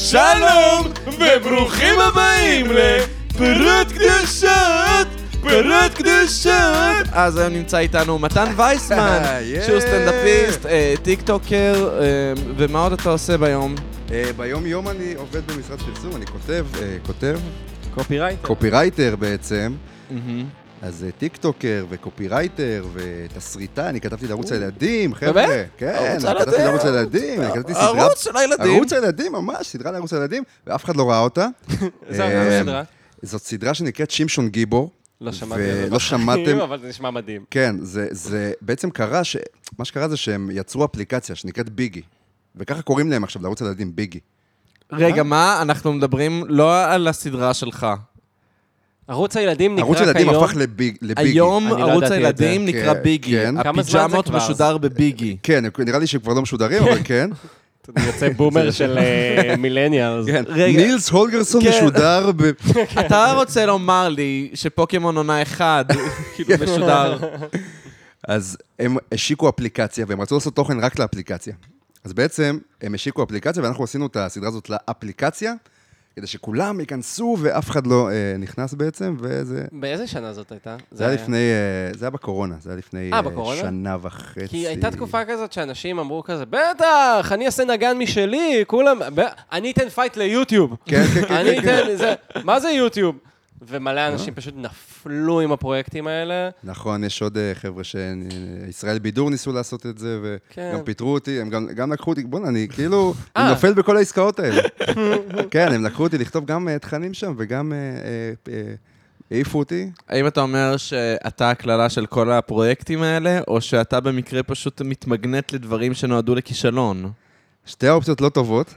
שלום וברוכים הבאים לפירות קדושות, פירות קדושות. אז היום נמצא איתנו מתן וייסמן, שהוא סטנדאפיסט, טיק טוקר, ומה עוד אתה עושה ביום? ביום יום אני עובד במשרד פרסום, אני כותב קופירייטר בעצם. אז טיק טוקר וקופירייטר ותסריטה, אני כתבתי לערוץ הילדים, חבר'ה. כן, אני כתבתי לערוץ הילדים, אני כתבתי סדרה. ערוץ של הילדים. ערוץ הילדים, ממש, סדרה לערוץ הילדים, ואף אחד לא ראה אותה. זו סדרה? זאת סדרה שנקראת שמשון גיבור. לא שמעתי. לא שמעתם. אבל זה נשמע מדהים. כן, זה בעצם קרה, מה שקרה זה שהם יצרו אפליקציה שנקראת ביגי. וככה קוראים להם עכשיו לערוץ הילדים, ביגי. רגע, מה? אנחנו מדברים לא על הסדרה שלך. ערוץ הילדים נקרא ערוץ הילדים הפך לביגי. היום ערוץ הילדים נקרא ביגי. כמה זמן זה הפיג'מות כבר? משודר בביגי. כן, נראה לי שכבר לא משודרים, אבל כן. אתה יוצא בומר של מילניאלס. נילס הולגרסון משודר ב... אתה רוצה לומר לי שפוקימון עונה 1 כאילו משודר. אז הם השיקו אפליקציה, והם רצו לעשות תוכן רק לאפליקציה. אז בעצם הם השיקו אפליקציה, ואנחנו עשינו את הסדרה הזאת לאפליקציה, כדי שכולם ייכנסו, ואף אחד לא נכנס בעצם, וזה... באיזה שנה זאת הייתה? זה היה לפני... זה היה בקורונה, זה היה לפני שנה וחצי. כי הייתה תקופה כזאת שאנשים אמרו כזה, בטח, אני אעשה נגן משלי, כולם... אני אתן פייט ליוטיוב. כן, כן, כן. אני אתן... מה זה יוטיוב? ומלא אנשים פשוט נפלו עם הפרויקטים האלה. נכון, יש עוד חבר'ה שישראל בידור ניסו לעשות את זה, וגם פיתרו אותי, הם גם לקחו אותי, בוא אני כאילו, אני נופל בכל העסקאות האלה. כן, הם לקחו אותי לכתוב גם תכנים שם, וגם העיפו אותי. האם אתה אומר שאתה הכללה של כל הפרויקטים האלה, או שאתה במקרה פשוט מתמגנט לדברים שנועדו לכישלון? שתי האופציות לא טובות.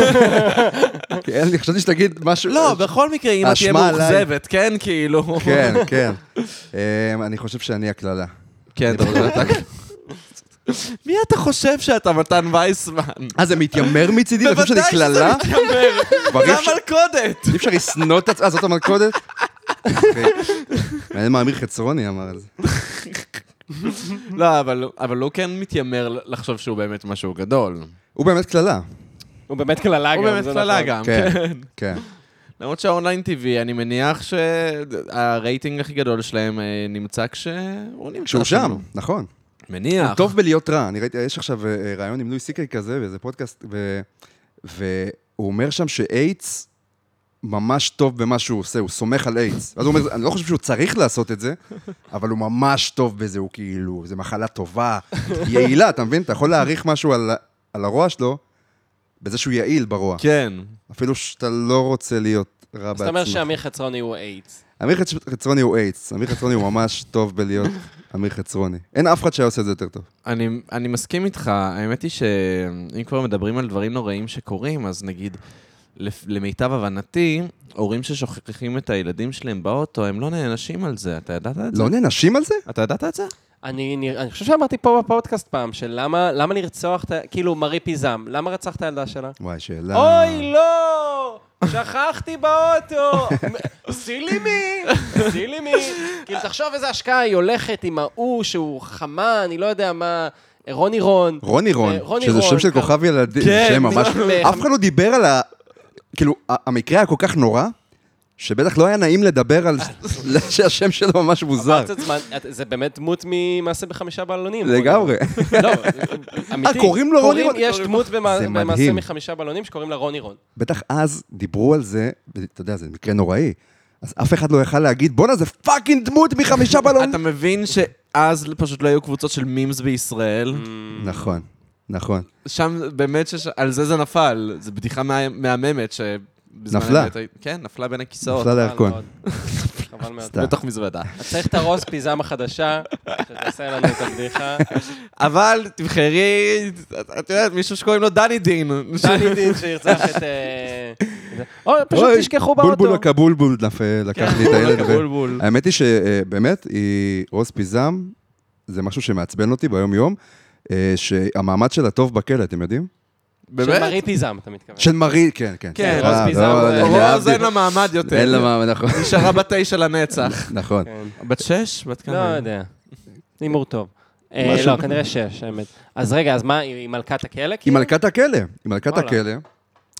כן, אני חשבתי שתגיד משהו... לא, בכל מקרה, אם תהיה מאוכזבת, כן, כאילו. כן, כן. אני חושב שאני הכללה. כן, אתה חושב שאתה... מי אתה חושב שאתה מתן וייסמן? זה מתיימר מצידי? אני חושב שאני כללה? בוודאי שזה מתיימר. זה המלכודת. אי אפשר לסנוע את זאת המלכודת? מעניין מה אמיר חצרוני אמר על זה. לא, אבל הוא כן מתיימר לחשוב שהוא באמת משהו גדול. הוא באמת כללה. הוא באמת כללה גם. הוא באמת כללה גם, כן. כן. למרות שהאונליין טבעי, אני מניח שהרייטינג הכי גדול שלהם נמצא כשהוא נמצא. כשהוא שם, נכון. מניח. הוא טוב בלהיות רע. אני ראיתי, יש עכשיו רעיון עם לואי סי.קיי כזה, ואיזה פודקאסט, והוא אומר שם שאייטס ממש טוב במה שהוא עושה, הוא סומך על אייטס. אז הוא אומר, אני לא חושב שהוא צריך לעשות את זה, אבל הוא ממש טוב בזה, הוא כאילו, זו מחלה טובה, יעילה, אתה מבין? אתה יכול להעריך משהו על הרוע שלו, בזה שהוא יעיל ברוע. כן. אפילו שאתה לא רוצה להיות רע בעצמך. זאת אומרת שאמיר חצרוני הוא אייטס. אמיר חצרוני הוא אייטס. אמיר חצרוני הוא ממש טוב בלהיות אמיר חצרוני. אין אף אחד שעושה את זה יותר טוב. אני מסכים איתך. האמת היא שאם כבר מדברים על דברים נוראים שקורים, אז נגיד, למיטב הבנתי, הורים ששוכחים את הילדים שלהם באוטו, הם לא נענשים על זה. אתה ידעת את זה? לא נענשים על זה? אתה ידעת את זה? אני חושב שאמרתי פה בפודקאסט פעם, של למה לרצוח, כאילו מרי פיזם, למה רצחת את הילדה שלה? וואי, שאלה... אוי, לא! שכחתי באוטו! סילי מי! כאילו, תחשוב איזה השקעה, היא הולכת עם ההוא שהוא חמה, אני לא יודע מה... רוני רון, שזה שם של כוכב ילדים, שם ממש... אף אחד לא דיבר על ה... כאילו, המקרה היה כל כך נורא, שבטח לא היה נעים לדבר על שהשם שלו ממש מוזר. זה באמת דמות ממעשה ב5 בלונים. לגמרי. לא, אמיתי. קוראים לו רוני רון. יש דמות במעשה מ5 בלונים שקוראים לה רוני רון. בטח אז דיברו על זה, ואתה יודע, זה מקרה נוראי, אז אף אחד לא יכל להגיד, בונה, זה פאקינג דמות מ5 בלונים. אתה מבין שאז פשוט לא היו קבוצות של מימס בישראל? נכון, נכון. שם באמת על זה נפל, זו בדיחה מהממת ש... נפלה. כן, נפלה בין הכיסאות. נפלה לירקון. חבל מאוד. בתוך מזוודה. צריך את הרוס פיזם החדשה, שתעשה לנו את הבדיחה. אבל תבחרי, את יודעת, מישהו שקוראים לו דני דין. דני דין שירצח את... או, פשוט תשכחו באוטו. בולבול הקבולבול לקח לי את הילד. האמת היא שבאמת, רוס פיזם, זה משהו שמעצבן אותי ביום יום, שהמעמד שלה טוב בכלא, אתם יודעים? של מרי פיזם, אתה מתכוון. של מרי, כן, כן. כן, רוס פיזם. רוז אין לה מעמד יותר. אין לה מעמד, נכון. נשארה בת 9 לנצח. נכון. בת 6? בת כמה? לא יודע. הימור טוב. לא, כנראה 6, האמת. אז רגע, אז מה, היא מלכת הכלא? היא מלכת הכלא. היא מלכת הכלא.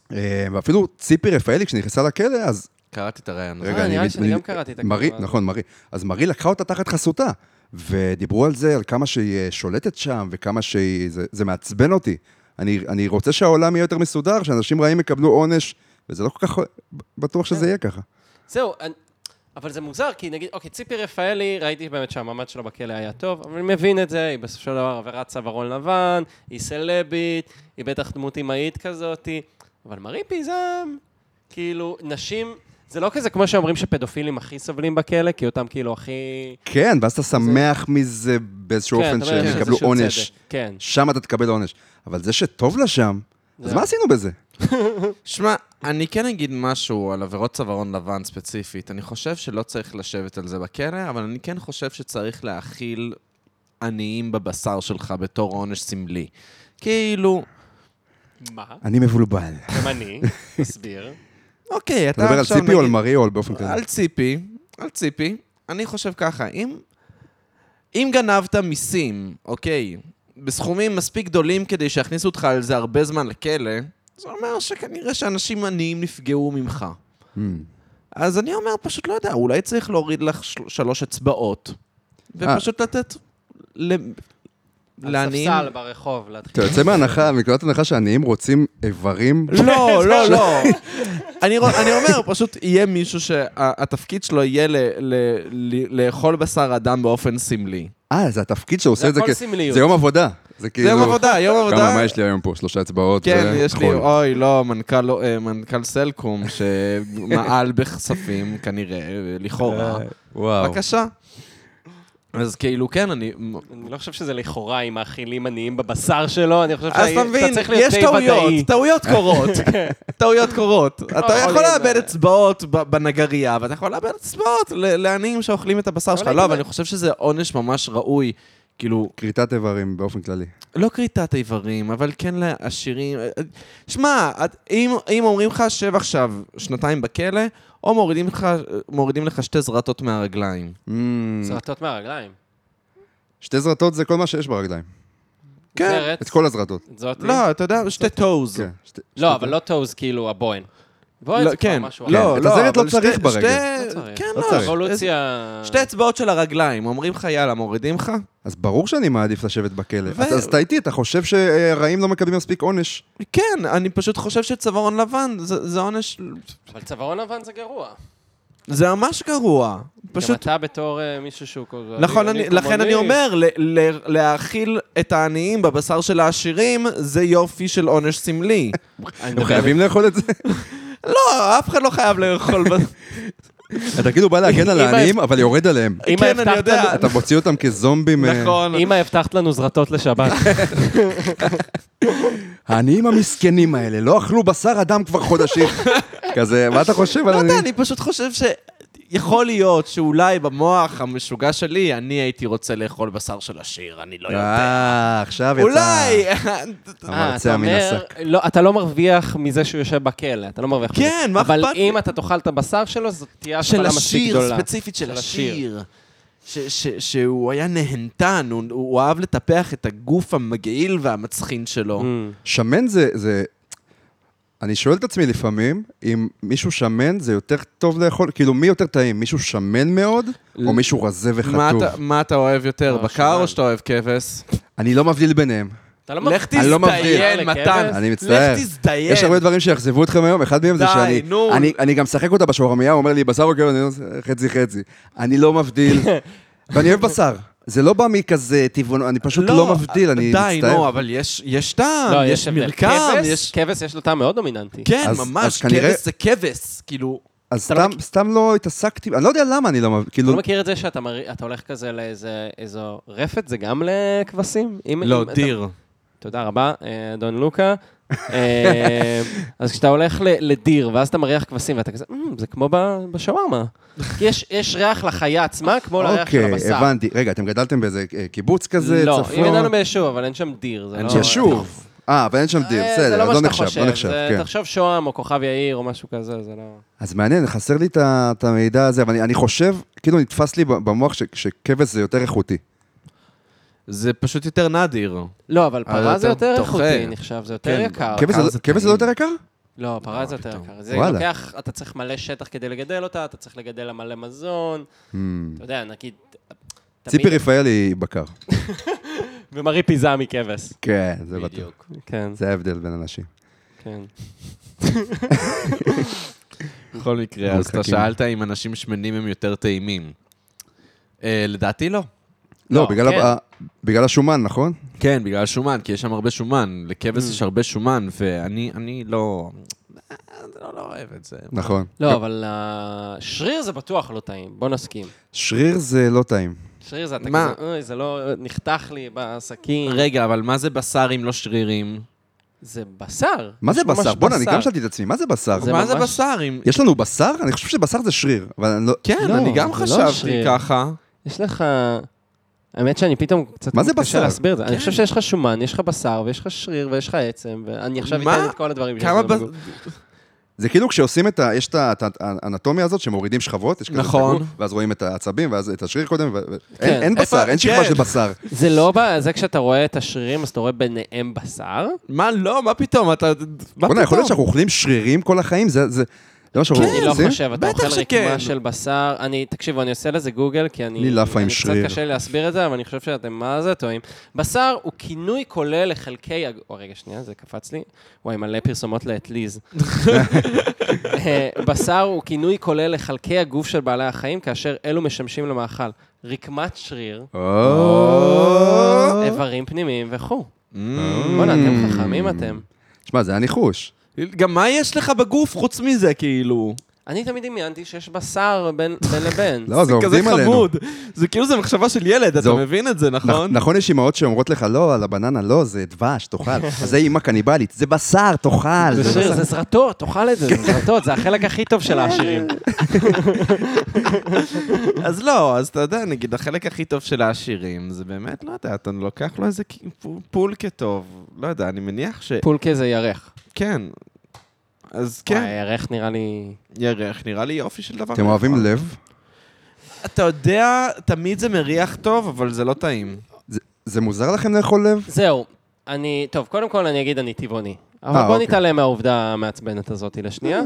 ואפילו ציפי רפאלי, כשנכנסה לכלא, אז... קראתי את הרעיון. רגע, נראה לי שאני גם קראתי את מרי, הכתבה. נכון, מרי. אז מרי לקחה אותה תחת חסותה, ודיברו על זה, על כמה שהיא שולטת שם, וכמה שהיא... זה מעצבן אותי. אני רוצה שהעולם יהיה יותר מסודר, שאנשים רעים יקבלו עונש, וזה לא כל כך בטוח שזה יהיה ככה. זהו, אבל זה מוזר, כי נגיד, אוקיי, ציפי רפאלי, ראיתי באמת שהמעמד שלה בכלא היה טוב, אבל אני מבין את זה, היא בסופו של דבר עברת צווארון לבן, היא סלבית, היא בטח דמות אמהית כזאת, אבל מרי פיזם, כאילו, נשים, זה לא כזה כמו שאומרים שפדופילים הכי סובלים בכלא, כי אותם כאילו הכי... כן, ואז אתה שמח מזה באיזשהו אופן שהם יקבלו עונש. כן. שם אתה תקבל עונש. אבל זה שטוב לה שם, אז מה עשינו בזה? שמע, אני כן אגיד משהו על עבירות צווארון לבן ספציפית. אני חושב שלא צריך לשבת על זה בכלא, אבל אני כן חושב שצריך להאכיל עניים בבשר שלך בתור עונש סמלי. כאילו... מה? אני מבולבל. גם אני, תסביר. אוקיי, אתה מדבר על ציפי או על מרי או באופן כזה? על ציפי. אני חושב ככה, אם גנבת מיסים, אוקיי, בסכומים מספיק גדולים כדי שיכניסו אותך על זה הרבה זמן לכלא, זה אומר שכנראה שאנשים עניים נפגעו ממך. אז אני אומר, פשוט לא יודע, אולי צריך להוריד לך 3 אצבעות, ופשוט לתת לעניים... על ספסל ברחוב, להתחיל. אתה יוצא מהנחה, מנקודת הנחה שעניים רוצים איברים? לא. אני אומר, פשוט יהיה מישהו שהתפקיד שלו יהיה לאכול בשר אדם באופן סמלי. זה התפקיד שעושה את זה הכל סמליות. זה יום עבודה. זה יום עבודה. כמה, מה יש לי היום פה? 3 אצבעות? כן, יש לי, אוי, לא, מנכ"ל סלקום שמעל בכספים, כנראה, לכאורה. וואו. בבקשה. אז כאילו, כן, אני לא חושב שזה לכאורה עם האכילים עניים בבשר שלו, אני חושב אז אתה מבין, יש טעויות קורות. אתה יכול לאבד אצבעות בנגרייה, ואתה יכול לאבד אצבעות לעניים שאוכלים את הבשר שלך. לא, אבל אני חושב שזה עונש ממש ראוי. כאילו... כריתת איברים באופן כללי. לא כריתת איברים, אבל כן לעשירים. שמע, אם אומרים לך שב עכשיו 2 בכלא, או מורידים לך 2 זרטות מהרגליים. זרטות מהרגליים. 2 זרטות זה כל מה שיש ברגליים. כן. את כל הזרטות. לא, אתה יודע, 2 טוז. לא, אבל לא טוז כאילו הבוין. כן, לא, את הזרת לא צריך ברגל. כן, לא לא. צריך. אבולוציה... 2 אצבעות של הרגליים, אומרים לך, יאללה, מורידים לך? אז ברור שאני מעדיף לשבת בכלא. אז אתה איתי, אתה חושב שהרעים לא מקבלים מספיק עונש? כן, אני פשוט חושב שצווארון לבן זה עונש... אבל צווארון לבן זה גרוע. זה ממש גרוע. גם פשוט... אתה בתור מישהו שהוא... נכון, לכן אני אומר, להאכיל את העניים בבשר של העשירים, זה יופי של עונש סמלי. הם חייבים לאכול את זה? לא, אף אחד לא חייב לאכול. אתה כאילו בא להגן על העניים, אבל יורד עליהם. כן, אני יודע. אתה מוציא אותם כזומבים. נכון. אמא, הבטחת לנו זרטות לשבת. העניים המסכנים האלה לא אכלו בשר אדם כבר חודשים. כזה, מה אתה חושב על לא יודע, עניים? אני פשוט חושב יכול להיות שאולי במוח המשוגע שלי, אני הייתי רוצה לאכול בשר של עשיר, אני לא יודע. עכשיו יצא... אולי! המרצע מן השק. אתה לא מרוויח מזה שהוא יושב בכלא, אתה לא מרוויח מזה. כן, מה אכפת לי? אבל אם אתה תאכל את הבשר שלו, זאת תהיה של השפלה מספיק גדולה. השיר, ספציפית של השיר. שהוא היה נהנתן, הוא אהב לטפח את הגוף המגעיל והמצחין שלו. שמן זה... אני שואל את עצמי לפעמים, אם מישהו שמן זה יותר טוב לאכול, כאילו מי יותר טעים, מישהו שמן מאוד, או מישהו רזה וחטוב? מה אתה אוהב יותר, בקר או שאתה אוהב כבש? אני לא מבדיל ביניהם. לך אני לא מבדיל. תזדיין, מתן. אני מצטער. לך תזדיין. יש הרבה דברים שיחזבו אתכם היום, אחד מהם זה שאני... אני גם שחק אותה בשווארמיה, הוא אומר לי, בשר או כאילו, אני חצי. אני לא מבדיל, ואני אוהב בשר. זה לא בא מכזה טבעון, אני פשוט לא מבדיל, אני מצטער. די, נו, אבל יש טעם, יש מרקם, יש... כבש יש לו טעם מאוד דומיננטי. כן, ממש, כבש זה כבש, כאילו... אז סתם לא התעסקתי, אני לא יודע למה אני לא מבדיל. אתה לא מכיר את זה שאתה הולך כזה לאיזו רפת, זה גם לכבשים? לא, דיר. תודה רבה, אדון לוקה. אז כשאתה הולך לדיר, ואז אתה מריח כבשים, ואתה כזה, זה כמו בשווארמה. כי יש ריח לחיה עצמה, כמו לריח של הבשר. אוקיי, הבנתי. רגע, אתם גדלתם באיזה קיבוץ כזה, צפון? לא, אם גדלנו ביישוב, אבל אין שם דיר. יישוב. אבל אין שם דיר, בסדר, לא נחשב. תחשוב שוהם או כוכב יאיר או משהו כזה, זה לא... אז מעניין, חסר לי את המידע הזה, אבל אני חושב, כאילו נתפס לי במוח שכבש זה יותר איכותי. זה פשוט יותר נדיר. לא, אבל פרה זה יותר איכותי, נחשב, זה יותר יקר. כבש זה לא יותר יקר? לא, פרה זה יותר יקר. זה וואלה. לוקח, אתה צריך מלא שטח כדי לגדל אותה, אתה צריך לגדל לה מלא מזון. אתה יודע, נגיד... ציפי רפאלי היא בקר. ומרי פיזה מכבש. כן, זה בטוח. בדיוק. כן, זה ההבדל בין אנשים. כן. בכל מקרה, אז אתה שאלת אם אנשים שמנים הם יותר טעימים. לדעתי לא. לא, כן. בגלל השומן, נכון? כן, בגלל השומן, כי יש שם הרבה שומן. לכבש יש הרבה שומן, ואני לא אוהב את זה. נכון. לא, אבל שריר זה בטוח לא טעים, בוא נסכים. שריר זה לא טעים. שריר זה אתה מה? כזה, אוי, זה לא נחתך לי בסכין. רגע, אבל מה זה בשר אם לא שרירים? זה בשר. מה זה יש ממש בשר? בוא'נה, אני גם שאלתי את עצמי, מה זה בשר? זה מה זה ממש- בשר אם... יש לנו בשר? אני חושב שבשר זה שריר, אבל אני לא... כן, לא, אני גם זה לא חשבתי שריר. ככה. יש לך... האמת שאני פתאום קצת מה זה מתקשה בשר? להסביר את זה. אני כן. חושב שיש לך שומן, יש לך בשר, ויש לך שריר, ויש לך עצם, ואני עכשיו מה? אתן את כל הדברים כמה שיש לנו בגוף. זה כאילו כשעושים יש את האנטומיה הזאת, שמורידים שכבות, יש כזה נכון. סגור, ואז רואים את העצבים, ואז את השריר קודם, כן. אין בשר, איפה- אין שכבה כן. של בשר. זה לא... זה כשאתה רואה את השרירים, אז אתה רואה ביניהם בשר. מה לא? מה פתאום? מה בוא'נה, יכול להיות פתאום? שאנחנו אוכלים שרירים כל החיים? זה מה שאנחנו אני לא עושים? חושב, אתה בטח אוכל שכן. רקמה של בשר. תקשיבו, אני עושה לזה גוגל, כי לי לאפה עם קצת שריר. קשה לי להסביר את זה, אבל אני חושב שאתם מה זה טועים. בשר הוא כינוי כולל לחלקי... רגע, שנייה, זה קפץ לי. וואי, מלא פרסומות לאטליז. בשר הוא כינוי כולל לחלקי הגוף של בעלי החיים, כאשר אלו משמשים למאכל. רקמת שריר, איברים פנימיים וכו'. בוא'נה, אתם חכמים אתם. שמע, זה היה ניחוש. גם מה יש לך בגוף חוץ מזה, כאילו? אני תמיד דמיינתי שיש בשר בין לבין. לא, זה כזה עובדים עלינו. חמוד. זה כאילו זה מחשבה של ילד, אתה מבין את זה, נכון? נכון, יש אמהות שאומרות לך, לא, על הבננה לא, זה דבש, תאכל. אז זה אימא קניבלית, זה בשר, תאכל. זה שריר, זה זרטות, תאכל את זה, זה זרטות, זה החלק הכי טוב של העשירים. אז לא, אז אתה יודע, נגיד, החלק הכי טוב של העשירים, זה באמת, לא יודע, אתה לוקח לו איזה פולקה טוב. לא יודע, אני מניח ש... פולקה זה ירך. כן. אז וואי, כן, ירך נראה לי... ירח, נראה לי יופי של דבר. אתם אוהבים לב? אתה יודע, תמיד זה מריח טוב, אבל זה לא טעים. זה מוזר לכם לאכול לב? זהו, טוב, קודם כל אני אגיד אני טבעוני. אבל בוא אוקיי. נתעלם מהעובדה המעצבנת הזאת לשנייה.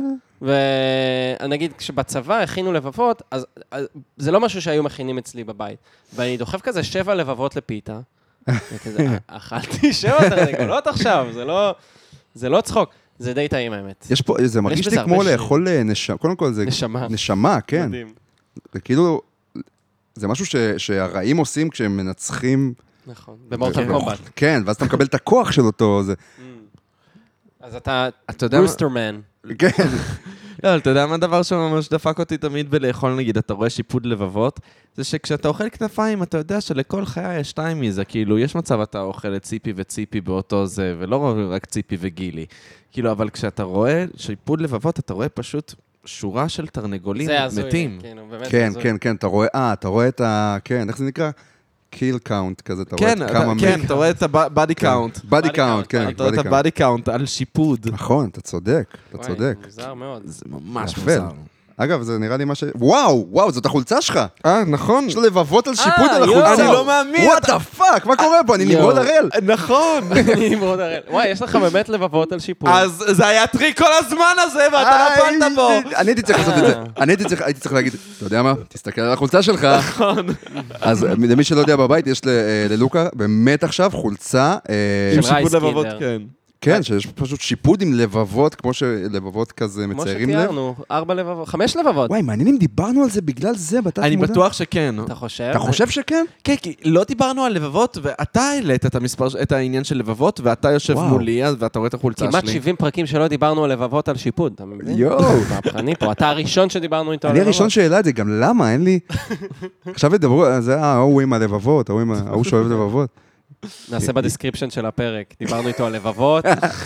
ונגיד, כשבצבא הכינו לבבות, אז זה לא משהו שהיו מכינים אצלי בבית. ואני דוחף כזה 7 לבבות לפיתה. וכזה, אכלתי 7 תרנגולות עכשיו, זה לא צחוק. זה די טעים האמת. יש פה, זה מרגיש בזה לי כמו הרבה שריר. לאכול נשמה, קודם כל זה... נשמה. נשמה, כן. מדהים. זה כאילו, זה משהו שהרעים עושים כשהם מנצחים... נכון, במורטל קומבט. כן, ואז אתה מקבל את הכוח של אותו... אז אתה יודע מה- ברוסטרמן. כן. לא, אבל אתה יודע מה הדבר שממש דפק אותי תמיד בלאכול, נגיד, אתה רואה שיפוד לבבות, זה שכשאתה אוכל כנפיים, אתה יודע שלכל חיה יש 2 מזה, כאילו, יש מצב אתה אוכל את ציפי וציפי באותו זה, ולא רק ציפי וגילי. כאילו, אבל כשאתה רואה שיפוד לבבות, אתה רואה פשוט שורה של תרנגולים זה הזוי, מתים. כאילו, באמת כן, הזוי. כן, כן, אתה רואה את ה... כן, איך זה נקרא? קיל קאונט כזה, אתה רואה כן, את כמה... כן, אתה רואה את ה-body count. בדי קאונט, כן, אתה רואה את body count. ה-body count על שיפוד. נכון, אתה צודק, אתה וואי, צודק. מוזר מאוד. זה ממש יפה. מוזר. אגב, זה נראה לי מה ש... וואו, זאת החולצה שלך. נכון. יש לו לבבות על שיפוד על יואו. החולצה. אני לא מאמין. וואט דה פאק, מה קורה פה? אני נמרוד הראל. נכון. אני נמרוד הראל. וואי, יש לך באמת לבבות על שיפור. אז זה היה טריק כל הזמן הזה, ואתה נפלת בו. אני הייתי צריך לעשות את זה. הייתי צריך להגיד, אתה יודע מה? תסתכל על החולצה שלך. נכון. אז למי שלא יודע בבית, יש ללוקה באמת עכשיו חולצה... עם של שיפוד לבבות, רייסקינדר. כן. כן, שיש פשוט שיפוד עם לבבות, כמו שלבבות כזה כמו מציירים לב. שתיארנו, 4 לבבות, 5 לבבות. וואי, מעניין אם דיברנו על זה בגלל זה, בתת אני מודע. בטוח שכן. אתה חושב? אתה חושב שכן? כן, כי לא דיברנו על לבבות, ואתה העלית את העניין של לבבות, ואתה יושב וואו. מולי, ואתה רואה את החולצה שלי. כמעט 70 פרקים שלא דיברנו על לבבות על שיפוד, אתה מבין? יואו. מהפכני פה, אתה הראשון שדיברנו איתו על אני לבבות. הראשון שהעלה את זה, גם למה? אין לי... עכשיו ידברו, זה ההוא עם הלבבות, ההוא שאוהב לבבות. נעשה בדיסקריפשן של הפרק, דיברנו איתו על לבבות.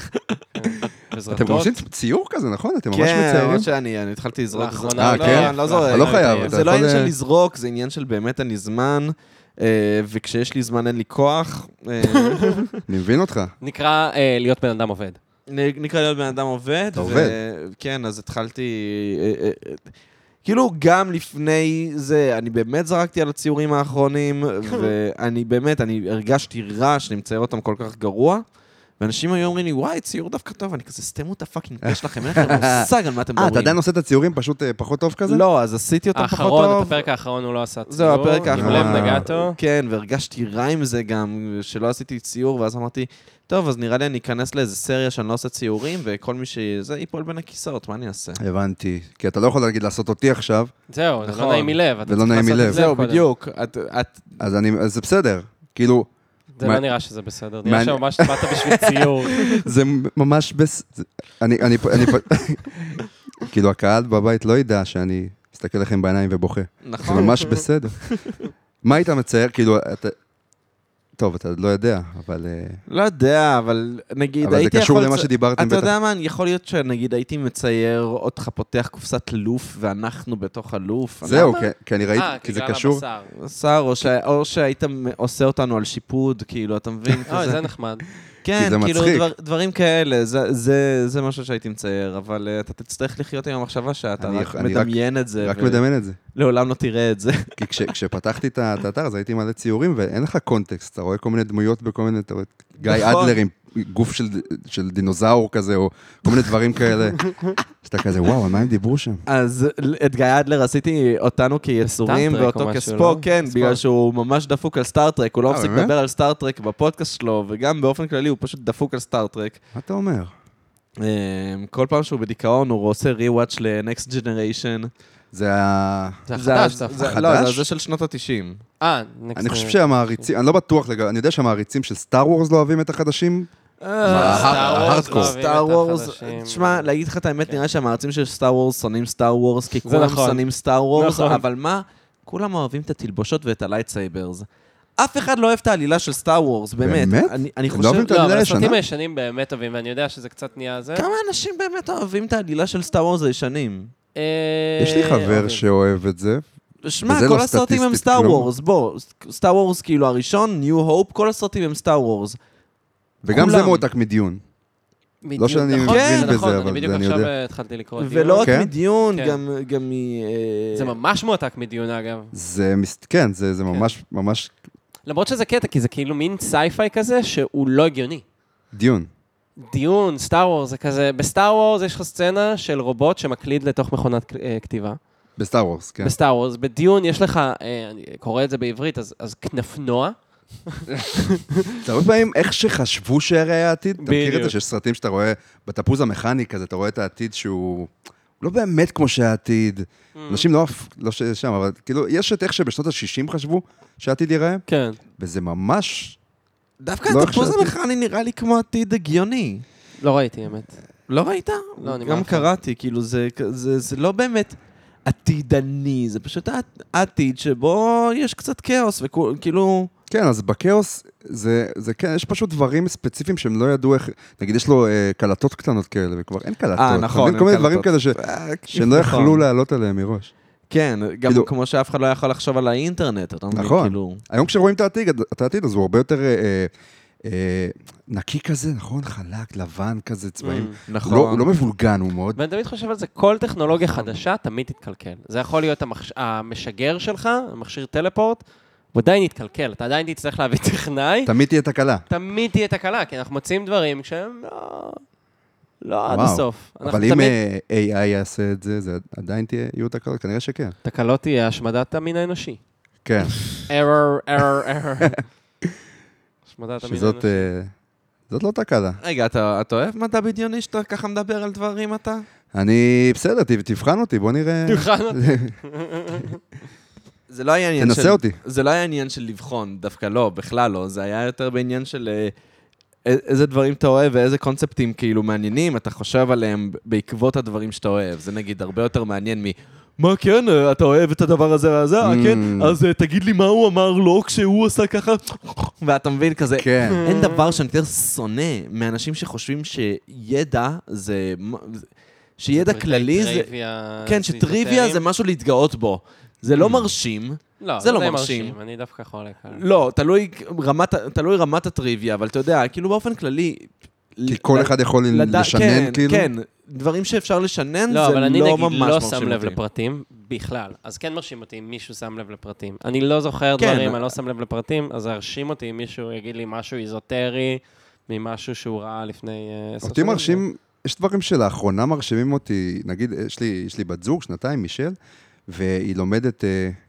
אתם עושים ציור כזה, נכון? אתם ממש כן, מציירים? למרות שאני התחלתי לזרוק. לאחרונה, כן? אני לא זורק. אתה לא חייב, אתה זה לא יכול... עניין של לזרוק, זה עניין של באמת אין לי זמן, וכשיש לי זמן אין לי כוח. אני מבין אותך. נקרא להיות בן אדם עובד. נקרא להיות בן אדם עובד. אתה עובד. כן, אז התחלתי... כאילו, גם לפני זה, אני באמת זרקתי על הציורים האחרונים, ואני באמת, אני הרגשתי רע שאני מצייר אותם כל כך גרוע, ואנשים היו אומרים לי, וואי, ציור דווקא טוב, אני כזה, סתמו את הפאקינג פה שלכם, אין לכם מושג על מה אתם מדברים. אתה עדיין עושה את הציורים פשוט פחות טוב כזה? לא, אז עשיתי אותם פחות האחרון, את טוב. הפרק האחרון הוא לא עשה ציור. זהו, הפרק האחרון. עם לב נגעתו. כן, והרגשתי רע עם זה גם, שלא עשיתי ציור, ואז אמרתי, טוב, אז נראה לי אני אכנס לאיזה סריה שאני לא עושה ציורים, וכל מי שזה ייפול בין הכיסאות, מה אני אעשה? הבנתי. כי אתה לא יכול להגיד לעשות אותי עכשיו, זהו, זה נכון. לא נעים מלב. אתה ולא צריך נעים לעשות מלב. את זה זהו, קודם. בדיוק. אז זה בסדר. כאילו, זה מה- לא נראה שזה בסדר. נראה שממש באת בשביל ציור. זה ממש אני כאילו, הקהל בבית לא ידע שאני מסתכל לכם בעיניים ובוכה. זה נכון. ממש בסדר. מה היית מצייר? כאילו, טוב, אתה לא יודע, אבל... לא יודע, אבל נגיד, אבל זה הייתי קשור יכול... למה שדיברתם אתה בטח. יודע מה, יכול להיות שנגיד הייתי מצייר אותך פותח קופסת לוף, ואנחנו בתוך הלוף. זהו, כי אני ראיתי, כי זה בגלל קשור. הבשר. שר, או שהיית עושה אותנו על שיפוד, כאילו, אתה מבין? אוי, כזה. זה נחמד. כן, זה כאילו, מצחיק. דברים כאלה, זה משהו שהייתי מצייר, אבל אתה תצטרך לחיות עם המחשבה שאתה אני רק רק- מדמיין את זה, רק מדמיין את זה. ולעולם לא תראה את זה. כי כשפתחתי את האתר, אז הייתי מלא ציורים, ואין לך קונטקסט, אתה רואה כל מיני דמויות בכל מיני, אתה רואה את גיא נכון. אדלר עם גוף של דינוזאור כזה, או כל מיני דברים כאלה. שאתה כזה, וואו, על מה הם דיברו שם? אז את גיא אדלר עשיתי אותנו כיצורים, בסטארטרק ואותו או משהו, כספוק, לא? כן, ספורט. בגלל שהוא ממש דפוק על סטארטרק, הוא לא מפסיק באמת? לדבר על סטארטרק בפודקאסט שלו, וגם באופן כללי הוא פשוט דפוק על סטארטרק. מה אתה אומר? כל פעם שהוא בדיכאון, הוא עושה רי-וואץ' ל-Next Generation. זה זה החדש, זה לא, החדש? זה של שנות ה-90. אני חושב שהמעריצים, אני לא בטוח, אני יודע שהמעריצים של סטאר וורס לא אוהבים את החדשים. ההארדקור. סטאר וורס, תשמע, להגיד לך את האמת, נראה שהמערצים של סטאר וורס שונאים סטאר וורס, כי כולם נכון. שונאים סטאר וורס, נכון. אבל מה? כולם אוהבים את התלבושות ואת הלייטסייברס. אף אחד לא אוהב את העלילה של סטאר וורס, באמת. באמת? אני הם לא חושב... אוהבים את לא, אבל העלילה הסרטים הישנה? הישנים באמת טובים, ואני יודע שזה קצת נהיה זה. כמה אנשים באמת אוהבים את העלילה של סטאר וורס הישנים? יש לי חבר שאוהב את זה. שמע, וזה כל לא הסרטים הם סטטיסטית סטאר כלום. וורס, בוא, סטאר וורס כאילו הראשון, ניו הופ, כל הסרטים הם סטאר וורס. וגם כולם. זה מועתק מדיון. לא שאני נכון, מבין זה בזה, נכון, אבל אני בדיוק זה אני עכשיו יודע. התחלתי לקרוא את ולא רק כן? מדיון, כן. גם זה ממש מועתק מדיון, אגב. כן, זה ממש, ממש למרות שזה קטע, כי זה כאילו מין סייפיי כזה שהוא לא הגיוני. דיון. דיון, סטאר וורס, זה כזה, בסטאר וורס יש לך סצנה של רובוט שמקליד לתוך מכונת כתיבה. בסטאר וורס, כן. בסטאר וורס, בדיון יש לך, אני קורא את זה בעברית, אז כנפנוע. זה הרבה פעמים איך שחשבו שיראה העתיד, אתה מכיר את בדיוק. זה שיש סרטים שאתה רואה בתפוז המכני כזה, אתה רואה את העתיד שהוא לא באמת כמו שהעתיד. אנשים לא שם, אבל כאילו, יש את איך שבשנות ה-60 חשבו שהעתיד ייראה, כן. וזה ממש... דווקא לא התפוז חשבתי. המכני נראה לי כמו עתיד הגיוני. לא ראיתי, האמת. לא ראית? לא, אני גם מאפן. קראתי, כאילו זה לא באמת עתידני, זה פשוט עתיד שבו יש קצת כאוס, וכאילו... כן, אז בכאוס, זה כן, יש פשוט דברים ספציפיים שהם לא ידעו איך, נגיד יש לו קלטות קטנות כאלה, וכבר אין קלטות. נכון, אתה מבין? כל מיני דברים כאלה שהם לא נכון. יכלו לעלות עליהם מראש. כן, גם כאילו- כמו שאף אחד לא יכול לחשוב על האינטרנט, אתה מבין, נכון. כאילו... היום כשרואים את העתיד, אז הוא הרבה יותר נקי כזה, נכון? חלק, לבן כזה, צבעים. נכון. הוא לא מבולגן, הוא מאוד... ואני תמיד חושב על זה, כל טכנולוגיה חדשה תמיד תתקלקל. זה יכול להיות המשגר שלך, המכשיר טלפורט, הוא עדיין יתקלקל. אתה עדיין תצטרך להביא טכנאי, תמיד תהיה תקלה. תמיד תהיה תקלה, כי אנחנו מוצאים דברים כשהם לא עד וואו. הסוף. אנחנו אבל אם תמיד- AI יעשה את זה, זה עדיין יהיו תקלות, כנראה שכן. תקלות תהיה השמדת המין האנושי. כן, error. השמדת המין שזאת האנושי. זאת לא תקלה. רגע, אתה אוהב מדע בדיוני שאתה ככה מדבר על דברים אתה? אני, בסדר, תבחן אותי, בוא נראה. תבחן אותי. זה לא היה עניין תנסה אותי. זה לא היה עניין של לבחון, דווקא לא, בכלל לא. זה היה יותר בעניין של איזה דברים אתה אוהב ואיזה קונספטים כאילו מעניינים, אתה חושב עליהם בעקבות הדברים שאתה אוהב. זה נגיד הרבה יותר מעניין מה כן, אתה אוהב את הדבר הזה והזה, כן? אז תגיד לי מה הוא אמר לו כשהוא עשה ככה, ואתה מבין כזה. כן. אין דבר שאני יותר שונא מאנשים שחושבים שידע זה... שידע כללי זה... כן, שטריוויה זה משהו להתגאות בו. זה לא מרשים. לא, זה לא די מרשים. אני דווקא חולק על... לא, תלוי רמת הטריוויה, אבל אתה יודע, כאילו באופן כללי... כי כל אחד יכול לשנן, כאילו? כן, דברים שאפשר לשנן לא, זה אבל אני לא נגיד ממש לא מרשים שם לב אותי. לפרטים בכלל. אז כן מרשים אותי אם מישהו שם לב לפרטים. אני לא זוכר כן. דברים, אני לא שם לב לפרטים, אז הרשים אותי אם מישהו יגיד לי משהו איזוטרי, ממשהו שהוא ראה לפני 10 אותי מרשים, יש דברים שלאחרונה מרשימים אותי, נגיד, יש לי בת זוג, 2 מישל, והיא לומדת,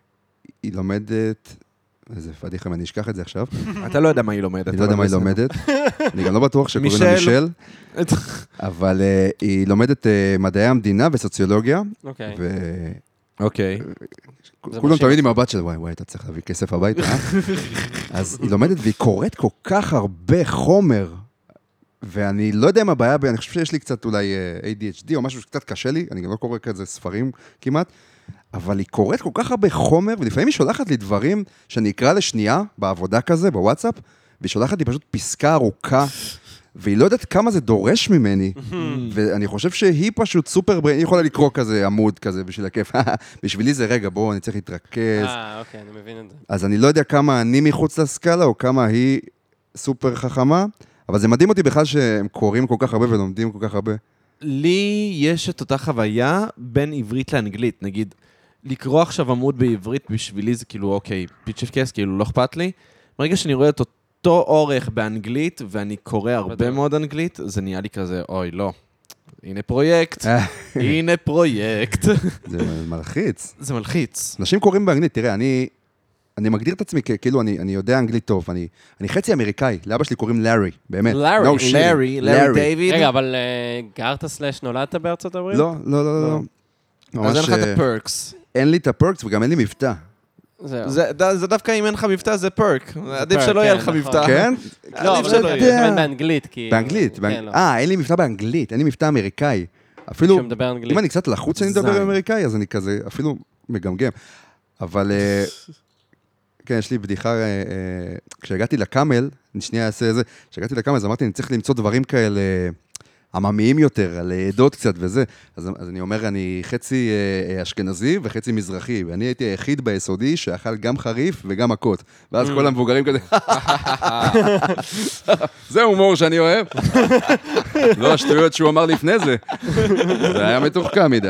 איזה פדיחה, אני אשכח את זה עכשיו. אתה לא יודע מה היא לומדת. אני לא יודע מה היא לומדת. אני גם לא בטוח שקוראים לה מישל. אבל היא לומדת מדעי המדינה וסוציולוגיה. אוקיי. אוקיי. כולם תמיד עם הבת של, וואי, אתה צריך להביא כסף הביתה. אז היא לומדת והיא קוראת כל כך הרבה חומר, ואני לא יודע מה הבעיה, אני חושב שיש לי קצת אולי ADHD או משהו שקצת קשה לי, אני גם לא קורא כזה ספרים כמעט, אבל היא קוראת כל כך הרבה חומר, ולפעמים היא שולחת לי דברים שאני אקרא לשנייה בעבודה כזה, בוואטסאפ, והיא שולחת לי פשוט פסקה ארוכה, והיא לא יודעת כמה זה דורש ממני, ואני חושב שהיא פשוט סופר, היא יכולה לקרוא כזה עמוד כזה בשביל הכיף, בשבילי זה רגע, בוא, אני צריך להתרכז. אוקיי, אני מבין את זה. אז אני לא יודע כמה אני מחוץ לסקאלה, או כמה היא סופר חכמה, אבל זה מדהים אותי בכלל שהם קוראים כל כך הרבה ולומדים כל כך הרבה. לי יש את אותה חוויה בין עברית לאנגלית, נגיד, לקרוא עכשיו עמוד בעברית בשבילי זה כאילו, אוקיי, פיצ'ף קייס, כאילו לא אכפת לי. ברגע שאני רואה את אותו אורך באנגלית, ואני קורא הרבה מאוד אנגלית, זה נהיה לי כזה, אוי, לא. הנה פרויקט, הנה פרויקט. זה מלחיץ. זה מלחיץ. אנשים קוראים באנגלית, תראה, אני מגדיר את עצמי כאילו אני יודע אנגלית טוב, אני חצי אמריקאי, לאבא שלי קוראים לארי, באמת. לארי דיוויד. רגע, אבל גרת סלש נולדת בארצות הברית? לא. אז אין לך את הפרקס. אין לי את הפרקס וגם אין לי מבטא. זה דווקא אם אין לך מבטא, זה פרק. עדיף שלא יהיה לך מבטא. כן? לא, אבל זה מתכוון באנגלית. באנגלית. אין לי מבטא באנגלית, אין לי מבטא אמריקאי. אפילו, אם אני קצת לחוץ שאני מדבר אמריקאי, אז אני כזה אפילו מגמגם. אבל, כן, יש לי בדיחה, כשהגעתי לקאמל, שנייה אעשה איזה, כשהגעתי לקאמל, אז אמרתי, אני צריך למצוא דברים כאלה עממיים יותר, על עדות קצת וזה. אז אני אומר, אני חצי אשכנזי וחצי מזרחי, ואני הייתי היחיד ביסודי שאכל גם חריף וגם מכות. ואז כל המבוגרים כזה, זה הומור שאני אוהב. לא השטויות שהוא אמר לפני זה. זה היה מתוחכם מדי.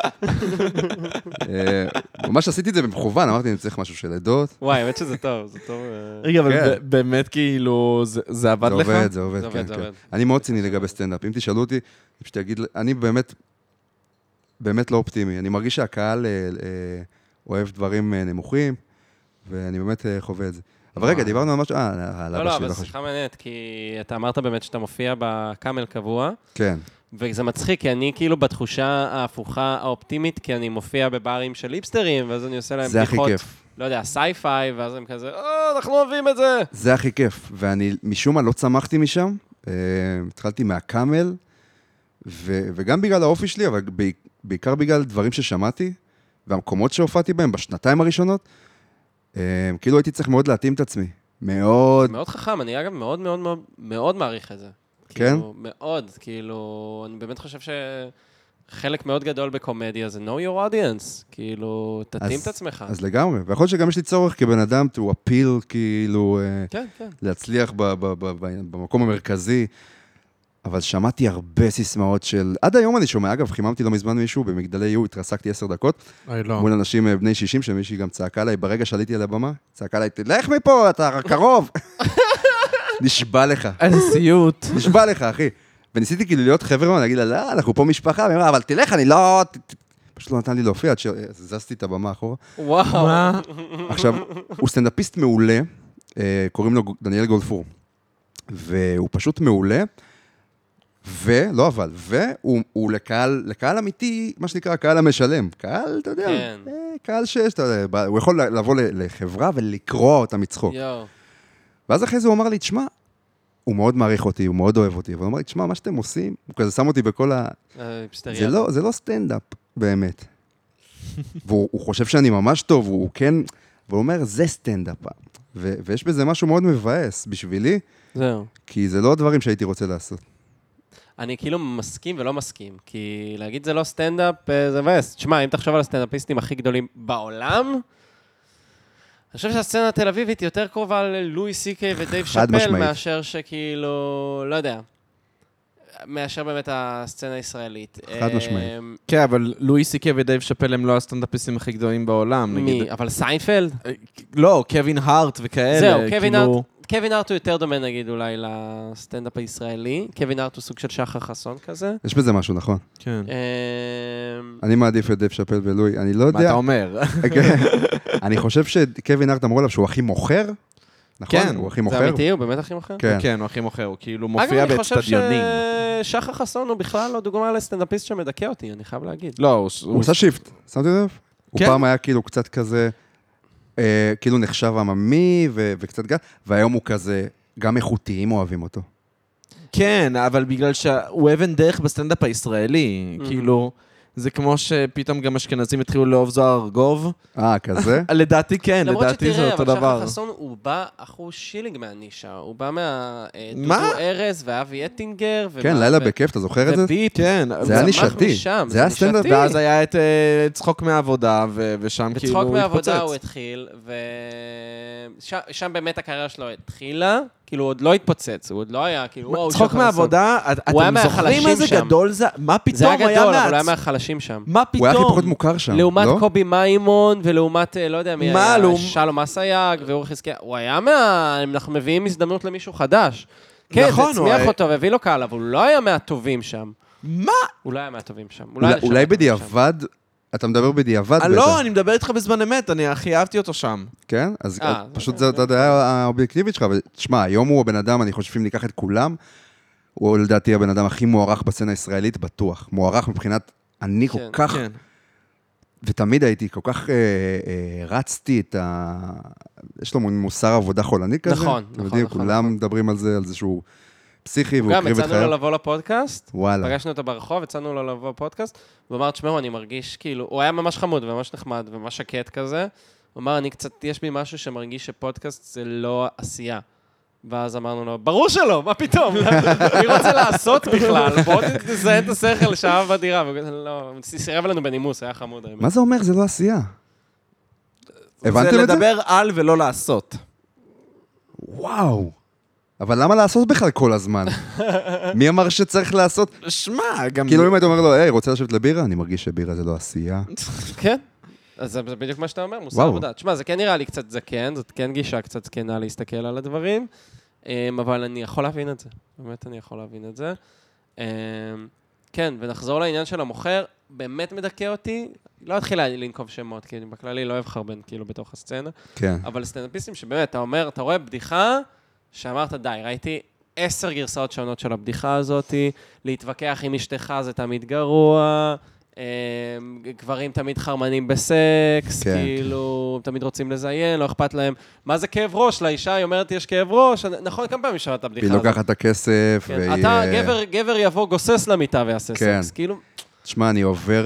ממש עשיתי את זה במכוון, אמרתי, אני צריך משהו של עדות. וואי, האמת שזה טוב, זה טוב. רגע, אבל באמת כאילו, זה עבד לך? זה עובד, כן. אני מאוד ציני לגבי סטנדאפ. אם תשאלו אותי, פשוט אגיד, אני באמת לא אופטימי. אני מרגיש שהקהל אוהב דברים נמוכים, ואני באמת חווה את זה. אבל רגע, דיברנו על משהו, לא, אבל שיחה מעניינת, כי אתה אמרת באמת שאתה מופיע בקאמל קבוע. כן. וזה מצחיק, כי אני כאילו בתחושה ההפוכה האופטימית, כי אני מופיע בברים של היפסטרים, ואז אני עושה להם בדיחות. זה הכי כיף. לא יודע, סייפיי, ואז הם כזה, אנחנו אוהבים את זה. זה הכי כיף, ואני משום מה לא צמחתי משם, התחלתי מהקאמל, וגם בגלל האופי שלי, אבל בעיקר בגלל דברים ששמעתי, והמקומות שהופעתי בהם בשנתיים הראשונות, כאילו הייתי צריך מאוד להתאים את עצמי. מאוד. מאוד חכם, אני אגב מאוד מאוד מאוד מאוד מעריך את זה. כן? מאוד, כאילו, אני באמת חושב שחלק מאוד גדול בקומדיה זה know your audience, כאילו, תתאים את עצמך. אז לגמרי, ויכול להיות שגם יש לי צורך כבן אדם to appeal, כאילו, להצליח במקום המרכזי, אבל שמעתי הרבה סיסמאות של, עד היום אני שומע, אגב, חיממתי לא מזמן מישהו, במגדלי יו, התרסקתי 10 דקות, מול אנשים בני 60, שמישהי גם צעקה עליי, ברגע שעליתי על הבמה, צעקה עליי, לך מפה, אתה קרוב. נשבע לך. איזה סיוט. נשבע לך, אחי. וניסיתי כאילו להיות חבר'ה, להגיד לה, לא, אנחנו פה משפחה, ואני אומר, אבל תלך, אני לא... פשוט לא נתן לי להופיע, עד שזזתי את הבמה אחורה. וואו. עכשיו, הוא סטנדאפיסט מעולה, קוראים לו דניאל גולדפור, והוא פשוט מעולה, והוא לקהל אמיתי, מה שנקרא, קהל המשלם. קהל, אתה יודע, קהל שיש, הוא יכול לבוא לחברה ולקרוא אותה מצחוק. ואז אחרי זה הוא אמר לי, תשמע, הוא מאוד מעריך אותי, הוא מאוד אוהב אותי, אבל הוא אמר לי, תשמע, מה שאתם עושים, הוא כזה שם אותי בכל זה לא סטנדאפ, באמת. והוא חושב שאני ממש טוב, הוא כן, והוא אומר, זה סטנדאפ. ויש בזה משהו מאוד מבאס בשבילי, כי זה לא דברים שהייתי רוצה לעשות. אני כאילו מסכים ולא מסכים, כי להגיד זה לא סטנדאפ, זה מבאס. תשמע, אם תחשוב על הסטנדאפיסטים הכי גדולים בעולם, אני חושב שהסצנה התל אביבית יותר קרובה ללואי סי-קיי ודייב שאפל, מאשר שכאילו, לא יודע, מאשר באמת הסצנה הישראלית. חד משמעית. כן, אבל לואי סי-קיי ודייב שאפל הם לא הסטנדאפיסטים הכי גדולים בעולם. מי? אבל סיינפלד? לא, קווין הארט וכאלה. זהו, קווין הארט, קווין הארט הוא יותר דומה, נגיד, אולי לסטנדאפ הישראלי. קווין הארט הוא סוג של שחר חסון כזה. יש בזה משהו, נכון. כן. אני מעדיף את דייב שאפל ולואי, אני לא יודע. מה אתה אומר? אני חושב שקווין הארט אמרו עליו שהוא הכי מוכר, נכון? כן. הוא הכי זה מוכר. אמיתי? הוא באמת הכי מוכר? כן. כן, הוא הכי מוכר, הוא כאילו אגב, מופיע אני חושב באצטדיונים. ששחר חסון הוא בכלל לא דוגמה לסטנדאפיסט שמדכא אותי, אני חייב להגיד. לא, הוא עושה שיפט, שמתי לב? הוא כן. פעם היה כאילו קצת כזה, כאילו נחשב עממי וקצת גל, והיום הוא כזה, גם איכותיים אוהבים אותו. כן, אבל בגלל שהוא אבן דרך בסטנדאפ הישראלי, כאילו, זה כמו שפתאום גם אשכנזים התחילו לאהוב זוהר ארגוב. כזה? לדעתי כן, למרות לדעתי זה שתראה, אותו אבל דבר. שחר חסון הוא בא אחוז שילינג מהנישה, הוא בא דודו מה? ארז ואבי אטינגר. כן, לילה בכיף, אתה זוכר את זה? וביפ. כן, זה היה צמח נישתי. משם, זה היה סטנדאפ. נישתי. ואז היה את צחוק מהעבודה, ושם כאילו בצחוק הוא מהעבודה הוא התפוצץ. התחיל, ושם באמת הקריירה שלו התחילה, כאילו הוא עוד לא התפוצץ, הוא עוד לא היה, כאילו, וואו, צחוק שחר חסון. מהעבודה, הוא היה אתם זוכרים מהחלשים איזה שם. גדול זה? מה זה פתאום היה היה גדול, אבל הוא היה מעצ... מהחלשים שם. מה הוא היה הכי פחות פתאום? מוכר שם, לעומת לא? קובי מימון, ולעומת, לא יודע מי מה, היה, שלום אסייג, ואורי חזקיה, הוא היה אנחנו מביאים הזדמנות למישהו חדש. כן, נכון, זה הוא צמיח היה- אותו והביא לו קהל, אבל הוא לא היה מהטובים שם. מה? הוא לא היה מהטובים שם. אולי בדיעבד, אתה מדבר בדיעבד בטח. לא, אני מדבר איתך בזמן אמת, אני הכי אהבתי אותו שם. כן? אז פשוט זה- זו הדעה האובייקטיבית שלך, אבל תשמע, היום הוא הבן אדם, אני חושב שאם ניקח את כולם, הוא לדעתי הבן אדם הכי מוערך בסצנה הישראלית, בטוח. מוערך מבחינת, אני כל כן. כך, כן. ותמיד הייתי כל כך, רצתי את ה... יש לו מוסר עבודה חולני כזה. נכון, אתם נכון, יודעים, נכון, כולם נכון. מדברים על זה שהוא פסיכי, והוא גם הקריב את הצענו לו חייו. לבוא לפודקאסט, וואלה. פגשנו אותו ברחוב, הצענו לו לבוא לפודקאסט, הוא אמר, תשמעו, אני מרגיש כאילו, הוא היה ממש חמוד וממש נחמד וממש שקט כזה, הוא אמר, אני קצת, יש בי משהו שמרגיש שפודקאסט זה לא עשייה. ואז אמרנו לו, ברור שלא, מה פתאום? אני רוצה לעשות בכלל, בוא תזיין את השכל שעה בדירה. לא, הוא סירב לנו בנימוס, היה חמוד. מה זה אומר? זה לא עשייה. זה הבנתם את זה? לדבר על ולא לעשות. וואו. אבל למה לעשות בכלל כל הזמן? מי אמר שצריך לעשות? שמע, גם... כאילו אם היית אומר לו, היי, רוצה לשבת לבירה? אני מרגיש שבירה זה לא עשייה. כן. אז זה בדיוק מה שאתה אומר, מוסר וואו. עבודה. תשמע, זה כן נראה לי קצת זקן, זאת כן גישה קצת זקנה להסתכל על הדברים, אבל אני יכול להבין את זה. באמת אני יכול להבין את זה. כן, ונחזור לעניין של המוכר, באמת מדכא אותי, לא אתחיל לנקוב שמות, כי אני בכללי לא אוהב חרבן כאילו בתוך הסצנה, כן. אבל סטנדאפיסטים שבאמת, אתה אומר, אתה רואה בדיחה, שאמרת, די, ראיתי 10 גרסאות שונות של הבדיחה הזאת, להתווכח עם אשתך זה תמיד גרוע, גברים תמיד חרמנים בסקס, כן. כאילו, תמיד רוצים לזיין, לא אכפת להם. מה זה כאב ראש? לאישה היא אומרת, יש כאב ראש? נכון, כמה פעמים שמעת את הבדיחה והיא הזאת? לוקחת את הכסף, כן. אתה, גבר יבוא, גוסס למיטה ויעשה כן. סקס, כאילו... תשמע, אני עובר...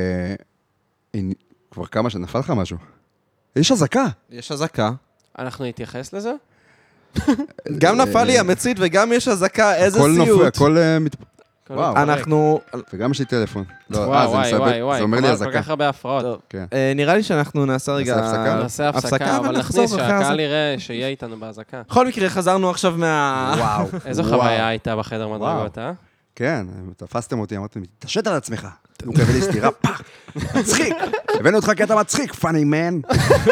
כבר כמה שנפל לך משהו. יש אזעקה. יש אזעקה. אנחנו נתייחס לזה? גם נפל לי המצית וגם יש אזעקה, איזה הכל נופל, סיוט. הכל וואו. אנחנו... וגם יש לי טלפון. לא, וואי, זה וואי, וואי, זה אומר לי כל אזעקה. כך הרבה הפרעות. כן. נראה לי שאנחנו נעשה רגע... הפסקה? נעשה הפסקה, אבל ונחזור נכניס אחרי שהקהל ההפסקה. יראה שיהיה איתנו בהזעקה. בכל מקרה, חזרנו עכשיו מה... וואו. איזו וואו. חוויה הייתה בחדר מדרגות, אה? כן, תפסתם אותי, אמרתם, תתעשת על עצמך. הוא קבל לי סתירה, פח, מצחיק. הבאנו אותך כי אתה מצחיק, פאני מן.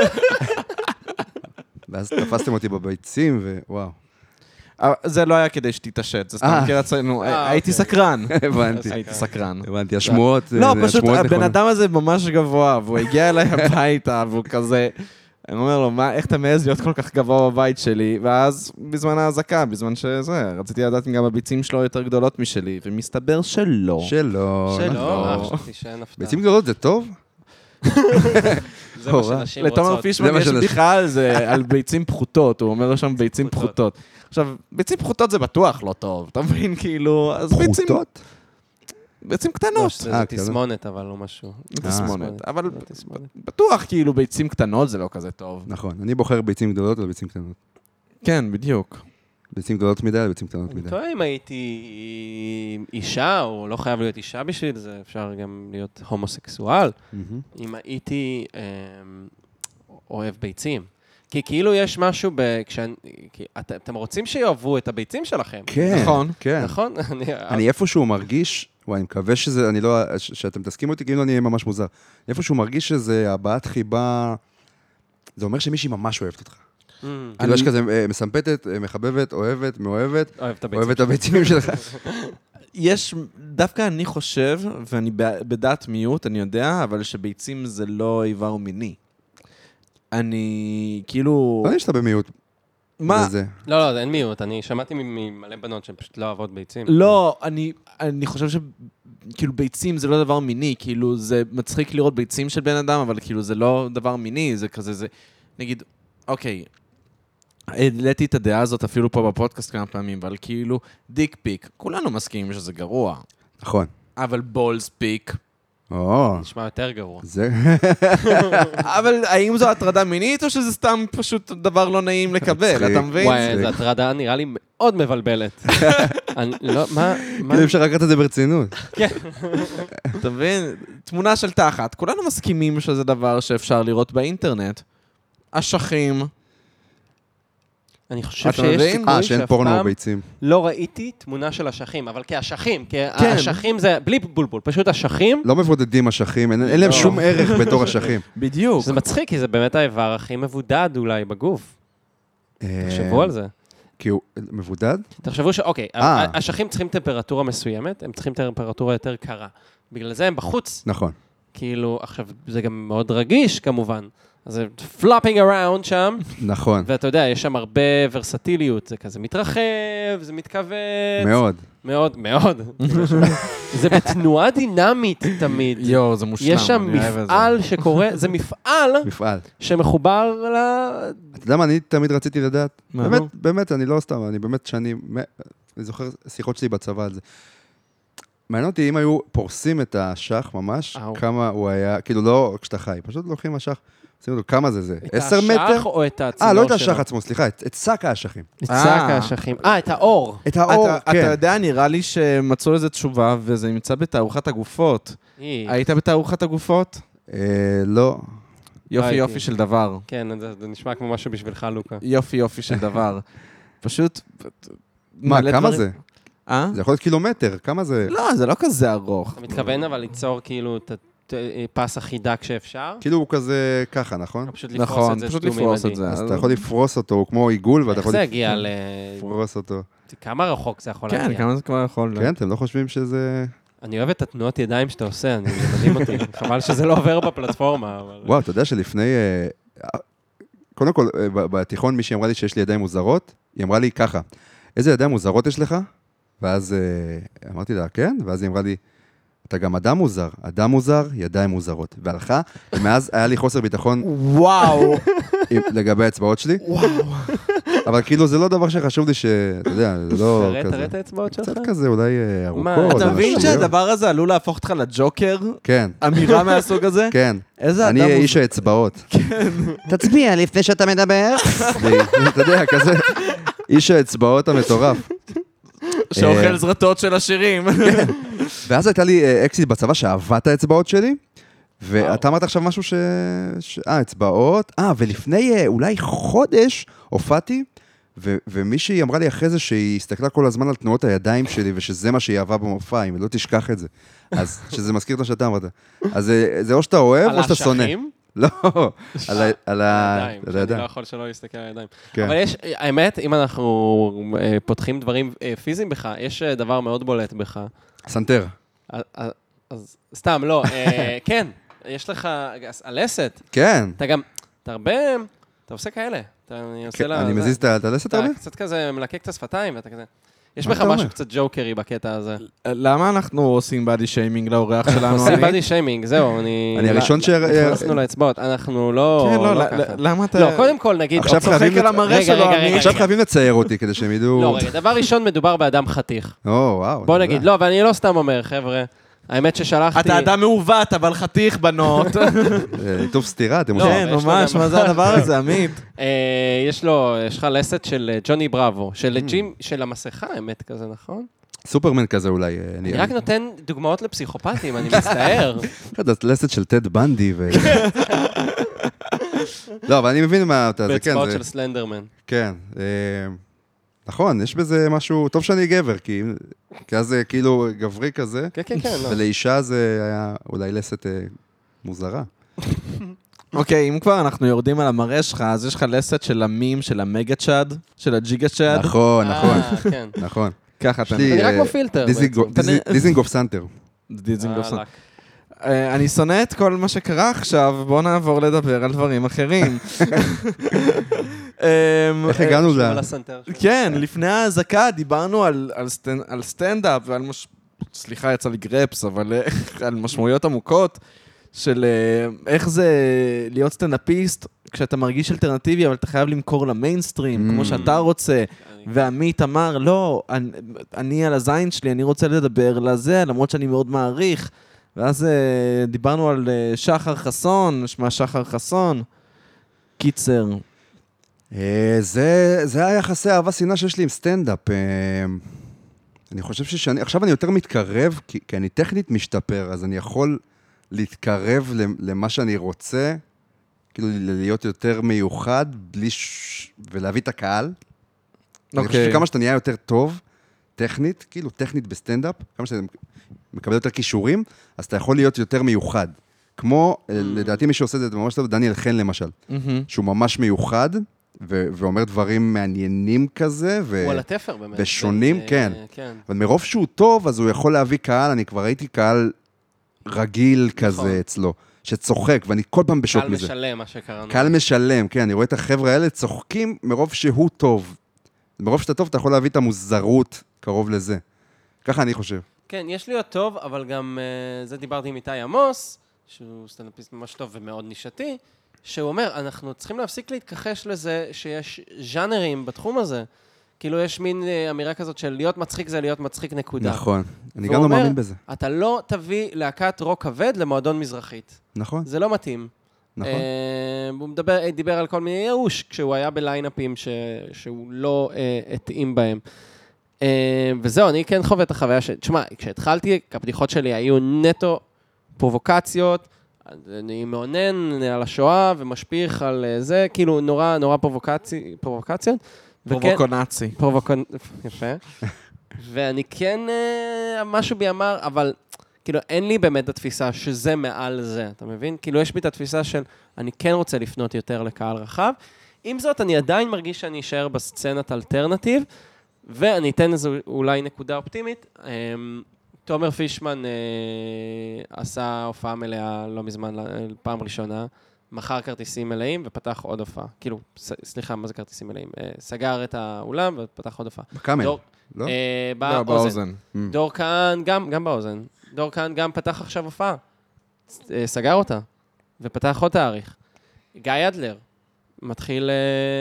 ואז תפסתם אותי בביצים, ווואו. זה לא היה כדי שתתעשת, זה סתם כי רצינו... הייתי אוקיי. סקרן. הבנתי. הייתי סקרן. הבנתי, השמועות לא, פשוט השמועות הבן נכונות. אדם הזה ממש גבוה, והוא הגיע אליי הביתה, והוא כזה... אני אומר לו, איך אתה מעז להיות כל כך גבוה בבית שלי? ואז בזמן ההזעקה, בזמן שזה, רציתי לדעת אם גם הביצים שלו יותר גדולות משלי, ומסתבר שלא. שלא. שלא, חשבתי שאין הפתעה. ביצים גדולות זה טוב? זה מה שנשים לתומר רוצות. פישמן מה יש שאנשים- בדיחה על זה, על ביצים פחותות, הוא אומר שם ביצים פחותות. פחותות. עכשיו, ביצים פחותות זה בטוח לא טוב, אתה מבין? כאילו, אז ביצים... פחותות? ביצים לא, קטנות. זה כזה. תסמונת, אבל לא משהו. תסמונת. אבל לא תסמונת. בטוח כאילו ביצים קטנות זה לא כזה טוב. נכון, אני בוחר ביצים גדולות על ביצים קטנות. כן, בדיוק. ביצים גדולות מדי על ביצים קטנות אני מדי. טועה אם הייתי אישה, או לא חייב להיות אישה בשביל זה, אפשר גם להיות הומוסקסואל. מהמם. אם הייתי אוהב ביצים. כי כאילו יש משהו אתם רוצים שיאהבו את הביצים שלכם. כן, נכון. כן. נכון? אני איפשהו מרגיש, וואי, אני מקווה שזה, אני לא, שאתם תסכימו אותי, כאילו אני אהיה ממש מוזר. איפשהו מרגיש שזה הבעת חיבה, זה אומר שמישהי ממש אוהבת אותך. כאילו יש כזה מסמפתת, מחבבת, אוהבת, מאוהבת, אוהב את הביצים שלך. יש, דווקא אני חושב, ואני בדעת מיעוט, אני יודע, אבל שביצים זה לא איבר מיני. אני, כאילו... לא שאתה במיעוט. מה? לא, אין מיעוט. אני שמעתי ממלא בנות שהן פשוט לא אוהבות ביצים. לא, אני חושב שכאילו ביצים זה לא דבר מיני, כאילו זה מצחיק לראות ביצים של בן אדם, אבל כאילו זה לא דבר מיני, זה כזה, זה... נגיד, אוקיי, העליתי את הדעה הזאת אפילו פה בפודקאסט כמה פעמים, אבל כאילו, דיק פיק, כולנו מסכימים שזה גרוע. נכון. אבל בולס פיק. נשמע יותר גרוע. זה... אבל האם זו הטרדה מינית, או שזה סתם פשוט דבר לא נעים לקבל, אתה מבין? וואי, זו הטרדה נראה לי מאוד מבלבלת. מה? כאילו אפשר לקחת את זה ברצינות. כן. אתה מבין? תמונה של תחת. כולנו מסכימים שזה דבר שאפשר לראות באינטרנט. אשכים. אני חושב אתה שיש מבין? סיכוי שאין שאף פורנו פעם ביצים. לא ראיתי תמונה של אשכים, אבל כאשכים, כי האשכים זה בלי בולבול, פשוט אשכים. לא מבודדים אשכים, אין להם שום ערך בתור אשכים. בדיוק. זה מצחיק, כי זה באמת האיבר הכי מבודד אולי בגוף. תחשבו על זה. כי הוא מבודד? תחשבו אוקיי, אשכים צריכים טמפרטורה מסוימת, הם צריכים טמפרטורה יותר קרה. בגלל זה הם בחוץ. נכון. כאילו, עכשיו, זה גם מאוד רגיש כמובן. אז זה flopping around שם. נכון. ואתה יודע, יש שם הרבה ורסטיליות. זה כזה מתרחב, זה מתכווץ. מאוד. מאוד, מאוד. זה בתנועה דינמית תמימת. יו, זה מושלם. יש שם מפעל שקורה, זה מפעל שמחובר ל... אתה יודע מה, אני תמיד רציתי לדעת. מה? באמת, אני לא סתם, אני באמת אני זוכר שיחות שלי בצבא על זה. מעניין אותי אם היו פורסים את השח ממש, כמה הוא היה, כאילו לא כשאתה חי, פשוט לוקחים השח, עושים אותו, כמה זה? 10 מטר? את השח או את הצינור לא שלו? את השח עצמו, סליחה, את שק האשכים. את שק האשכים. את האור. את האור, אתה כן. יודע, נראה לי שמצאו לזה תשובה, וזה נמצא בתערוכת הגופות. היית בתערוכת הגופות? לא. יופי יופי של דבר. כן, זה נשמע כמו משהו בשבילך, לוקה. יופי יופי של דבר. פשוט... מה, כמה זה? אה? זה יכול להיות קילומטר, כמה זה? לא, זה לא כזה ארוך. אתה מתכוון אבל ליצור כאילו את פס אחידה כשאפשר? כאילו הוא כזה ככה, נכון? פשוט לפרוס נכון, את זה פשוט שדו-ממדי. לפרוס את זה. אז אתה יכול לפרוס אותו, כמו עיגול, ואתה איך יכול זה הגיע לפרוס אותו. כמה רחוק זה יכול כן, להגיע? כמה זה כבר יכול. כן, אתם לא חושבים שזה... אני אוהב את התנועות ידיים שאתה עושה, זה מדהים אותי. חבל שזה לא עובר בפלטפורמה. וואו, אתה יודע שלפני... קודם כל, בתיכון מישהי אמרה לי שיש לי ידיים מוזרות, היא אמרה לי ככה, איזה ידיים מוזרות יש לך? ואז אמרתי לה, כן? ואז היא אמרה לי, אתה גם אדם מוזר, אדם מוזר, ידיים מוזרות. והלכה, ומאז היה לי חוסר ביטחון... וואו! לגבי האצבעות שלי. וואו. אבל כאילו זה לא דבר שחשוב לי אתה יודע, זה לא כזה. תראה את האצבעות שלך? קצת כזה, אולי ארוכות. אתה מבין שהדבר הזה עלול להפוך אותך לג'וקר? כן. אמירה מהסוג הזה? כן. איזה אדם אני איש האצבעות. כן. תצביע לפני שאתה מדבר. אתה יודע, כזה איש האצבעות המטורף. שאוכל זרטות של השירים. ואז הייתה לי אקסיט בצבא שאהבה את האצבעות שלי, ואתה אמרת עכשיו משהו אצבעות, ולפני אולי חודש הופעתי, ומישהי אמרה לי אחרי זה שהיא הסתכלה כל הזמן על תנועות הידיים שלי, ושזה מה שהיא אהבה במופע, אם לא תשכח את זה. אז שזה מזכיר את מה שאתה אמרת. אז זה או שאתה אוהב או שאתה שונא. על האשכים? לא, על הידיים. הידיים. אני לא יכול שלא להסתכל על הידיים. כן. אבל יש, האמת, אם אנחנו פותחים דברים פיזיים בך, יש דבר מאוד בולט בך. סנטר. אז סתם, לא, כן, יש לך הלסת. כן. אתה גם, אתה עושה כאלה. אני מזיז את הלסת הרבה? אתה קצת כזה מלקק את השפתיים, ואתה כזה... יש בך משהו קצת ג'וקרי בקטע הזה. למה אנחנו עושים בדי שיימינג לאורח שלנו? עושים בדי שיימינג, זהו, אני הראשון נכנסנו לאצבעות, אנחנו לא ככה. למה אתה... לא, קודם כל נגיד... עכשיו צוחק על המראה שלו, עכשיו חייבים לצייר אותי כדי שהם ידעו... לא, רגע, דבר ראשון מדובר באדם חתיך. וואו. בוא נגיד, לא, ואני לא סתם אומר, חבר'ה, האמת ששלחתי... אתה אדם מעוות, אבל חתיך בנות. טוב סתירה, אתם עושים. כן, ממש, מה זה הדבר הזה, עמית? יש לך לסת של ג'וני בראבו, של המסכה, האמת כזה, נכון? סופרמן כזה אולי. אני רק נותן דוגמאות לפסיכופטים, אני מצטער. לסת של טד בנדי ו... לא, אבל אני מבין מה אתה... באצבעות של סלנדרמן. כן. נכון, יש בזה משהו... טוב שאני גבר, כי אז זה כאילו גברי כזה. כן. ולאישה זה היה אולי לסת מוזרה. אוקיי, אם כבר אנחנו יורדים על המראה שלך, אז יש לך לסת של המים, של המגה צ'אד, של הג'יגה צ'אד. נכון, כן. נכון. ככה אתה... אני רק מפילטר בעצם. דיזינגוף סנטר. דיזינגוף סנטר. אני שונא את כל מה שקרה עכשיו, בואו נעבור לדבר על דברים אחרים. איך הגענו כן, לפני ההזקה דיברנו על סטנדאפ ועל סליחה, יצא לי גרפס, אבל על משמעויות עמוקות של איך זה להיות סטנדאפיסט כשאתה מרגיש אלטרנטיבי, אבל אתה חייב למכור למיינסטרים, כמו שאתה רוצה. ועמית אמר, לא, אני על הזין שלי, אני רוצה לדבר לזה, למרות שאני מאוד מעריך. ואז דיברנו על שחר חסון, שמה שחר חסון. קיצר. זה היחסי אהבה שנאה שיש לי עם סטנדאפ. אני חושב עכשיו אני יותר מתקרב, כי אני טכנית משתפר, אז אני יכול להתקרב למה שאני רוצה, כאילו להיות יותר מיוחד, ולהביא את הקהל. אני חושב שכמה שאתה נהיה יותר טוב, טכנית, כאילו טכנית בסטנדאפ, כמה שאתה מקבל יותר כישורים, אז אתה יכול להיות יותר מיוחד. כמו, לדעתי מי שעושה את זה ממש טוב, דניאל חן למשל, שהוא ממש מיוחד, ואומר דברים מעניינים כזה, הוא על התפר באמת. ושונים, כן. אבל מרוב שהוא טוב, אז הוא יכול להביא קהל, אני כבר ראיתי קהל רגיל כזה אצלו, שצוחק, ואני כל פעם בשוק מזה. קהל משלם, מה שקראנו. קהל משלם, כן, אני רואה את החבר'ה האלה צוחקים מרוב שהוא טוב. מרוב שאתה טוב, אתה יכול להביא את המוזרות קרוב לזה. ככה אני חושב. כן, יש לי עוד טוב, אבל גם זה דיברתי עם איתי עמוס, שהוא סטנדאפיסט ממש טוב ומאוד נישתי, שהוא אומר, אנחנו צריכים להפסיק להתכחש לזה שיש ז'אנרים בתחום הזה. כאילו יש מין אמירה כזאת של להיות מצחיק זה להיות מצחיק נקודה. נכון, אני גם לא מאמין בזה. אתה לא תביא להקת רוק כבד למועדון מזרחית. נכון. זה לא מתאים. נכון. הוא דיבר על כל מיני ייאוש, כשהוא היה בליינאפים שהוא לא התאים בהם. וזהו, אני כן חווה את החוויה תשמע, כשהתחלתי, הפתיחות שלי היו נטו פרובוקציות, אני מעונן על השואה ומשפיך על זה, כאילו נורא פרובוקציות. פרובוקונאצי. יפה. ואני כן, משהו בי אמר, אבל כאילו אין לי באמת את התפיסה שזה מעל זה, אתה מבין? כאילו יש בי את התפיסה של, אני כן רוצה לפנות יותר לקהל רחב. עם זאת, אני עדיין מרגיש שאני אשאר בסצנת אלטרנטיב, ואני אתן איזו אולי נקודה אופטימית. תומר פישמן עשה הופעה מלאה לא מזמן, פעם ראשונה, מכר כרטיסים מלאים ופתח עוד הופעה. כאילו, סליחה, מה זה כרטיסים מלאים? סגר את האולם ופתח עוד הופעה. בקאמל, לא? באוזן. דור כהן, גם באוזן. דור כהן גם פתח עכשיו הופעה. סגר אותה ופתח עוד תאריך. גיא אדלר מתחיל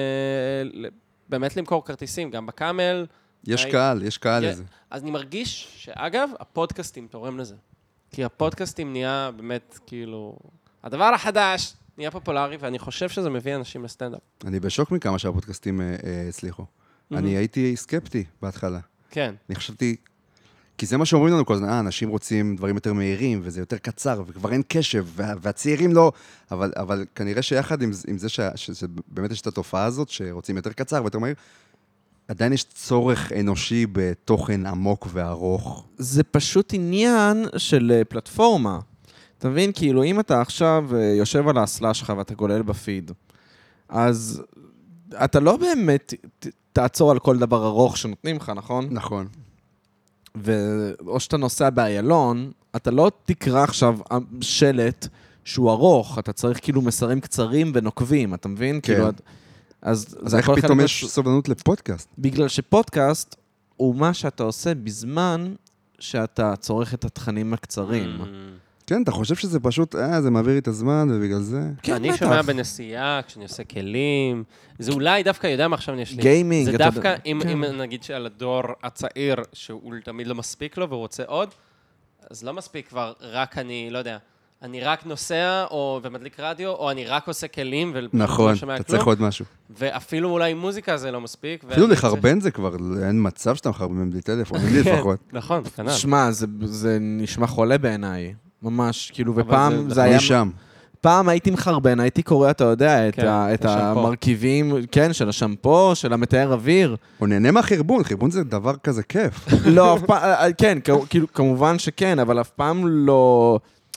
באמת למכור כרטיסים, גם בקאמל. יש קהל לזה. אז אני מרגיש שאגב, הפודקאסטים תורם לזה. כי הפודקאסטים נהיה באמת כאילו, הדבר החדש נהיה פופולרי, ואני חושב שזה מביא אנשים לסטנדאפ. אני בשוק מכמה שהפודקאסטים הצליחו. אני הייתי סקפטי בהתחלה. כן. אני חשבתי, כי זה מה שאומרים לנו כל הזמן, אנשים רוצים דברים יותר מהירים, וזה יותר קצר, וכבר אין קשב, והצעירים לא, אבל כנראה שיחד עם זה שבאמת יש את התופעה הזאת, שרוצים יותר קצר ויותר מהיר, עדיין יש צורך אנושי בתוכן עמוק וארוך. זה פשוט עניין של פלטפורמה. אתה מבין? כאילו, אם אתה עכשיו יושב על האסלה שלך ואתה גולל בפיד, אז אתה לא באמת תעצור על כל דבר ארוך שנותנים לך, נכון? נכון. או שאתה נוסע באיילון, אתה לא תקרא עכשיו שלט שהוא ארוך, אתה צריך כאילו מסרים קצרים ונוקבים, אתה מבין? כן. כאילו, אז איך פתאום יש סובלנות לפודקאסט? בגלל שפודקאסט הוא מה שאתה עושה בזמן שאתה צורך את התכנים הקצרים. כן, אתה חושב שזה פשוט, זה מעביר לי את הזמן, ובגלל זה... כן, אני שומע בנסיעה, כשאני עושה כלים, זה אולי דווקא, יודע מה עכשיו אני אשלים? גיימינג. זה דווקא, אם נגיד שעל הדור הצעיר, שהוא תמיד לא מספיק לו, והוא רוצה עוד, אז לא מספיק כבר רק אני, לא יודע, אני רק נוסע, ומדליק רדיו, או אני רק עושה כלים, נכון, אתה צריך עוד משהו. ואפילו אולי מוזיקה זה לא מספיק. אפילו לחרבן זה כבר, אין מצב שאתה מחרבן בלי טלפון, בלי לפחות. נכון, כנראה. שמע, זה נשמע חולה בעיניי. ממש, כאילו, ופעם זה היה... שם. פעם הייתי מחרבן, הייתי קורא, אתה יודע, את המרכיבים, כן, של השמפו, של המתאר אוויר. הוא נהנה מהחרבון, חרבון זה דבר כזה כיף. לא, כן, כמובן שכן, אבל אף פעם לא...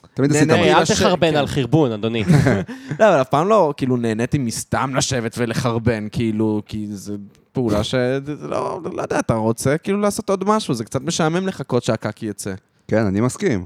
תמיד עשית נהנה. משהו. אל תחרבן על חרבון, אדוני. לא, אבל אף פעם לא, כאילו, נהניתי מסתם לשבת ולחרבן, כאילו, כי זה פעולה לא יודע, אתה רוצה כאילו לעשות עוד משהו, זה קצת משעמם לחכות שהקקי יצא. כן, אני מסכים.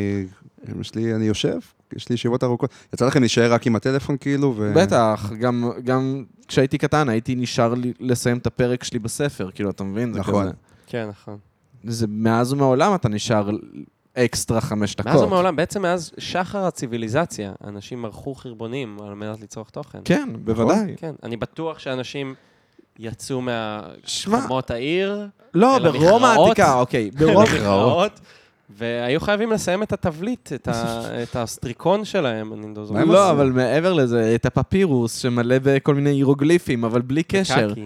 אני יושב, יש לי ישיבות ארוכות. יצא לכם להישאר רק עם הטלפון, כאילו, בטח, גם כשהייתי קטן, הייתי נשאר לסיים את הפרק שלי בספר, כאילו, אתה מבין? נכון. כן, נכון. זה מאז ומעולם אתה נשאר אקסטרה 5 דקות. מאז ומעולם, בעצם מאז שחר הציביליזציה, אנשים ערכו חרבונים על מנת לצרוך תוכן. כן, בוודאי. כן, אני בטוח שאנשים יצאו שמע, מהחומות העיר, לא, אל ברומא המכרעות. העתיקה, אוקיי. למכרעות, והיו חייבים לסיים את התבליט, את הסטריקון שלהם, אני לא זוכר. לא, אבל מעבר לזה, את הפפירוס שמלא בכל מיני הירוגליפים, אבל בלי קשר. קקי.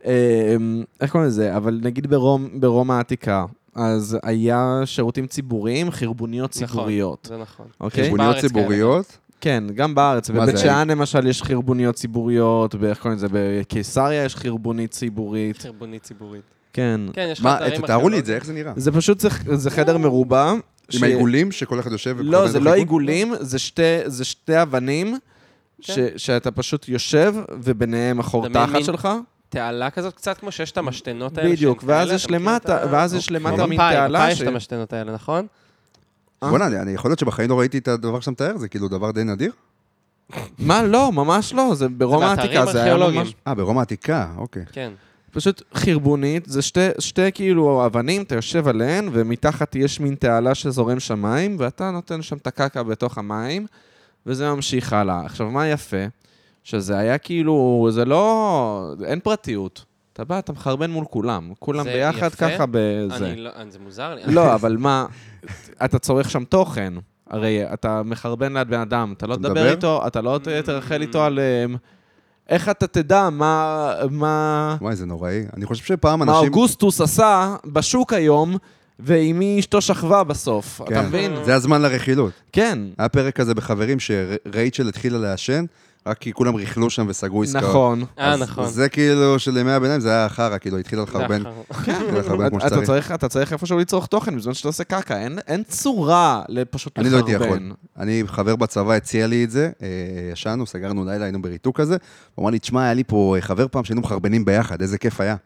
איך קוראים לזה? אבל נגיד ברומא העתיקה, אז היה שירותים ציבוריים, חרבוניות ציבוריות. זה נכון. אוקיי? חרבוניות בארץ ציבוריות. כן, גם בארץ. מה בבית זה? שאן למשל יש חרבוניות ציבוריות, איך קוראים לזה? בקיסריה יש חרבונית ציבורית. חרבונית ציבורית. כן. כן, יש לך מה, אתרים תארו לי את זה, איך זה נראה? זה פשוט, זה חדר מרובע. עם העיגולים שכל אחד יושב לא, זה לא בחיקוי? עיגולים, זה שתי אבנים, שאתה פשוט יושב, וביניהם החור דמיין תחת מין שלך. תעלה כזאת, קצת כמו שיש את המשתנות האלה. בדיוק, שהן ואז כאלה, יש אתה מכיר למטה, את ה- ואז יש למטה מין בפאי, תעלה. בפאי יש את המשתנות האלה, נכון? בוא'נה, אני יכול להיות שבחיים לא ראיתי את הדבר שאתה מתאר, זה כאילו דבר די נדיר? מה? לא, ממש לא, זה ברומא העתיקה, באתרים זה היה ארכיאולוגיים. ממש... ברומא העתיקה, אוקיי. כן. פשוט חרבונית, זה שתי כאילו אבנים, אתה יושב עליהן, ומתחת יש מין תעלה שזורם שמים, ואתה נותן שם את הקקה בתוך המים, וזה ממשיך הלאה. עכשיו, מה יפה? שזה היה כאילו, זה לא... אין פרטיות. אתה בא, אתה מחרבן מול כולם. כולם זה ביחד יפה? ככה בזה. אני לא, זה מוזר לי. לא, אבל מה, אתה צורך שם תוכן. הרי אתה מחרבן ליד בן אדם, אתה לא אתה תדבר מדבר? איתו, אתה לא תרחל איתו על... איך אתה תדע מה וואי, זה נוראי. אני חושב שפעם מה אנשים... אוגוסטוס עשה בשוק היום, ועם מי אשתו שכבה בסוף. אתה כן, מבין? זה הזמן לרכילות. כן. היה פרק כזה בחברים שרייצ'ל התחילה לעשן, רק כי כולם ריכלו שם וסגרו עסקאות. נכון. נכון. אז זה כאילו של ימי הביניים, זה היה חרא, כאילו התחילה לחרבן. התחילה לחרבן כמו שצריך. אתה צריך איפשהו לצורך תוכן, בזמן שאתה עושה קקה. אין צורה לפשוט אני לא הייתי יכול. לחרבן. אני, חבר בצבא הציע לי את זה, ישנו, סגרנו לילה, היינו בריתוק כזה, הוא אמר לי, תשמע, היה לי פה חבר פעם שהיינו מחרבנים ביחד, איזה כיף היה.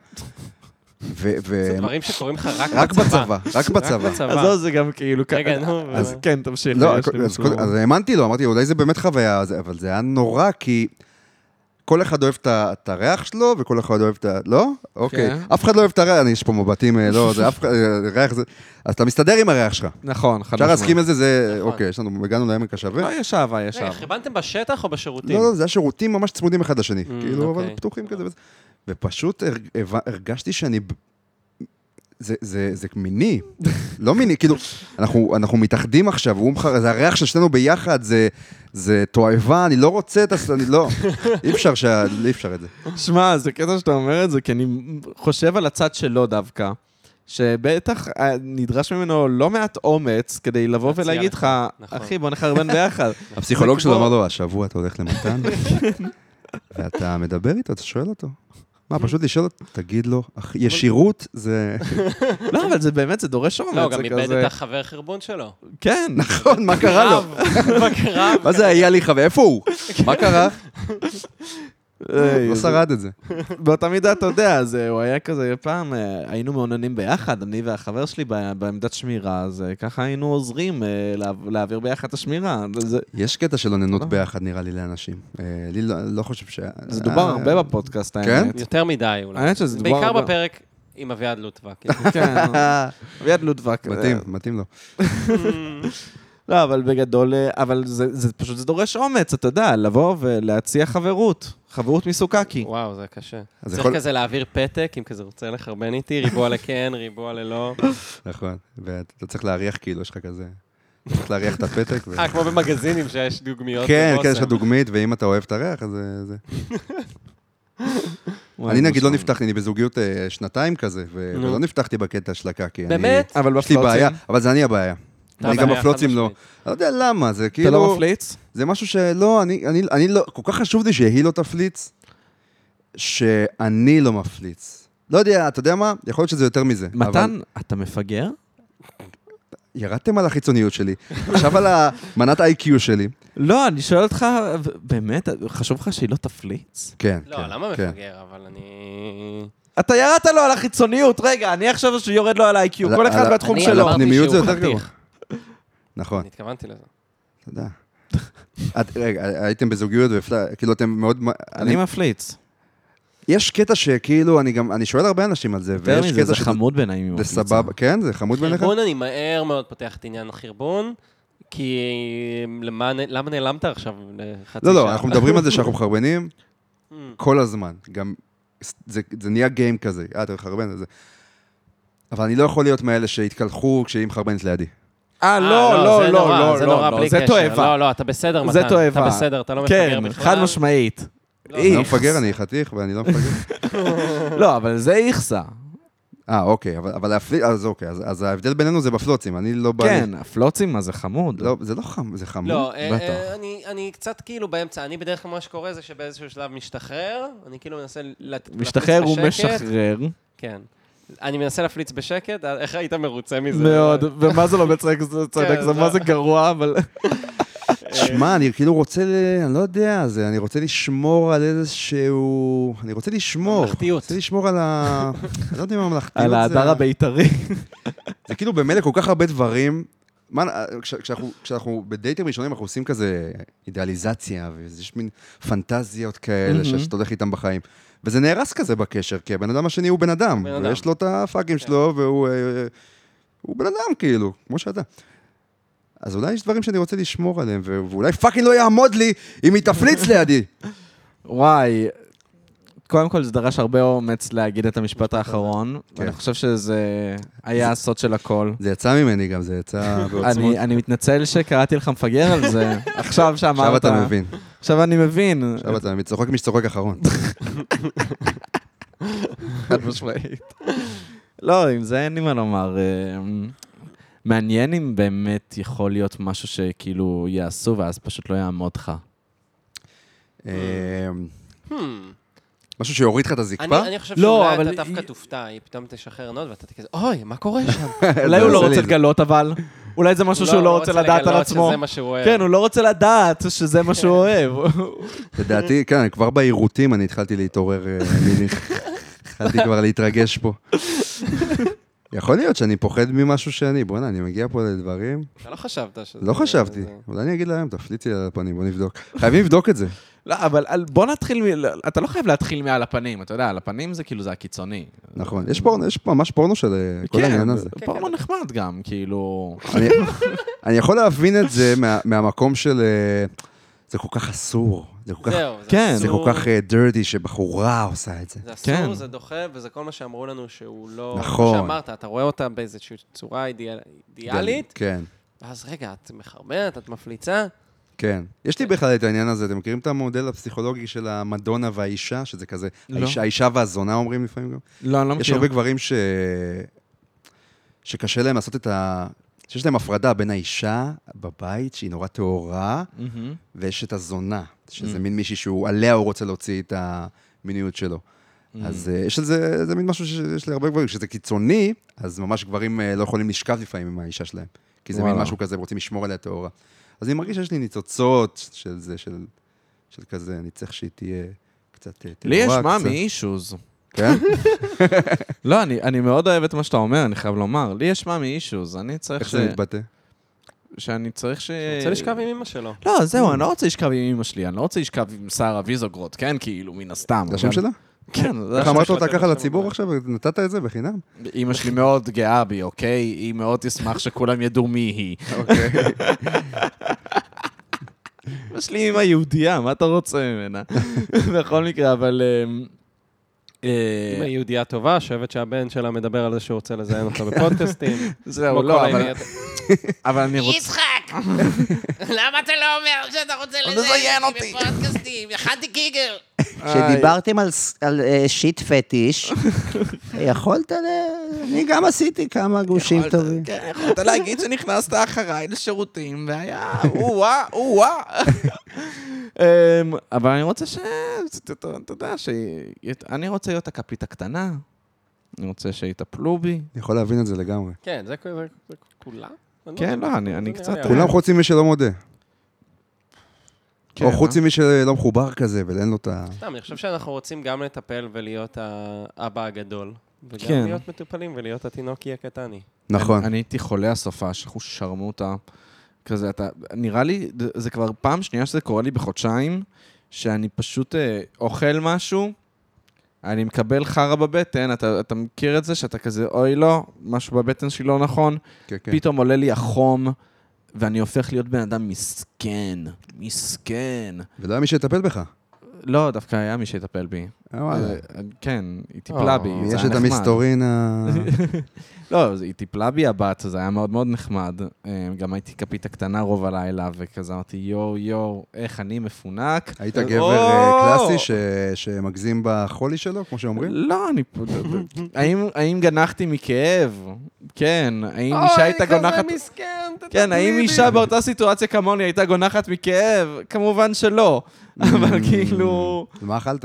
זה דברים שקוראים לך רק בצבא, רק רק בצבא. בצבא. אז זה גם כאילו... רגע, נו. אז כן, תמשיך. לא, יש לי משהו. אז האמנתי לו, אמרתי, אולי זה באמת חוויה, אבל זה היה נורא, כי כל אחד אוהב את הריח שלו, וכל אחד אוהב את ה... לא? אוקיי. כן. אף אחד לא אוהב את הריח, יש פה מבטים, לא, זה אף אחד, ריח זה... אז אתה מסתדר עם הריח שלך. נכון, חד אפשר להסכים לזה, זה... נכון. אוקיי, הגענו לעמק השווה. לא, יש אהבה, יש רגע, אהבה. חיבנתם בשטח או בשירותים? לא, זה היה שירותים ממש צמודים אחד לשני. כאילו, אבל אוקיי. פתוחים כזה. ופשוט הרגשתי שאני... זה מיני, לא מיני, כאילו, אנחנו מתאחדים עכשיו, זה הריח של שנינו ביחד, זה תועבה, אני לא רוצה את זה, אני לא, אי אפשר את זה. שמע, זה קטע שאתה אומר את זה, כי אני חושב על הצד שלו דווקא, שבטח נדרש ממנו לא מעט אומץ כדי לבוא להציע ולהגיד לך, לך, נכון. אחי, בוא נחרבן ביחד. הפסיכולוג זה שלו כמו- אמר לו, השבוע אתה הולך למתן, ואתה מדבר איתו, אתה שואל אותו. מה, פשוט לשאול אותו, תגיד לו, ישירות זה... לא, אבל זה באמת, זה דורש אומץ. לא, הוא גם זה איבד כזה- את החבר חרבון שלו. כן. נכון, מה קרה לו? בקרב. מה זה היה לי חבר? איפה הוא? מה קרה? לא זה- שרד את זה. באותה מידה, אתה יודע, הוא היה כזה, פעם היינו מעוננים ביחד, אני והחבר שלי בעמדת שמירה, אז ככה היינו עוזרים להעביר ביחד את השמירה. יש קטע של עוננות ביחד, נראה לי, לאנשים. לי לא חושב ש... זה דובר הרבה בפודקאסט, האמת. יותר מדי אולי. האמת שזה דובר בעיקר הרבה. בפרק עם אביעד לוטבק. כן, ויד לודבק. מתאים לו. לא, אבל בגדול, אבל זה פשוט, זה דורש אומץ, אתה יודע, לבוא ולהציע חברות מסוקקי. וואו, זה קשה. אז צריך יכול- כזה להעביר פתק, אם כזה רוצה לחרבן איתי, ריבוע לכן, ריבוע ללא. נכון, ואתה צריך להריח כאילו, יש לך כזה... אתה צריך להריח את הפתק. כמו במגזינים שיש דוגמיות. כן, בבושם. כן, יש לך דוגמית, ואם אתה אוהב את הריח, אז זה... וואי, אני נגיד לא מושלם. נפתחתי, אני בזוגיות 2 כזה, ולא נפתחתי בקטע של הקקי. באמת? אבל יש לי בעיה, בפלוצים, אבל זה אני הבעיה. אתה אני גם הבעיה, בפלוצים חד לא. משמעית. לא יודע למה, זה אתה לא כאילו... מפליץ? זה משהו שלא, אני לא... כל כך חשוב לי שהיא לא תפליץ, שאני לא מפליץ. לא יודע, אתה יודע מה? יכול להיות שזה יותר מזה. מתן, אתה מפגר? ירדתם על החיצוניות שלי, עכשיו על מנת ה-IQ שלי. לא, אני שואל אותך, באמת, חשוב לך שהיא לא תפליץ? כן, לא, כן, למה כן. מפגר? אבל אני... אתה ירדת לו על החיצוניות, רגע, אני עכשיו שיורד לו על ה-IQ, כל אחד בתחום אני שלו. אמרתי הפנימיות זה שהוא יותר גרוע. חתיך. נכון, אני התכוונתי לזה. תודה. רגע, הייתם בזוגיות כאילו אתם מאוד... אני מפליץ. יש קטע שכאילו, אני שואל הרבה אנשים על זה, יותר ויש מזה, קטע זה חמוד בעיניי אם היא זה מפליצה. סבבה, כן? זה חמוד בעיניך? חרבון אני מהר מאוד פותח את עניין החרבון, כי למה נעלמת עכשיו לחצי שעה? לא, אנחנו מדברים על זה שאנחנו מחרבנים כל הזמן. גם, זה נהיה גיים כזה, אתה מחרבן על זה. אבל אני לא יכול להיות מאלה שהתקלחו כשהיא מחרבנת לידי. לא, זה נורא בלי קשר. זה תועבה. לא, אתה בסדר, מתן. זה תועבה. אתה בסדר, אתה לא מפגר בכלל. כן, חד משמעית. אני לא מפגר, אני חתיך ואני לא מפגר. לא, אבל זה איכסה. אוקיי, אבל אז אוקיי, אז ההבדל בינינו זה בפלוצים, אני לא בא... כן, הפלוצים, מה זה חמוד. לא, זה לא חמוד, זה חמוד. לא, בטח. אני קצת כאילו באמצע, אני בדרך כלל מה שקורה זה שבאיזשהו שלב משתחרר, אני כאילו מנסה להפליץ בשקט. משתחרר ומשחרר. כן. אני מנסה להפליץ בשקט, איך היית מרוצה מזה? מאוד, ומה זה לא בצדק, זה מה זה גרוע, אבל... שמע, אני כאילו רוצה, אני לא יודע, אני רוצה לשמור על איזשהו... אני רוצה לשמור. ממלכתיות. רוצה לשמור על ה... אני לא יודע אם הממלכתיות זה... על ההדר הבית"רי. זה כאילו במילא כל כך הרבה דברים. כשאנחנו בדייטים ראשונים, אנחנו עושים כזה אידיאליזציה, ויש מין פנטזיות כאלה שאתה הולך איתם בחיים. וזה נהרס כזה בקשר, כי הבן אדם השני הוא בן אדם, ויש לו את הפאקים שלו, והוא בן אדם כאילו, כמו שאתה. אז אולי יש דברים שאני רוצה לשמור עליהם, ואולי פאקינג לא יעמוד לי אם היא תפליץ לידי. וואי, קודם כל זה דרש הרבה אומץ להגיד את המשפט האחרון, ואני חושב שזה היה הסוד של הכל. זה יצא ממני גם, זה יצא בעוצמות. אני מתנצל שקראתי לך מפגר על זה, עכשיו שאמרת... עכשיו אתה מבין. עכשיו אני מבין. עכשיו אתה מבין, צוחק מי שצוחק אחרון. חד משמעית. לא, עם זה אין לי מה לומר. מעניין אם באמת יכול להיות משהו שכאילו יעשו, ואז פשוט לא יעמוד לך. משהו שיוריד לך את הזקפה? אני חושב לא, שאולי אבל אתה דווקא תופתע, היא פתאום תשחרר נוד, ואתה תכזה, אוי, מה קורה שם? אולי הוא לא רוצה לגלות, אבל... אולי זה משהו שהוא לא רוצה לדעת על עצמו. שזה מה שהוא אוהב. כן, הוא לא רוצה לדעת שזה מה שהוא אוהב. לדעתי, כן, כבר בעירותים אני התחלתי להתעורר מיני. התחלתי כבר להתרגש פה. יכול להיות שאני פוחד ממשהו שאני, בוא'נה, אני מגיע פה לדברים. אתה לא חשבת שזה... לא חשבתי. אולי אני אגיד להם, תפליצי לי על הפנים, בוא נבדוק. חייבים לבדוק את זה. לא, אבל בוא נתחיל, אתה לא חייב להתחיל מעל הפנים, אתה יודע, על הפנים זה כאילו, זה הקיצוני. נכון, יש ממש פורנו של כל העניין הזה. כן, פורנו נחמד גם, כאילו... אני יכול להבין את זה מהמקום של... זה כל כך אסור. זה כל כך... כן. זה כל כך dirty שבחורה עושה את זה. זה כן. אסור, זה דוחה, וזה כל מה שאמרו לנו שהוא לא... נכון. כמו שאמרת, אתה רואה אותה באיזושהי צורה אידיאלית, כן. ואז רגע, את מחרבנת, את מפליצה. כן. יש לי בכלל את העניין הזה, אתם מכירים את המודל הפסיכולוגי של המדונה והאישה, שזה כזה, לא. האישה והזונה אומרים לפעמים גם? לא, אני לא יש מכיר. הרבה גברים שקשה להם לעשות שיש להם הפרדה בין האישה בבית, שהיא נורא טהורה, ויש את הזונה, שזה מין מישהי עליה הוא רוצה להוציא את המיניות שלו. אז יש על זה, זה מין משהו שיש לי הרבה גברים, כשזה קיצוני, אז ממש גברים לא יכולים לשכב לפעמים עם האישה שלהם, כי זה מין משהו כזה, רוצים לשמור עליה טהורה. אז אני מרגיש שיש לי ניצוצות של זה, של כזה, אני צריך שהיא תהיה קצת טהורה. לי יש מאמי אישוז. כן? לא, אני מאוד אוהב את מה שאתה אומר, אני חייב לומר. לי יש מאמי אישוז, אני צריך איך זה מתבטא? שאני צריך רוצה לשכב עם אמא שלו. לא, זהו, אני לא רוצה לשכב עם אמא שלי, אני לא רוצה לשכב עם שרה ויזוגרוט, כן? כאילו, מן הסתם. זה השם שלה? כן. איך אמרת אותה ככה לציבור עכשיו? נתת את זה בחינם? אמא שלי מאוד גאה בי, אוקיי? היא מאוד תשמח שכולם ידעו מי היא. אוקיי. יש לי אמא יהודייה, מה אתה רוצה ממנה? בכל מקרה, אבל... אמא יהודייה טובה, שאוהבת שהבן שלה מדבר על זה שהוא רוצה לזיין אותה בפודקאסטים. זהו, לא, אבל אני רוצה... יצחק! למה אתה לא אומר שאתה רוצה לזיין אותי בפודקאסטים? יכלתי קיגר. כשדיברתם על שיט פטיש, יכולת אני גם עשיתי כמה גושים טובים. כן, יכולת להגיד שנכנסת אחריי לשירותים, והיה, או-אה. אבל אני רוצה אתה יודע, אני רוצה להיות הכפית הקטנה, אני רוצה שיטפלו בי. אני יכול להבין את זה לגמרי. כן, זה כולה. כן, לא, אני קצת... כולם חוץ ממי שלא מודה. כן, או חוץ ממי שלא מחובר כזה, ואין לו את ה... סתם, אני חושב שאנחנו רוצים גם לטפל ולהיות האבא הגדול, וגם כן. להיות מטופלים ולהיות התינוקי הקטני. נכון. אני הייתי חולה הסופה, שאנחנו שרמוטה. כזה, נראה לי, זה כבר פעם שנייה שזה קורה לי בחודשיים, שאני פשוט אוכל משהו, אני מקבל חרה בבטן, אתה מכיר את זה שאתה כזה, אוי לא, משהו בבטן שלי לא נכון, כן, כן. פתאום עולה לי החום, ואני הופך להיות בן אדם מסכן. ולא היה מי שיטפל בך. לא, דווקא היה מי שיטפל בי. וואלה. כן, היא טיפלה בי, זה יש היה את נחמד. המסתורין לא, היא טיפלה בי הבת, זה היה מאוד מאוד נחמד. גם הייתי כפית הקטנה רוב הלילה, וכזה אמרתי, יו, איך אני מפונק. היית גבר קלאסי שמגזים בחולי שלו, כמו שאומרים? לא, אני... האם גנחתי מכאב? כן. האם אישה הייתה גונחת... אוי, כזה מסכן, כן, האם אישה באותה סיטואציה כמוני הייתה גונחת מכאב? כמובן שלא. אבל כאילו... מה אכלת?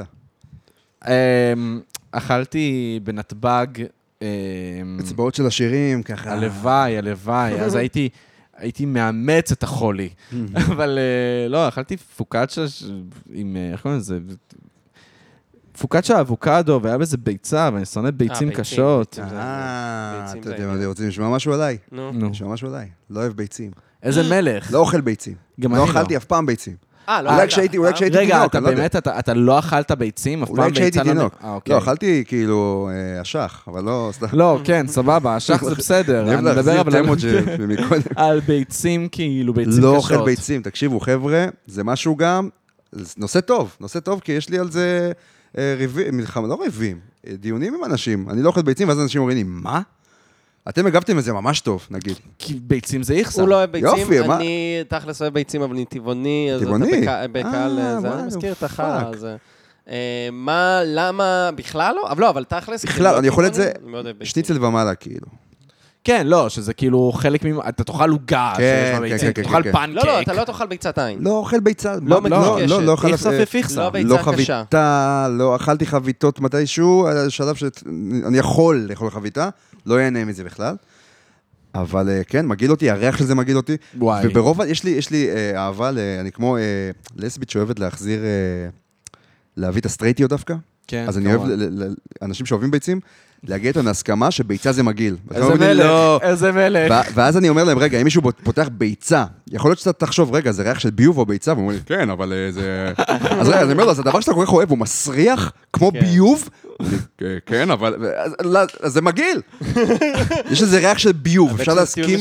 אכלתי בנתב"ג... אצבעות של השירים, ככה. הלוואי. אז הייתי מאמץ את החולי. אבל לא, אכלתי פוקאצ'ה עם, איך קוראים לזה? פוקאצ'ה אבוקדו, והיה בזה ביצה, ואני שונא ביצים קשות. אתם רוצים לשמוע משהו עליי? נו. לשמוע משהו עליי. לא אוהב ביצים. איזה מלך. לא אוכל ביצים. גם לא אני לא. אכלתי אף פעם ביצים. לא. אולי כשהייתי רגע, תינוק, אתה אני לא יודע. באמת, אתה לא אכלת ביצים? אף אולי פעם כשהייתי ביצה תינוק. אוקיי. לא, אכלתי כאילו אשח, אבל לא... לא, כן, סבבה, אשך זה בסדר. אני אוהב להחזיר תמות שמקודם. על ביצים, כאילו, ביצים קשות. לא אוכל ביצים. תקשיבו, חבר'ה, זה משהו גם... נושא טוב, כי יש לי על זה מלחמה, לא ריבים, דיונים עם אנשים. אני לא אוכל ביצים, ואז אנשים אומרים לי, מה? אתם הגבתם את זה ממש טוב, נגיד. כי ביצים זה איכסה. הוא לא אוהב ביצים, יופי, מה? אני תכלס אוהב ביצים, אבל אני טבעוני, אז טבעוני? אתה בקהל, זה וואלה, אני מזכיר את החרא פאק. הזה. מה, למה, בכלל לא? אבל לא, אבל תכלס... בכלל, אני יכול את זה אני מאוד אוהב ביצים. שניצל ומעלה, כאילו. כן, לא, שזה כאילו חלק אתה תאכל עוגה שיש בה ביצים, כן, תאכל כן. פנקק. לא, אתה לא תאכל ביצת עין. לא אוכל ביצה. לא מקשקשת. לא אוכל... איכסה ופיכסה. לא ביצה לא קשה. חביתה, לא אכלתי חביתות מתישהו, על שלב שאני יכול לאכול חביתה, לא ייהנה מזה בכלל. אבל כן, מגעיל אותי, הריח של זה מגעיל אותי. וואי. וברוב, יש לי אהבה, אני כמו לסבית שאוהבת להביא את הסטרייטיות דווקא. כן, אז אני אוהב כמובן. אנשים שאוהבים ביצים, להגיע איתם להסכמה שביצה זה מגעיל. איזה מלך, איזה מלך. ואז אני אומר להם, רגע, אם מישהו פותח ביצה, יכול להיות שאתה תחשוב, רגע, זה ריח של ביוב או ביצה? והוא אומר לי, כן, אבל זה... אז רגע, אני אומר לו, זה הדבר שאתה כל כך אוהב, הוא מסריח כמו ביוב? כן, אבל... אז זה מגעיל. יש איזה ריח של ביוב, אפשר להסכים...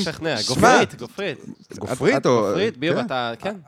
גופרית או... גופרית, ביוב, אתה, כן.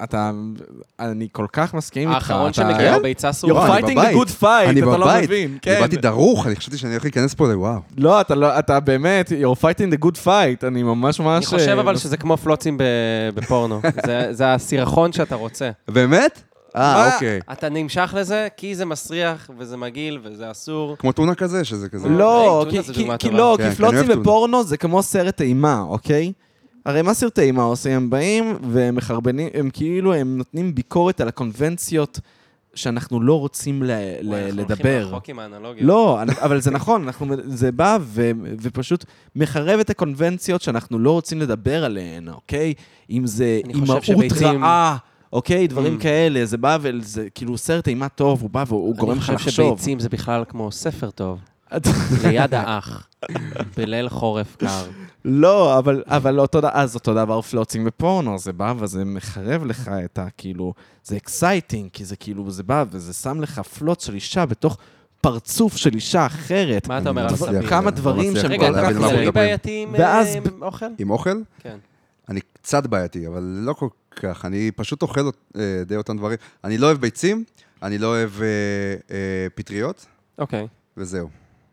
אני כל כך מסכים איתך. האחרון שמגיע ביצה You're סרוחה. fighting the good fight, אני אתה לא בבית, מבין. אני באתי דרוך, אני חשבתי שאני הולך להיכנס פה לוואו. לא, אתה באמת, you're fighting the good fight, אני ממש... אני חושב אבל שזה כמו פלוצים בפורנו. זה הסירחון שאתה רוצה. באמת? אוקיי. אתה נמשך לזה כי זה מסריח וזה מגעיל וזה אסור. כמו טונה כזה, שזה כזה. לא, טונה זה דוגמה כי טובה. לא, כן, כי אני פלוצים אוהב טונה. בפורנו זה כמו סרט אימה, אוקיי? הרי מה סרט אימה עושים? הם באים והם מחרבנים, הם כאילו, הם נותנים ביקורת על הקונבנציות שאנחנו לא רוצים אנחנו הולכים לדבר. רחוק עם האנלוגיות. לא, אבל זה נכון, זה בא ופשוט מחרב את הקונבנציות שאנחנו לא רוצים לדבר עליהן, אוקיי? אם זה אני חושב אימהות שביצים- רעה, אוקיי? דברים כאלה, זה בא וזה כאילו סרט אימה טוב, הוא בא והוא גורם לך אני לחשוב. חושב שביצים זה בכלל כמו ספר טוב. ליד האח, בליל חורף קר. לא, אבל אז אותו דבר פלוצינג בפורנו, זה בא וזה מחרב לך את כאילו, זה אקסייטינג, כי זה כאילו, זה בא וזה שם לך פלוץ של אישה בתוך פרצוף של אישה אחרת. מה אתה אומר על מצליח. סביב? כמה דברים מצליח. שהם רגע, כל להבין כך... על מה אנחנו אתה מדברים. בעייתי עם ואז אוכל? עם אוכל? כן. אני קצת בעייתי, אבל לא כל כך. אני פשוט אוכל די אותם דברים. אני לא אוהב ביצים, אני לא אוהב פטריות, אוקיי. וזהו.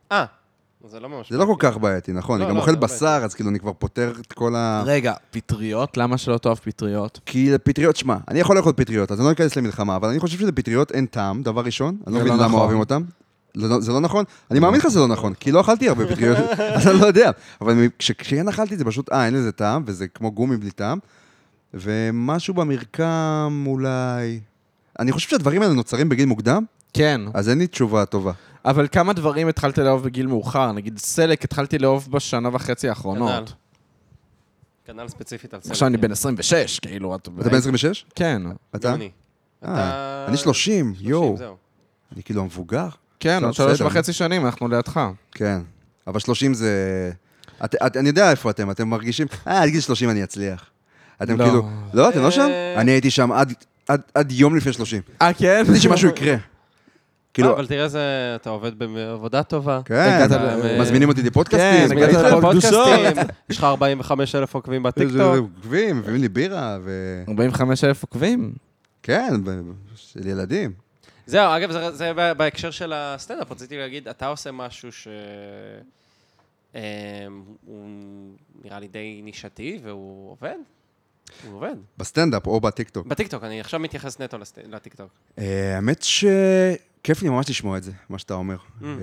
זה לא ממש... זה לא כל כך בעייתי, נכון? לא, אני גם לא, אוכל זה לא בשר, אז כאילו אני כבר פותר את כל ה... רגע, פטריות? למה שלא תאהב פטריות? כי לפטריות, שמע, אני יכול לאכול פטריות, אז אני לא אכנס למלחמה, אבל אני חושב שלפטריות אין טעם, דבר ראשון. אני לא זה מבין לא למה נכון. אוהבים אותם. זה לא נכון? אני מאמין לך שזה לא נכון, כי לא אכלתי הרבה פטריות, אז אני לא יודע. אבל כשכן אכלתי זה פשוט, אין לזה טעם, וזה כמו גומי בלי טעם. ומשהו במרקם אולי... אני חושב שהדברים האלה נוצרים בגיל מוקדם, כן. אז אין לי תשובה טובה. אבל כמה דברים התחלתי לאהוב בגיל מאוחר? נגיד סלק התחלתי לאהוב בשנה וחצי כנ"ל. האחרונות. כנ"ל ספציפית על סלקום. עכשיו אני בן 26, כאילו, אתה בן 26? כן. אתה? יוני. אני 30, יואו. זהו. אני כאילו המבוגר? כן, טוב, עוד בסדר. 3.5 שנים, אנחנו לידך. כן. אבל 30 זה... אני יודע איפה אתם מרגישים, עד גיל 30 אני אצליח. אתם לא. כאילו... לא, אתם לא שם? אני הייתי שם עד יום לפני 30. כן? רציתי שמשהו יקרה. כאילו... אבל תראה, אתה עובד בעבודה טובה. כן, מזמינים אותי לפודקאסטים. כן, הגעת הגעת לפודקאסטים. לפודקאסטים, יש לך 45,000 עוקבים בטיקטוק. עוקבים, מביאים לי בירה, ו... 45,000 עוקבים. כן, של ילדים. זהו, אגב, זה בהקשר של הסטנדאפ, רציתי להגיד, אתה עושה משהו שהוא נראה לי די נישתי, והוא עובד? הוא עובד. בסטנדאפ או בטיקטוק. בטיקטוק, אני עכשיו מתייחס נטו לטיקטוק. האמת שכיף לי ממש לשמוע את זה, מה שאתה אומר.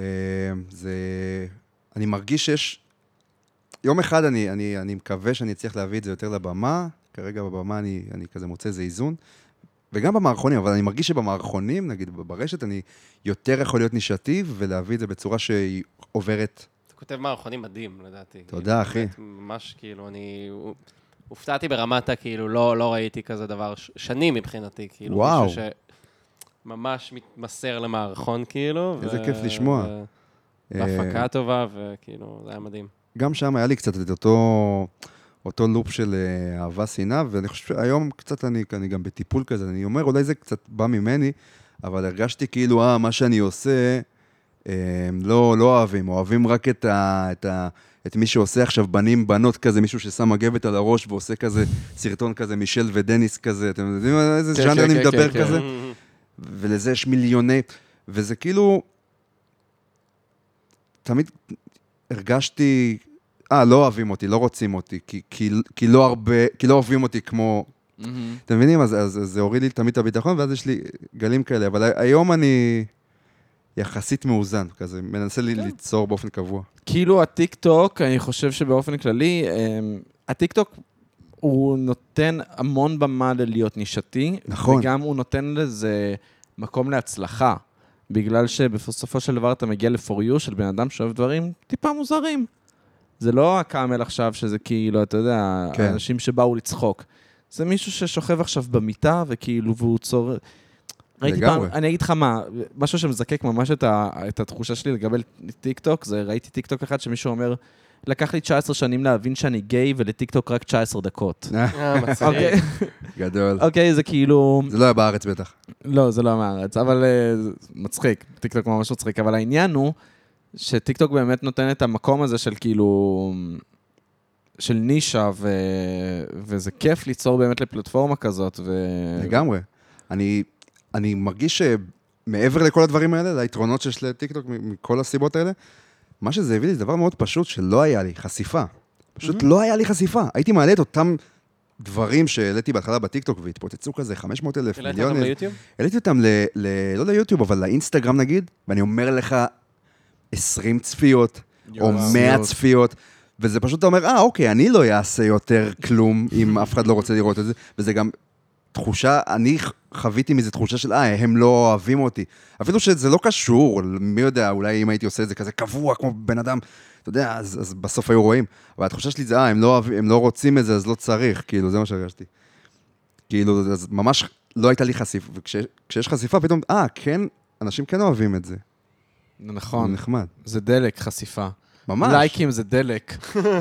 אני מרגיש שיש... יום אחד אני מקווה שאני אצליח להביא את זה יותר לבמה, כרגע בבמה אני כזה מוצא איזה איזון, וגם במערכונים, אבל אני מרגיש שבמערכונים, נגיד ברשת, אני יותר יכול להיות נישתי, ולהביא את זה בצורה שהיא עוברת... אתה כותב מערכונים מדהים, לדעתי. תודה, אחי. ממש, כאילו, אני... הופתעתי ברמת, כאילו, לא ראיתי כזה דבר שנים מבחינתי, כאילו. וואו. מישהו שממש מתמסר למערכון, כאילו. איזה כיף לשמוע. בהפקה טובה, וכאילו, זה היה מדהים. גם שם היה לי קצת את אותו לופ של אהבה שנאה, ואני חושב שהיום קצת אני גם בטיפול כזה, אני אומר, אולי זה קצת בא ממני, אבל הרגשתי כאילו, מה שאני עושה, לא אוהבים רק את מי שעושה עכשיו בנות כזה, מישהו ששם מגבת על הראש ועושה כזה סרטון כזה, מישל ודניס כזה, אתם יודעים איזה ז'אנר אני מדבר כזה? ולזה יש מיליוני, וזה כאילו, תמיד הרגשתי, לא אוהבים אותי, לא רוצים אותי, כי לא אוהבים אותי כמו, אתם מבינים? אז זה הוריד לי תמיד את הביטחון, ואז יש לי גלים כאלה, אבל היום אני יחסית מאוזן, כזה, מנסה לי ליצור באופן קבוע. כאילו הטיקטוק, אני חושב שבאופן כללי, הטיקטוק הוא נותן המון במה להיות נישתי, נכון. וגם הוא נותן לזה מקום להצלחה, בגלל שבסופו של דבר אתה מגיע ל-for you של בן אדם שאוהב דברים טיפה מוזרים. זה לא הקאמל עכשיו שזה כאילו, אתה יודע, כן. אנשים שבאו לצחוק. זה מישהו ששוכב עכשיו במיטה, וכאילו, והוא צור... ראיתי פעם, אני אגיד לך מה, משהו שמזקק ממש את התחושה שלי לגבי טיקטוק, זה ראיתי טיקטוק אחד שמישהו אומר, לקח לי 19 שנים להבין שאני גיי, ולטיקטוק רק 19 דקות. מצחיק. גדול. אוקיי, זה כאילו... זה לא היה בארץ בטח. לא, זה לא מהארץ, אבל מצחיק, טיקטוק ממש מצחיק, אבל העניין הוא שטיקטוק באמת נותן את המקום הזה של כאילו... של נישה, וזה כיף ליצור באמת לפלטפורמה כזאת, לגמרי. אני מרגיש שמעבר לכל הדברים האלה, ליתרונות שיש לטיקטוק מכל הסיבות האלה, מה שזה הביא לי זה דבר מאוד פשוט, שלא היה לי חשיפה. פשוט לא היה לי חשיפה. הייתי מעלה את אותם דברים שהעליתי בהתחלה בטיקטוק, והתפוצצו כזה 500,000 מיליון. העלית אותם ליוטיוב? העליתי אותם לא ליוטיוב, אבל לאינסטגרם נגיד, ואני אומר לך 20 צפיות, או 100 צפיות, וזה פשוט אתה אומר, אוקיי, אני לא אעשה יותר כלום, אם אף אחד לא רוצה לראות את זה, וזה גם תחושה, אני חוויתי מזה תחושה של, הם לא אוהבים אותי. אפילו שזה לא קשור, מי יודע, אולי אם הייתי עושה את זה כזה קבוע, כמו בן אדם, אתה יודע, אז בסוף היו רואים. אבל התחושה שלי זה, הם לא רוצים את זה, אז לא צריך, כאילו, זה מה שהרגשתי. כאילו, אז ממש לא הייתה לי חשיפה, וכשיש חשיפה, פתאום, כן, אנשים כן אוהבים את זה. נכון. זה נחמד. זה דלק, חשיפה. ממש. לייקים זה דלק.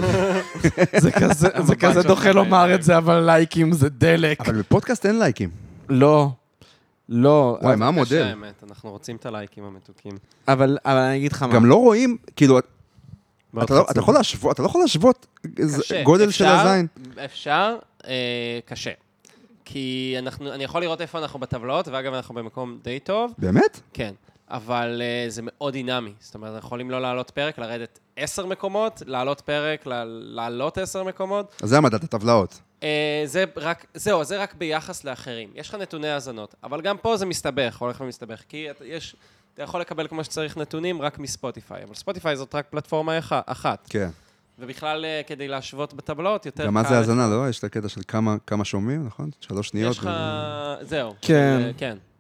זה כזה דוחה לומר את זה, אבל לייקים זה דלק. אבל בפודקאסט אין לייקים. לא. לא. וואי, מה המודל? קשה, האמת, אנחנו רוצים את הלייקים המתוקים. אבל אני אגיד לך מה. גם לא רואים, כאילו, מאוד אתה לא יכול להשוות קשה. גודל של הזין. אפשר, קשה. כי אני יכול לראות איפה אנחנו בטבלאות, ואגב, אנחנו במקום די טוב. באמת? כן. אבל זה מאוד דינמי. זאת אומרת, אנחנו יכולים לא לעלות פרק, לרדת 10 מקומות, לעלות פרק, לעלות 10 מקומות. אז זה המדד הטבלאות. זה רק ביחס לאחרים. יש לך נתוני האזנות, אבל גם פה זה מסתבך, הולך ומסתבך, כי אתה יכול לקבל כמו שצריך נתונים רק מספוטיפיי, אבל ספוטיפיי זאת רק פלטפורמה אחת. כן. ובכלל, כדי להשוות בטבלאות, יותר קל... גם מה זה האזנה, לא? יש את הקטע של כמה שומעים, נכון? 3 שניות. יש לך... זהו. כן. כן.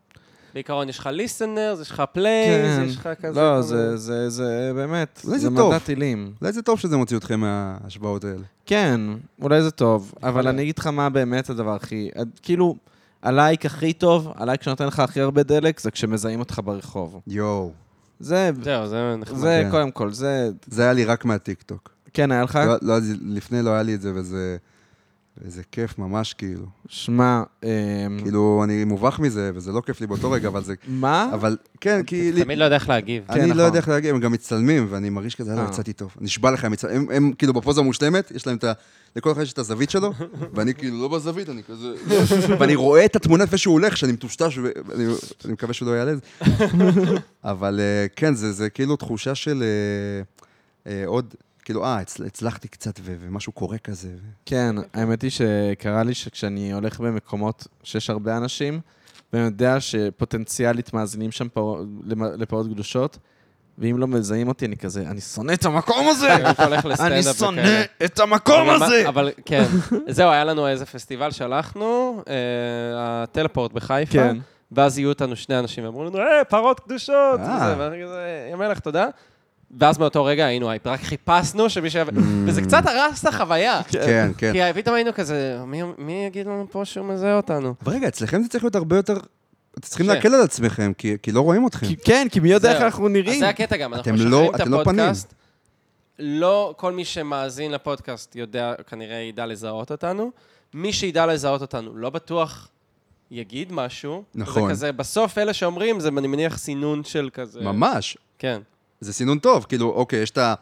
בעיקרון יש לך listeners, יש לך plays, יש לך כזה... לא, זה באמת, אולי זה זה טוב. מדע טילים. אולי זה טוב שזה מוציא אתכם מההשוואות האלה. כן, אולי זה טוב, אבל אני אגיד לך מה באמת הדבר הכי... כאילו, הלייק הכי טוב, הלייק שנותן לך הכי הרבה דלק, זה כשמזהים אותך ברחוב. יואו. זה נחמד. זה כן. קודם כל, זה... זה היה לי רק מהטיקטוק. כן, היה לך? לפני לא היה לי את זה, וזה כיף ממש, כאילו. שמע, כאילו, אני מובך מזה, וזה לא כיף לי באותו רגע, אבל זה... מה? אבל כן, כי... תמיד לא יודע איך להגיב. כן, אני לא נכון. יודע איך להגיע, הם גם מצטלמים, ואני מרגיש כזה, לא, יצאתי טוב. נשבע לך, הם כאילו בפוזה מושלמת, יש להם את ה... לכל אחד יש את הזווית שלו, ואני כאילו לא בזווית, אני כזה... ואני רואה את התמונה לפני שהוא הולך, שאני מטושטש, ואני מקווה שהוא לא יעלה את זה. אבל כן, זה כאילו תחושה של עוד... כאילו, הצלחתי קצת ומשהו קורה כזה. כן, האמת היא שקרה לי שכשאני הולך במקומות שיש הרבה אנשים, ואני יודע שפוטנציאלית מאזינים שם לפעות קדושות, ואם לא מזהים אותי, אני כזה, אני שונא את המקום הזה! אני שונא את המקום הזה! אבל כן, זהו, היה לנו איזה פסטיבל שהלכנו, הטלפורט בחיפה, כן. ואז יהיו אותנו שני אנשים, ואמרו לנו, פרות קדושות! ואני כזה, ימלך, תודה. ואז מאותו רגע היינו, רק חיפשנו שמישהו... וזה קצת הרס את החוויה. כן, כן. כי פתאום היינו כזה, מי יגיד לנו פה שהוא מזהה אותנו? אבל רגע, אצלכם זה צריך להיות הרבה יותר... אתם צריכים להקל על עצמכם, כי לא רואים אתכם. כן, כי מי יודע איך אנחנו אז נראים. זה הקטע גם, אנחנו אתם משחררים את לא הפודקאסט. לא כל מי שמאזין לפודקאסט יודע, כנראה ידע לזהות אותנו. מי שידע לזהות אותנו לא בטוח יגיד משהו. נכון. זה כזה, בסוף אלה שאומרים, זה אני מניח סינון של כזה... ממש. כן. זה סינון טוב, כאילו, אוקיי, יש את ה...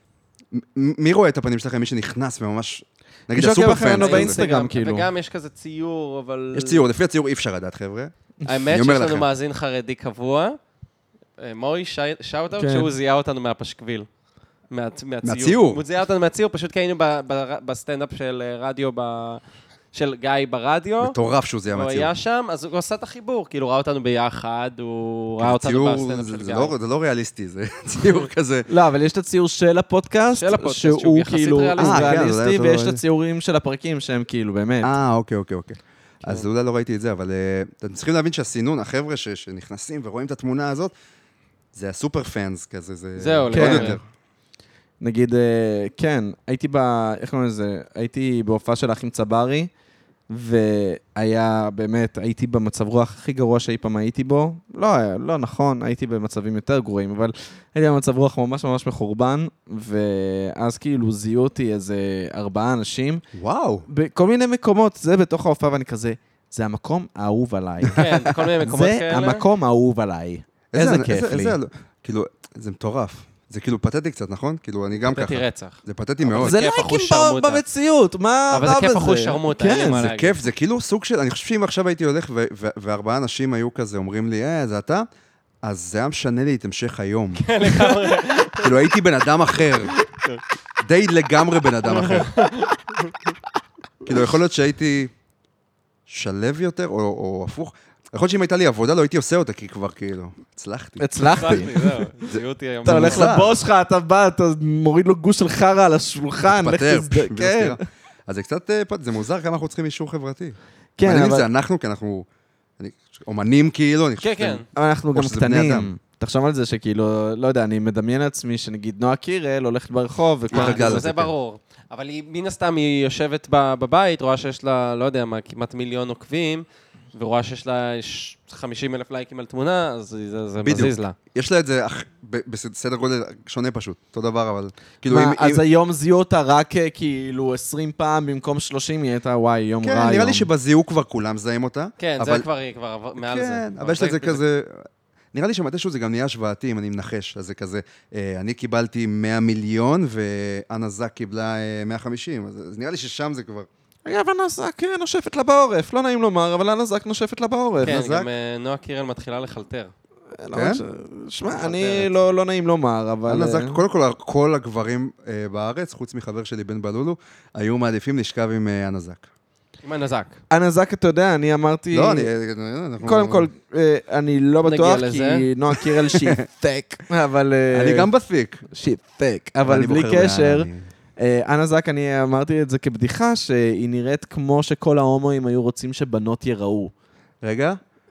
מי רואה את הפנים שלכם? מי שנכנס וממש... נגיד מישהו עוקב הסופר אחרינו פאנס. באינסטגרם, כאילו. וגם יש כזה ציור, אבל... יש ציור, לפי הציור אי אפשר לדעת, חבר'ה. האמת אני שיש אומר לנו לכם. מאזין חרדי קבוע, מוי, שאוט-אאוט, כן. שהוא זיהה אותנו מהפשקביל. מהציור. מהציור? הוא זיהה אותנו מהציור, פשוט כי היינו בסטנדאפ של רדיו, של גיא ברדיו. מטורף שהוא זיהה הוא מהציור. היה שם, אז הוא עשה את החיבור, כאילו ראה אותנו ביחד, הוא ראה אותנו בסטנדאפ של גיא. זה לא ריאליסטי, זה ציור כזה. לא, אבל יש את הציור של הפודקאסט, של הפודקאסט, שהוא שהוא יחסית כאילו ריאליסטי. כן, ריאליסטי, אז ויש אתה- את הציורים של הפרקים שהם כאילו, באמת. אוקיי. אז אולי לא ראיתי את זה, אבל אתם צריכים להבין שהסינון, החבר'ה שנכנסים ורואים את התמונה הזאת, זה הסופר פאנס כזה, זה זהו, עוד כן. יותר. נגיד, כן, הייתי איך קוראים לזה? הייתי בהופעה של האחים צברי, והיה באמת, הייתי במצב רוח הכי גרוע שאי פעם הייתי בו. לא נכון, הייתי במצבים יותר גרועים, אבל הייתי במצב רוח ממש ממש מחורבן, ואז כאילו זיהו אותי איזה 4 אנשים, וואו. בכל מיני מקומות, זה בתוך ההופעה, ואני כזה, זה המקום האהוב עליי. כן, כל מיני מקומות זה כאלה. המקום האהוב עליי. איזה כיף לי. כאילו, זה מטורף. זה כאילו פתטי קצת, נכון? כאילו, אני גם ככה. פתטי רצח. זה פתטי מאוד. זה כיף לייקים אחוז שרמוטה. במציאות, מה אבל זה רע כיף בזה? אחוז שרמוטה, אין לי מה זה להגיד. כיף, זה כאילו סוג של... אני חושב שאם עכשיו הייתי הולך ו4 אנשים היו כזה, אומרים לי, זה אתה? אז זה היה משנה לי את המשך היום. כן, לגמרי. כאילו, הייתי בן אדם אחר. די לגמרי בן אדם אחר. כאילו, יכול להיות שהייתי שלב יותר, או הפוך. יכול להיות שאם הייתה לי עבודה, לא הייתי עושה אותה, כי כבר כאילו, הצלחתי. הצלחתי. זהו, זיהו אותי היום. אתה הולך מוזר. לבוס שלך, אתה בא, אתה מוריד לו גוש של חרא על השולחן. לך מתפטר. תזד- כן. אז זה קצת, זה מוזר כמה אנחנו צריכים אישור חברתי. כן, מעניין אם אבל זה אנחנו, כי אנחנו אומנים כאילו, אני חושב כן, כן. אבל אנחנו או גם שזה בני קטנים. אדם. תחשוב על זה שכאילו, לא יודע, אני מדמיין לעצמי שנגיד נועה קירל הולכת ברחוב וכל... התרגלה. זה ברור. אבל מן הסתם היא יושבת בבית, רואה שיש לה, לא יודע מה, כמעט 1,000,000 עוקבים, ורואה שיש לה 50,000 לייקים על תמונה, אז זה בדיוק. מזיז לה. יש לה את זה בסדר גודל שונה פשוט, אותו דבר, אבל כאילו מה, אז היום זיהו אותה רק כאילו 20 פעם במקום 30, היא הייתה וואי, יום רע היום. כן, נראה לי שבזיהו כבר כולם מזהים אותה. כן, אבל- זה כבר מעל זה. כן, אבל יש לזה כזה... נראה לי שמתישהו זה גם נהיה השוואתי, אם אני מנחש. אז זה כזה, אני קיבלתי 100 מיליון, ואנה זק קיבלה 150, אז נראה לי ששם זה כבר... אגב, הנזק נושפת לה בעורף, לא נעים לומר, אבל הנזק נושפת לה בעורף. כן, נזק? גם נועה קירל מתחילה לחלטר. כן? שמע, אני לא נעים לומר, אבל... אנה זק, קודם כל, כל הגברים בארץ, חוץ מחבר שלי בן בלולו, היו מעדיפים לשכב עם אנה זק. עם הנזק. הנזק, אתה יודע, אני אמרתי... לא, אנחנו... קודם כל, אני לא נגיע בטוח, לזה. כי נועה קירל שהיא תק, אבל... אני גם בספיק. שהיא תק, אבל ואני בלי בוחר קשר, באנה, אנה זק, אני אמרתי את זה כבדיחה, שהיא נראית כמו שכל ההומואים היו רוצים שבנות יראו. רגע,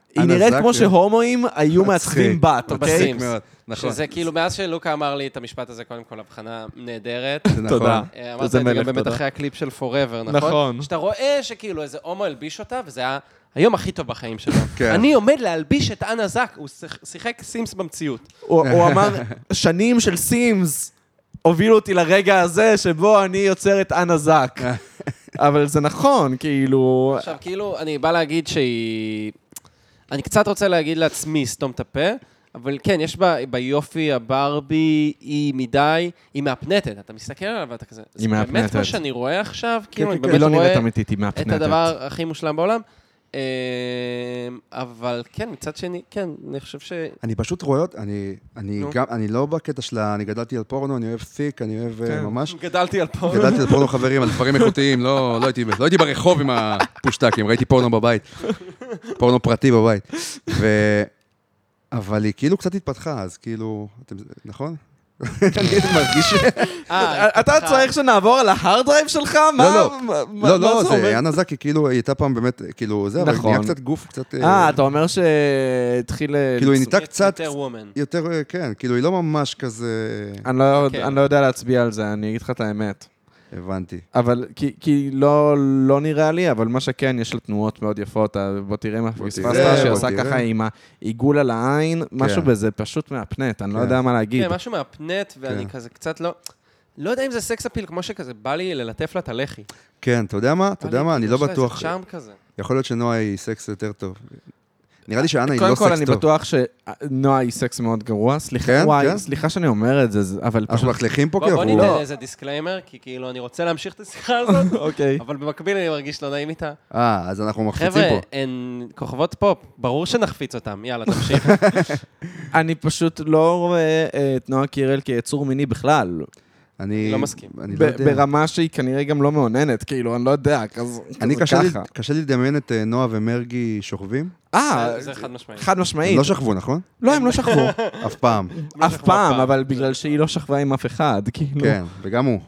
היא אנה נראית זק, כמו שהומואים היו מעצבים בת, אוקיי? בסימס. מאוד, נכון. שזה כאילו, מאז שלוקה אמר לי את המשפט הזה, קודם כל, הבחנה נהדרת. זה נכון. תודה. אמרת את זה זה מלך, גם באמת תודה. אחרי הקליפ של Forever, נכון? נכון. שאתה רואה שכאילו איזה הומו הלביש אותה, וזה היה היום הכי טוב בחיים שלו. כן. אני עומד להלביש את אנה זק, הוא שיחק סימס במציאות. הוא אמר, שנים של סימס הובילו אותי לרגע הזה שבו אני יוצר את אנה זק. אבל זה נכון, כאילו... עכשיו, כאילו, אני בא להגיד שהיא... אני קצת רוצה להגיד לעצמי, סתום את הפה, אבל כן, יש ביופי הברבי, היא מדי, היא מהפנטת. אתה מסתכל עליו ואתה כזה... היא זה באמת מהפנטת. מה שאני רואה עכשיו, כאילו, אני היא באמת לא נראית רואה אמיתית, היא מהפנטת. את הדבר הכי מושלם בעולם. אבל כן, מצד שני, כן, אני חושב ש... אני פשוט רואה אותה, אני לא בקטע שלה, אני גדלתי על פורנו, אני אוהב סיק, אני אוהב ממש... גדלתי על פה. גדלתי על פורנו חברים, על דברים איכותיים, לא הייתי ברחוב עם הפושטקים, ראיתי פורנו בבית. פורנו פרטי בבית. אבל היא כאילו קצת התפתחה, אז כאילו, נכון? אני מרגיש... אתה צריך שנעבור על ההארד דרייב שלך? לא, זה אנה זק, כאילו, היא הייתה פעם באמת, כאילו, זה, אבל היא נהיה קצת גוף, קצת... אתה אומר שהתחיל... כאילו, היא נהייתה קצת... יותר וומן. יותר, כן, כאילו, היא לא ממש כזה... אני לא יודע להצביע על זה, אני אגיד לך את האמת. הבנתי. אבל, כי לא נראה לי, אבל מה שכן, יש לה תנועות מאוד יפות, בוא תראה מה פספסת, שהיא עושה ככה עם העיגול על העין, משהו בזה פשוט מהפנט, אני לא יודע מה להגיד. כן, משהו מהפנט, ואני כזה קצת לא יודע אם זה סקס אפיל, כמו שכזה בא לי ללטף לה את הלחי. כן, אתה יודע מה? אני לא בטוח. יש לה איזה צ'ארם כזה. יכול להיות שנועה היא סקס יותר טוב. נראה לי שאנה היא לא קודם סקס טוב. כל, אני בטוח שנועה היא סקס מאוד גרוע. סליחה שאני אומר את זה, אבל פשוט... אנחנו מחליכים פה בוא כאילו. ניתן איזה דיסקליימר, כי כאילו אני רוצה להמשיך את השיחה הזאת, אוקיי. אבל במקביל אני מרגיש לא נעים איתה. אז אנחנו מחפיצים חבר'ה, פה. הן כוכבות פופ, ברור שנחפיץ אותם. יאללה, תמשיך. אני פשוט לא רואה את נועה קירל כיצור מיני בכלל. אני לא מסכים. אני לא יודע. ברמה שהיא כנראה גם לא מעוננת, כאילו, אני לא יודע, כזה ככה. קשה לי לדמיין את נועה ומרגי שוכבים. זה חד משמעית. חד הם משמעית. לא שכבו, נכון? לא, הם לא שכבו. אף פעם. אף פעם, אבל בגלל שהיא לא שכבה עם אף אחד, כאילו. כן, וגם הוא.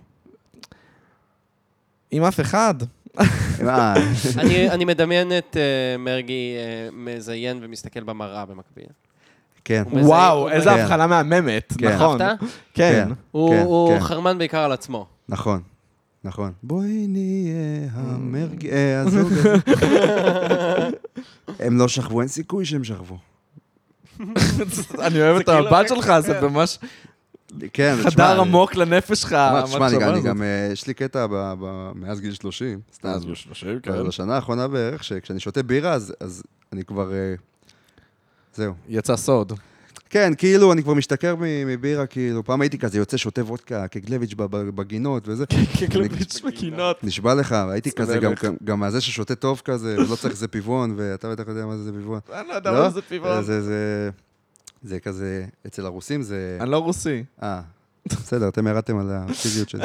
עם אף אחד. אני מדמיין את מרגי מזיין ומסתכל במראה במקביל. כן. וואו, איזה כן. הבחנה מהממת, כן. נכון. אהבת? כן. הוא כן. חרמן בעיקר על עצמו. נכון. נכון. בואי נהיה המרגי, הזוג הזה. הם לא שכבו, אין סיכוי שהם שכבו. אני אוהב את המבט שלך, זה ממש כן, חדר עמוק לנפש שלך. תשמע, אני גם, יש לי קטע מאז גיל 30, סתם. אז גיל 30, כן. בשנה האחרונה בערך, שכשאני שותה בירה, אז אני כבר, זהו. יצא סוד. כן, כאילו, אני כבר משתכר מבירה, כאילו, פעם הייתי כזה יוצא שותה וודקה כגלביץ' בגינות וזה. כגלביץ' בגינות. נשבע לך, הייתי כזה גם מהזה ששותה טוב כזה, ולא צריך זה פיוון, ואתה בטח יודע מה זה פיוון. אני לא יודע מה זה פיוון. זה כזה, אצל הרוסים זה... אני לא רוסי. בסדר, אתם ירדתם על הפיזיות שלי.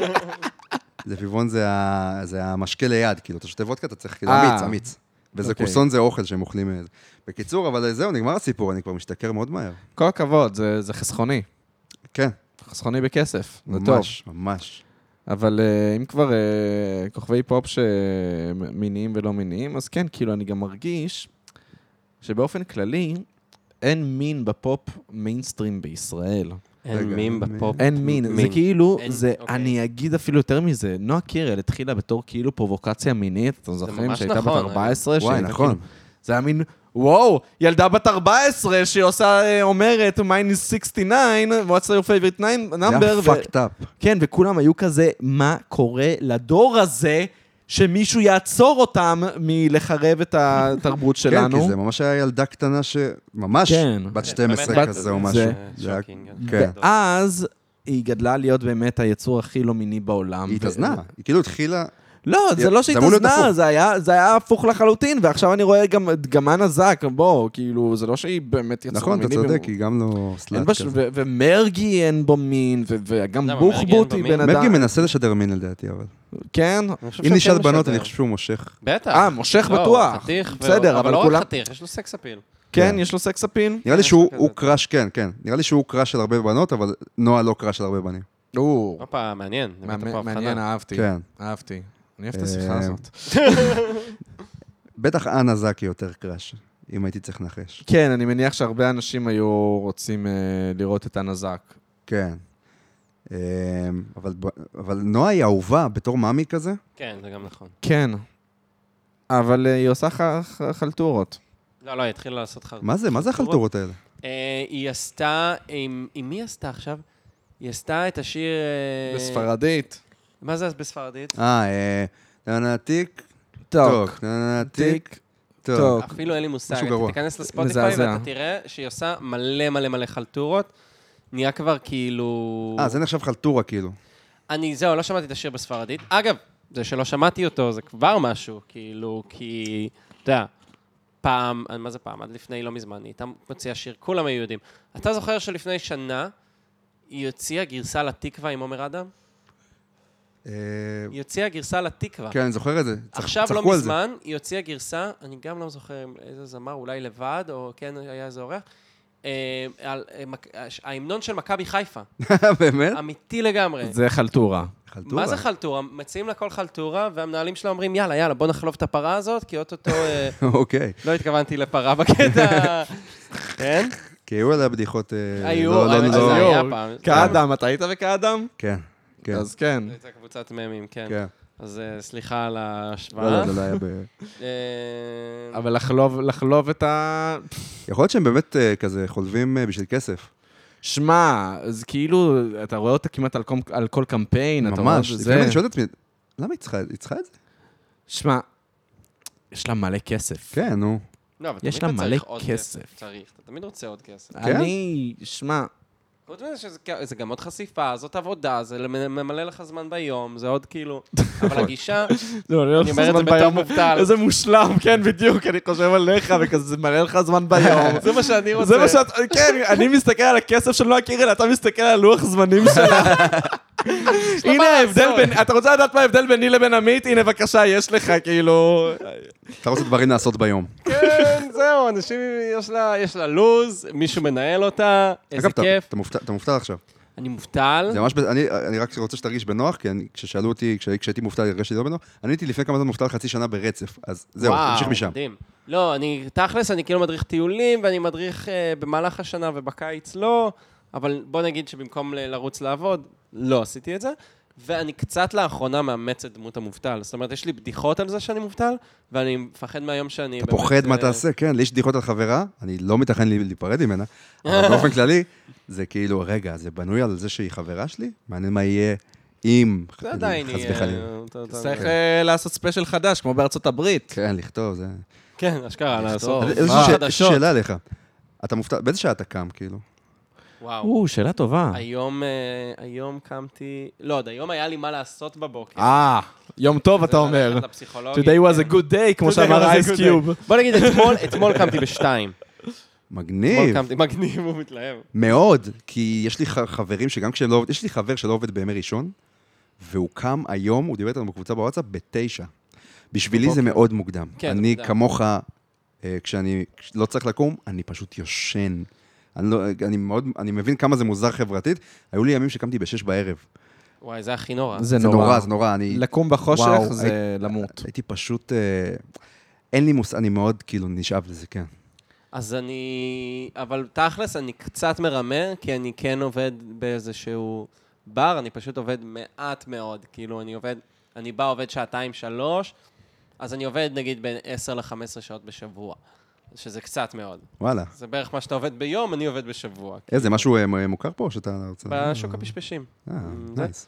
זה פיוון זה המשקה ליד, כאילו, אתה שותה וודקה, אתה צריך כאילו אמיץ. וזה קוסון זה אוכל שהם אוכלים. בקיצור, אבל זהו, נגמר הסיפור, אני כבר משתכר מאוד מהר. כל הכבוד, זה חסכוני. כן. חסכוני בכסף, זה טוב. ממש, ממש. אבל אם כבר כוכבי פופ שמיניים ולא מיניים, אז כן, כאילו אני גם מרגיש שבאופן כללי אין מין בפופ מיינסטרים בישראל. אין מין בפופ. אין מין, זה כאילו, אני אגיד אפילו יותר מזה, נועה קירל התחילה בתור כאילו פרובוקציה מינית, אתם זוכרים שהייתה בת 14? וואי, נכון. זה היה מין, וואו, ילדה בת 14 שהיא אומרת, mine is 69, what's your favorite number? זה היה fucked up. כן, וכולם היו כזה, מה קורה לדור הזה, שמישהו יעצור אותם מלחרב את התרבות שלנו? כן, כי זה ממש היה ילדה קטנה שממש בת 12 כזה או משהו. ואז היא גדלה להיות באמת היצור הכי לא מיני בעולם. היא התאזנה, היא כאילו התחילה... לא, זה לא שהתאזנה, זה היה הפוך לחלוטין, ועכשיו אני רואה גם אנה זק, בוא, כאילו, זה לא שהיא באמת יצור מיני. נכון, אתה צודק, היא גם לא סלאט כזה. ומרגי אין בו מין, וגם בוחבוט היא בן אדם. מרגי מנסה לשדר מין לדעתי, אבל... כן? אם נשאל בנות, אני חושב שהוא מושך. בטח. מושך בטוח. בסדר, אבל לא כולם... רק חתיך, יש לו סקס אפיל. כן, יש לו סקס אפיל. נראה לי שהוא קראש, כן, כן. נראה לי שהוא קראש של הרבה בנות, אבל נועה לא קראש של הרבה בנים. הופה, מעניין. מעניין, אהבתי. כן. אהבתי. אני אוהב את השיחה הזאת. בטח אנה זקי יותר קראש. אם הייתי צריך לנחש. כן, אני מניח שהרבה אנשים היו רוצים לראות את הנזק. כן. אבל נועה היא אהובה בתור מאמי כזה? כן, זה גם נכון. כן. אבל היא עושה חלטורות. לא, היא התחילה לעשות חלטורות. מה זה החלטורות האלה? היא עשתה, עם מי היא עשתה עכשיו? היא עשתה את השיר... בספרדית. מה זה בספרדית? טיק טוק. טיק טוק. אפילו אין לי מושג. משהו אתה גרוע. תיכנס לספוטיפיי מזעזע. ואתה תראה שהיא עושה מלא מלא מלא חלטורות. נהיה כבר כאילו... זה נחשב חלטורה כאילו. זהו, לא שמעתי את השיר בספרדית. אגב, זה שלא שמעתי אותו, זה כבר משהו, כאילו, כי, אתה יודע, פעם, מה זה פעם? עד לפני לא מזמן, היא הייתה מוציאה שיר, כולם היו יודעים. אתה זוכר שלפני שנה, היא הוציאה גרסה לתקווה עם עומר אדם? היא הוציאה גרסה לתקווה. כן, אני זוכר את זה. עכשיו לא צחקו על זה. מזמן, היא הוציאה גרסה, אני גם לא זוכר איזה זמר, אולי לבד, או כן היה איזה אורח, ההמנון של מכבי חיפה. באמת? אמיתי לגמרי. זה חלטורה. חלטורה. מה זה חלטורה? מציעים לה כל חלטורה, והמנהלים שלה אומרים, יאללה, בוא נחלוב את הפרה הזאת, כי אוטוטו... אוקיי. לא התכוונתי לפרה בקטע, כן? כי היו עליה בדיחות... היו, האמת שזה היה פעם. כאדם, אתה היית בכאדם? כן, כן. אז כן. זו הייתה קבוצת ממים, כן. כן. אז סליחה על ההשוואה. לא, זה לא היה ב... אבל לחלוב את ה... יכול להיות שהם באמת כזה חולבים בשביל כסף. שמע, זה כאילו, אתה רואה אותה כמעט על כל קמפיין, אתה רואה ממש. זה. לפעמים אני שואל את עצמי, למה היא צריכה את זה? שמע, יש לה מלא כסף. כן, נו. לא, אבל יש תמיד לה אתה מלא צריך עוד כסף. צריך, אתה תמיד רוצה עוד כסף. שמע, חוץ מזה שזה גם עוד חשיפה, זאת עבודה, זה ממלא לך זמן ביום, זה עוד כאילו... אבל הגישה, אני אומר את זה בתור מובטל. איזה מושלם, כן, בדיוק, אני חושב עליך, וכזה, זה מראה לך זמן ביום. זה מה שאני רוצה. זה מה שאת, כן, אני מסתכל על הכסף של נועה קירל, אתה מסתכל על לוח זמנים שלה. הנה ההבדל בין, אתה רוצה לדעת מה ההבדל ביני לבין עמית? הנה, בבקשה, יש לך, כאילו... אתה רוצה דברים לעשות ביום. כן, זהו, אנשים, יש לה לוז, מישהו מנהל אותה, איזה אגב, כיף. אתה מובטל עכשיו. אני מובטל. זה ממש, אני רק רוצה שתרגיש בנוח, כי כששאלו אותי, כשהייתי מובטל, הרגשתי לא בנוח, אני הייתי לפני כמה זמן מובטל חצי שנה ברצף, אז זהו, תמשיך משם. מדהים. לא, תכלס, אני כאילו מדריך טיולים, ואני מדריך במהלך השנה ובקיץ לא, אבל בוא נגיד שבמקום לרוץ לעבוד, לא עשיתי את זה, ואני קצת לאחרונה מאמץ את דמות המובטל. זאת אומרת, יש לי בדיחות על זה שאני מובטל, ואני מפחד מהיום שאני... אתה פוחד מה תעשה, כן, לי יש בדיחות על חברה, אני לא מתכן להיפרד ממנה, אבל באופן כללי, זה כאילו, רגע, זה בנוי על זה שהיא חברה שלי? מעניין מה יהיה אם... זה עדיין חס וחלילה. צריך לעשות ספיישל חדש, כמו בארצות הברית. כן, לכתוב, זה... כן, אשכרה, לעשות. איזושהי שאלה עליך. אתה מובטל, באיזה שעה אתה קם, כאילו? וואו. שאלה טובה. היום קמתי... לא, עוד היום היה לי מה לעשות בבוקר. יום טוב, אתה אומר. ללכת לפסיכולוגית. Today was a good day, כמו שאמר אייס קיוב. בוא נגיד, אתמול קמתי בשתיים. מגניב. מגניב, הוא מתלהב. מאוד, כי יש לי חברים שגם כשהם לא עובד, יש לי חבר שלא עובד בימי ראשון, והוא קם היום, הוא דיבר איתנו בקבוצה בוואטסאפ, 9. בשבילי זה מאוד מוקדם. אני כמוך, כשאני לא צריך לקום, אני פשוט יושן. אני מבין כמה זה מוזר חברתית. היו לי ימים שקמתי ב6 בערב. וואי, זה הכי נורא. זה נורא. זה נורא. לקום בחושך זה למות. הייתי פשוט... אין לי מושג, אני מאוד כאילו נשאב לזה, כן. אז אבל תכלס, אני קצת מרמה, כי אני כן עובד באיזשהו בר, אני פשוט עובד מעט מאוד. כאילו, אני בא עובד 2-3, אז אני עובד נגיד בין 10 ל-15 שעות בשבוע. שזה קצת מאוד. וואלה. זה בערך מה שאתה עובד ביום, אני עובד בשבוע. איזה, משהו מוכר פה, או שאתה רוצה... בשוק הפשפשים. נייס.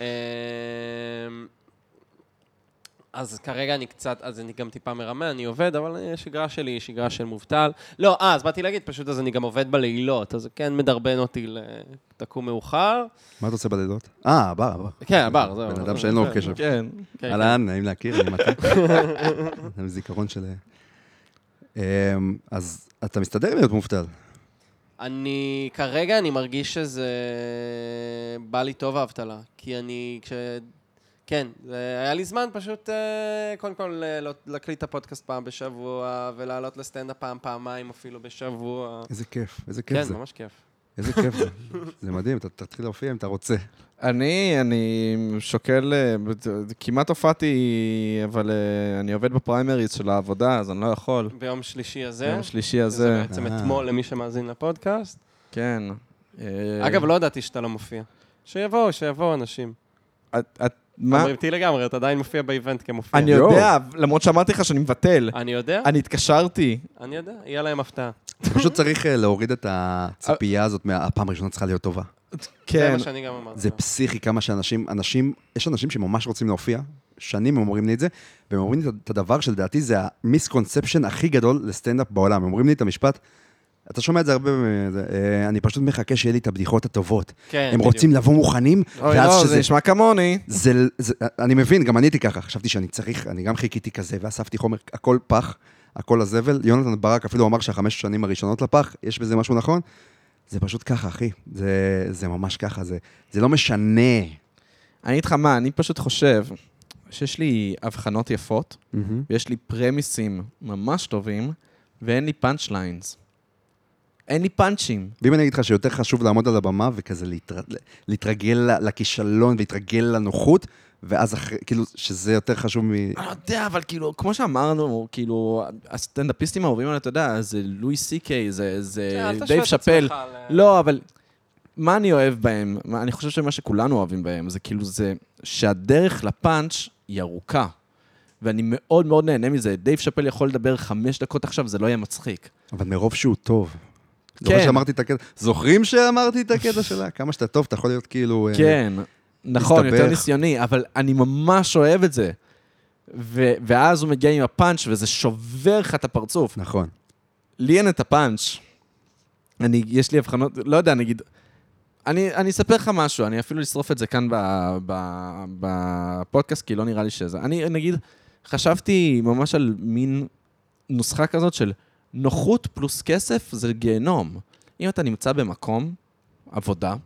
אז כרגע אז אני גם טיפה מרמה, אני עובד, אבל השגרה שלי היא שגרה של מובטל. לא, אז באתי להגיד, פשוט אז אני גם עובד בלילות, אז זה כן מדרבן אותי לתקום מאוחר. מה אתה עושה בלילות? הבר. כן, הבר, זהו. בן אדם שאין לו קשר. כן. אהלן, נעים להכיר, אני מתי. זה זיכרון של... אז אתה מסתדר עם להיות מובטל? כרגע אני מרגיש שזה בא לי טוב האבטלה, כי כן, היה לי זמן פשוט, קודם כל, להקליט את הפודקאסט פעם בשבוע, ולעלות לסטנדאפ פעמיים אפילו בשבוע. איזה כיף זה. כן, ממש כיף. איזה כיף זה. זה מדהים, אתה תתחיל להופיע אם אתה רוצה. אני שוקל, כמעט הופעתי, אבל אני עובד בפריימריז של העבודה, אז אני לא יכול. ביום שלישי הזה. ביום שלישי הזה. זה בעצם אתמול למי שמאזין לפודקאסט. כן. אגב, לא ידעתי שאתה לא מופיע. שיבואו אנשים. מה? אומרים אותי לגמרי, אתה עדיין מופיע באיבנט כמופיע. אני יודע, למרות שאמרתי לך שאני מבטל. אני יודע? אני התקשרתי. אני יודע, יהיה להם הפתעה. פשוט צריך להוריד את הציפייה הזאת מהפעם הראשונה צריכה להיות טובה. זה כן. מה שאני גם אמרתי. זה פסיכי כמה שאנשים, יש אנשים שממש רוצים להופיע, שנים הם אומרים לי את זה, והם אומרים לי את הדבר שלדעתי זה המיסקונספשן הכי גדול לסטנדאפ בעולם. הם אומרים לי את המשפט, אתה שומע את זה הרבה, אני פשוט מחכה שיהיה לי את הבדיחות הטובות. כן, הם רוצים לבוא מוכנים, אוי, לא, זה נשמע כמוני. אני מבין, גם אני הייתי ככה, חשבתי שאני צריך, אני גם חיכיתי כזה, ואספתי חומר, הכל פח, הכל הזבל. יונתן ברק אפילו אמר שה5 שנים הראשונות לפח, יש בזה משהו נכון? זה פשוט ככה, אחי. זה ממש ככה, זה לא משנה. אני אגיד לך מה, אני פשוט חושב שיש לי הבחנות יפות, ויש לי פרמיסים ממש טובים, ואין לי פאנץ' ליינס. אין לי פאנצ'ים. ואם אני אגיד לך שיותר חשוב לעמוד על הבמה, וכזה להתרגל לכישלון, ולהתרגל לנוחות, ואז כאילו, שזה יותר חשוב אני לא יודע, אבל כאילו, כמו שאמרנו, כאילו, הסטנדאפיסטים האהובים האלה, אתה יודע, זה לואי סי-קיי, זה דייב שאפל. לא, אבל מה אני אוהב בהם? אני חושב שמה שכולנו אוהבים בהם, זה כאילו זה שהדרך לפאנץ' היא ארוכה. ואני מאוד מאוד נהנה מזה. דייב שאפל יכול לדבר 5 דקות עכשיו, זה לא יהיה מצחיק. אבל מרוב שהוא טוב. כן. שאמרתי את הקטע. זוכרים שאמרתי את הקטע שלה? כמה שאתה טוב, אתה יכול להיות כאילו... כן, נכון, מסתבך. יותר ניסיוני, אבל אני ממש אוהב את זה. ואז הוא מגיע עם הפאנץ' וזה שובר לך את הפרצוף. נכון. לי אין את הפאנץ'. יש לי הבחנות, לא יודע, נגיד, אני אספר לך משהו, אני אפילו אשרוף את זה כאן בפודקאסט, כי לא נראה לי שזה. אני, נגיד, חשבתי ממש על מין נוסחה כזאת של נוחות פלוס כסף זה גיהנום. אם אתה נמצא במקום, עבודה,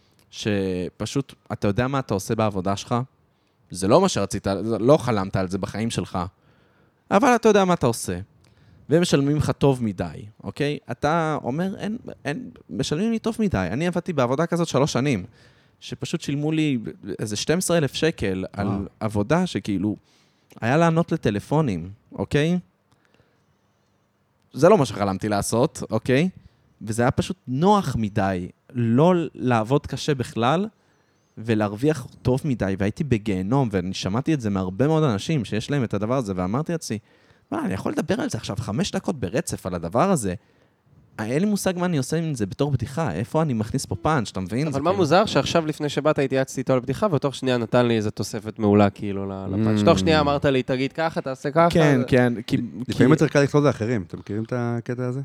שפשוט, אתה יודע מה אתה עושה בעבודה שלך? זה לא מה שרצית, לא חלמת על זה בחיים שלך, אבל אתה יודע מה אתה עושה. והם משלמים לך טוב מדי, אוקיי? אתה אומר, משלמים לי טוב מדי. אני עבדתי בעבודה כזאת 3 שנים, שפשוט שילמו לי איזה 12,000 שקל על עבודה שכאילו, היה לענות לטלפונים, אוקיי? זה לא מה שחלמתי לעשות, אוקיי? וזה היה פשוט נוח מדי, לא לעבוד קשה בכלל, ולהרוויח טוב מדי, והייתי בגיהנום, ואני שמעתי את זה מהרבה מאוד אנשים שיש להם את הדבר הזה, ואמרתי לעצמי, אני יכול לדבר על זה עכשיו 5 דקות ברצף על הדבר הזה. אין לי מושג מה אני עושה עם זה בתור בדיחה, איפה אני מכניס פה פאנץ', אתה מבין? אבל מה מוזר שעכשיו לפני שבאת התייעצתי איתו על בדיחה, ותוך שנייה נתן לי איזו תוספת מעולה כאילו לפאנץ'. תוך שנייה אמרת לי, תגיד ככה, תעשה ככה. כן, כן. לפעמים יותר קל לכתוב לאחרים, אתם מכירים את הקטע הזה?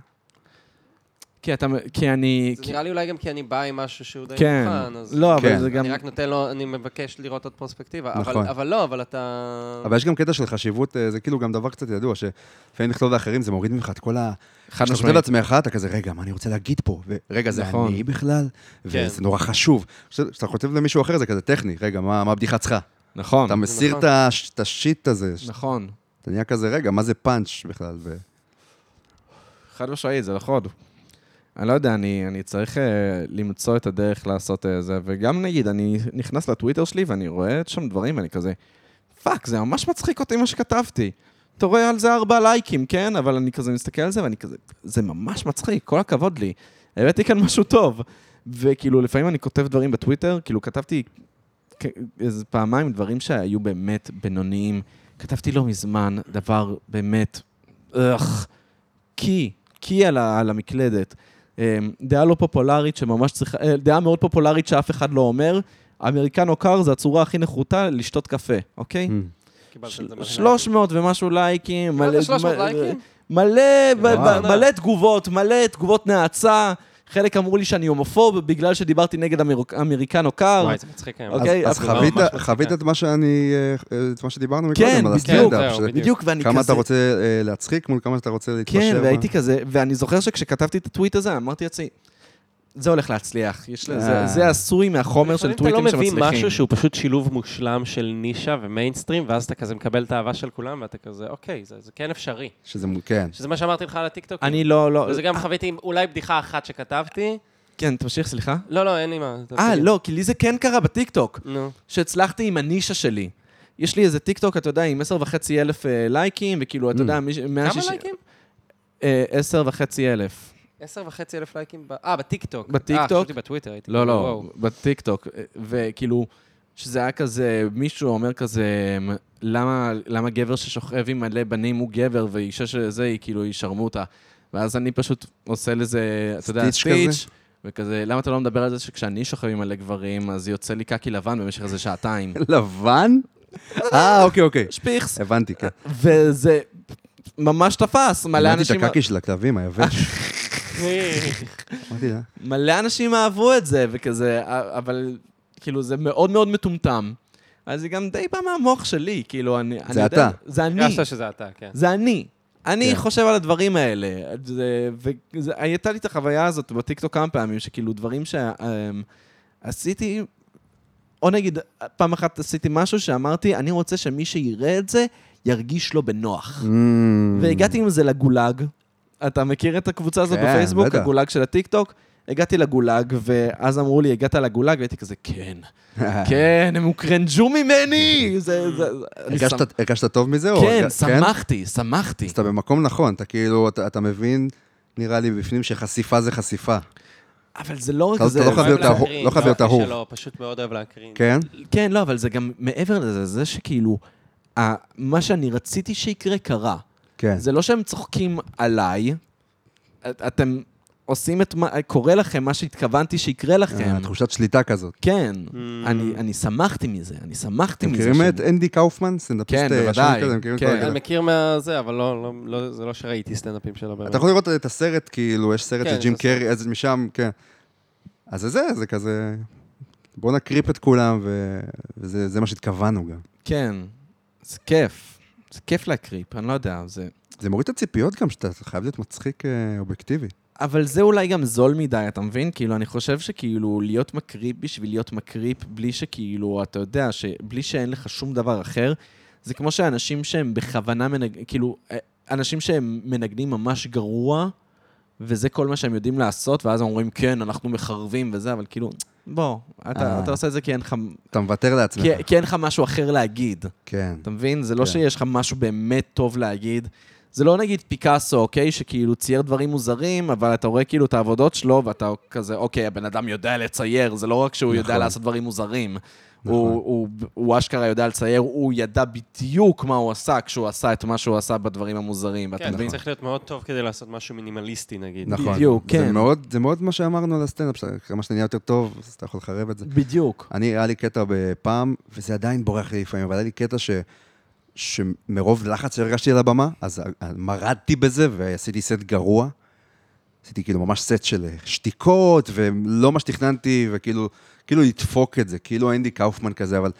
כי אני... זה נראה לי אולי גם כי אני בא עם משהו שהוא די כן, מוכן. לא, אבל זה גם... אני רק נותן לו, אני מבקש לראות עוד פרספקטיבה. נכון. אבל לא, אבל אתה... אבל יש גם קטע של חשיבות, זה כאילו גם דבר קצת ידוע, שלפעמים לכתוב לאחרים, זה מוריד ממך את כל ה... חד כשאתה כותב לעצמך, אתה כזה, רגע, מה אני רוצה להגיד פה? ורגע, זה נכון. אני בכלל? וזה נורא חשוב. כשאתה כותב למישהו אחר, זה כזה טכני, רגע, מה הבדיחה צריכה? נכון. אתה מסיר את השיט הזה. נכון. אתה נהיה כזה, רגע, מה זה פאנץ' בכלל? חד משמעית, זה נכון. אני לא יודע, אני צריך למצוא את הדרך לעשות זה, וגם נגיד, אני נכנס לטוויטר שלי ואני רואה שם דברים, ואני כזה, פאק, זה ממש מצחיק אותי מה שכתבתי. אתה רואה על זה 4 לייקים, כן? אבל אני כזה מסתכל על זה, ואני כזה, זה ממש מצחיק, כל הכבוד לי. הבאתי כאן משהו טוב. וכאילו, לפעמים אני כותב דברים בטוויטר, כאילו, כתבתי איזה פעמיים דברים שהיו באמת בינוניים. כתבתי לא מזמן דבר באמת, קי על המקלדת. דעה לא פופולרית שממש צריכה, דעה מאוד פופולרית שאף אחד לא אומר, אמריקנו קר זה הצורה הכי נחותה לשתות קפה, אוקיי? 300 ומשהו לייקים, מלא תגובות נאצה, חלק אמרו לי שאני הומופוב בגלל שדיברתי נגד אמריקנו קר. וואי, זה מצחיק היום. אז חווית את מה שדיברנו מקודם, כן, על הסטנדאפ. בדיוק, ואני כזה... כמה אתה רוצה להצחיק מול כמה אתה רוצה להתפשר. כן, והייתי כזה, ואני זוכר שכשכתבתי את הטוויט הזה, אמרתי לעצמי, זה הולך להצליח. זה עשוי מהחומר של טוויטים שמצליחים. אתה לא מבין משהו שהוא פשוט שילוב מושלם של נישה ומיינסטרים, ואז אתה כזה מקבל את האהבה של כולם, ואתה כזה, אוקיי, זה כן אפשרי. שזה, כן. שזה מה שאמרתי לך על הטיקטוק. אני לא... וזה גם חוויתי אולי בדיחה אחת שכתבתי, כן, תמשיך, סליחה. לא, אין לי מה. לא, כי לי זה כן קרה בטיקטוק. נו. שהצלחתי עם הנישה שלי. יש לי איזה טיקטוק, אתה יודע, עם 10,500 לייקים, וכאילו, אתה יודע, כמה לייקים? 10,500. 10,500 לייקים בטיקטוק. בטיקטוק. חשבתי בטוויטר, הייתי... לא, בטיקטוק. וכאילו, שזה היה כזה, מישהו אומר כזה, למה גבר ששוכב עם מלא בנים הוא גבר, ואישה שזה, היא כאילו, היא שרמוטה. ואז אני פשוט עושה לזה, אתה יודע, ספיץ', וכזה, למה אתה לא מדבר על זה שכשאני שוכב עם מלא גברים, אז יוצא לי קקי לבן במשך איזה שעתיים. לבן? אוקיי. שפיכס. הבנתי, כן. וזה ממש תפס, מלא אנשים... הבנתי את הקקי של הכלבים, היבש. אמרתי לה. מלא אנשים אהבו את זה, וכזה, אבל כאילו זה מאוד מאוד מטומטם. אז זה גם די בא מהמוח שלי, כאילו, זה אתה. זה אני. הרגשת שזה אתה, כן. זה אני. אני כן. חושב על הדברים האלה. והייתה לי את החוויה הזאת בטיקטוק כמה פעמים, שכאילו דברים שעשיתי, או נגיד, פעם אחת עשיתי משהו שאמרתי, אני רוצה שמי שיראה את זה, ירגיש לו בנוח. והגעתי עם זה לגולג. אתה מכיר את הקבוצה הזאת כן, בפייסבוק, בטח. הגולג של הטיקטוק? הגעתי לגולג, ואז אמרו לי, הגעת לגולג, והייתי כזה, כן, כן, הם הוקרנג'ו ממני! הרגשת טוב מזה? כן, שמחתי. אז אתה במקום נכון, אתה כאילו, אתה מבין, נראה לי בפנים שחשיפה זה חשיפה. אבל זה לא רק אתה זה. לא חייב להיות אהוב. שלו, פשוט מאוד אוהב להקרין. כן? כן, לא, אבל זה גם מעבר לזה, זה שכאילו, מה שאני רציתי שיקרה קרה. כן. זה לא שהם צוחקים עליי, אתם עושים את מה, קורה לכם מה שהתכוונתי שיקרה לכם. תחושת שליטה כזאת. כן, אני שמחתי מזה, מכירים את אנדי קאופמן? כן, בוודאי. אני מכיר מהזה, אבל זה לא שראיתי סטנדאפים שלו. אתה יכול לראות את הסרט, כאילו, יש סרט של ג'ים קרי, איזה משם, כן. אז זה כזה, בוא נקריפ את כולם, וזה מה שהתכוונו גם. כן, זה כיף. זה כיף להקריפ, אני לא יודע, זה מוריד את הציפיות גם, שאתה חייב להיות מצחיק אובייקטיבי. אבל זה אולי גם זול מדי, אתה מבין? כאילו, אני חושב שכאילו להיות מקריפ בשביל להיות מקריפ, בלי שכאילו, אתה יודע, בלי שאין לך שום דבר אחר, זה כמו שאנשים שהם בכוונה כאילו, אנשים שהם מנגנים ממש גרוע, וזה כל מה שהם יודעים לעשות, ואז הם אומרים, כן, אנחנו מחרבים וזה, אבל כאילו, בוא, אתה עושה את זה כי אין לך... אתה מוותר לעצמך. כי אין לך משהו אחר להגיד. כן. אתה מבין? זה לא שיש לך משהו באמת טוב להגיד. זה לא נגיד פיקאסו, אוקיי? שכאילו צייר דברים מוזרים, אבל אתה רואה כאילו את העבודות שלו, ואתה כזה, אוקיי, הבן אדם יודע לצייר, זה לא רק שהוא יודע לעשות דברים מוזרים. הוא אשכרה יודע לצייר, הוא ידע בדיוק מה הוא עשה כשהוא עשה את מה שהוא עשה בדברים המוזרים. כן, זה צריך להיות מאוד טוב כדי לעשות משהו מינימליסטי, נגיד. נכון. בדיוק, כן. זה מאוד מה שאמרנו על הסטנדאפ, כמה שאתה נהיה יותר טוב, אז אתה יכול לחרב את זה. בדיוק. היה לי קטע בפעם, וזה עדיין בורח לי לפעמים, אבל היה לי קטע שמרוב לחץ שהרגשתי על הבמה, אז מרדתי בזה ועשיתי סט גרוע. עשיתי כאילו ממש סט של שתיקות, ולא מה שתכננתי, וכאילו לדפוק את זה, כאילו אנדי קאופמן כזה, אבל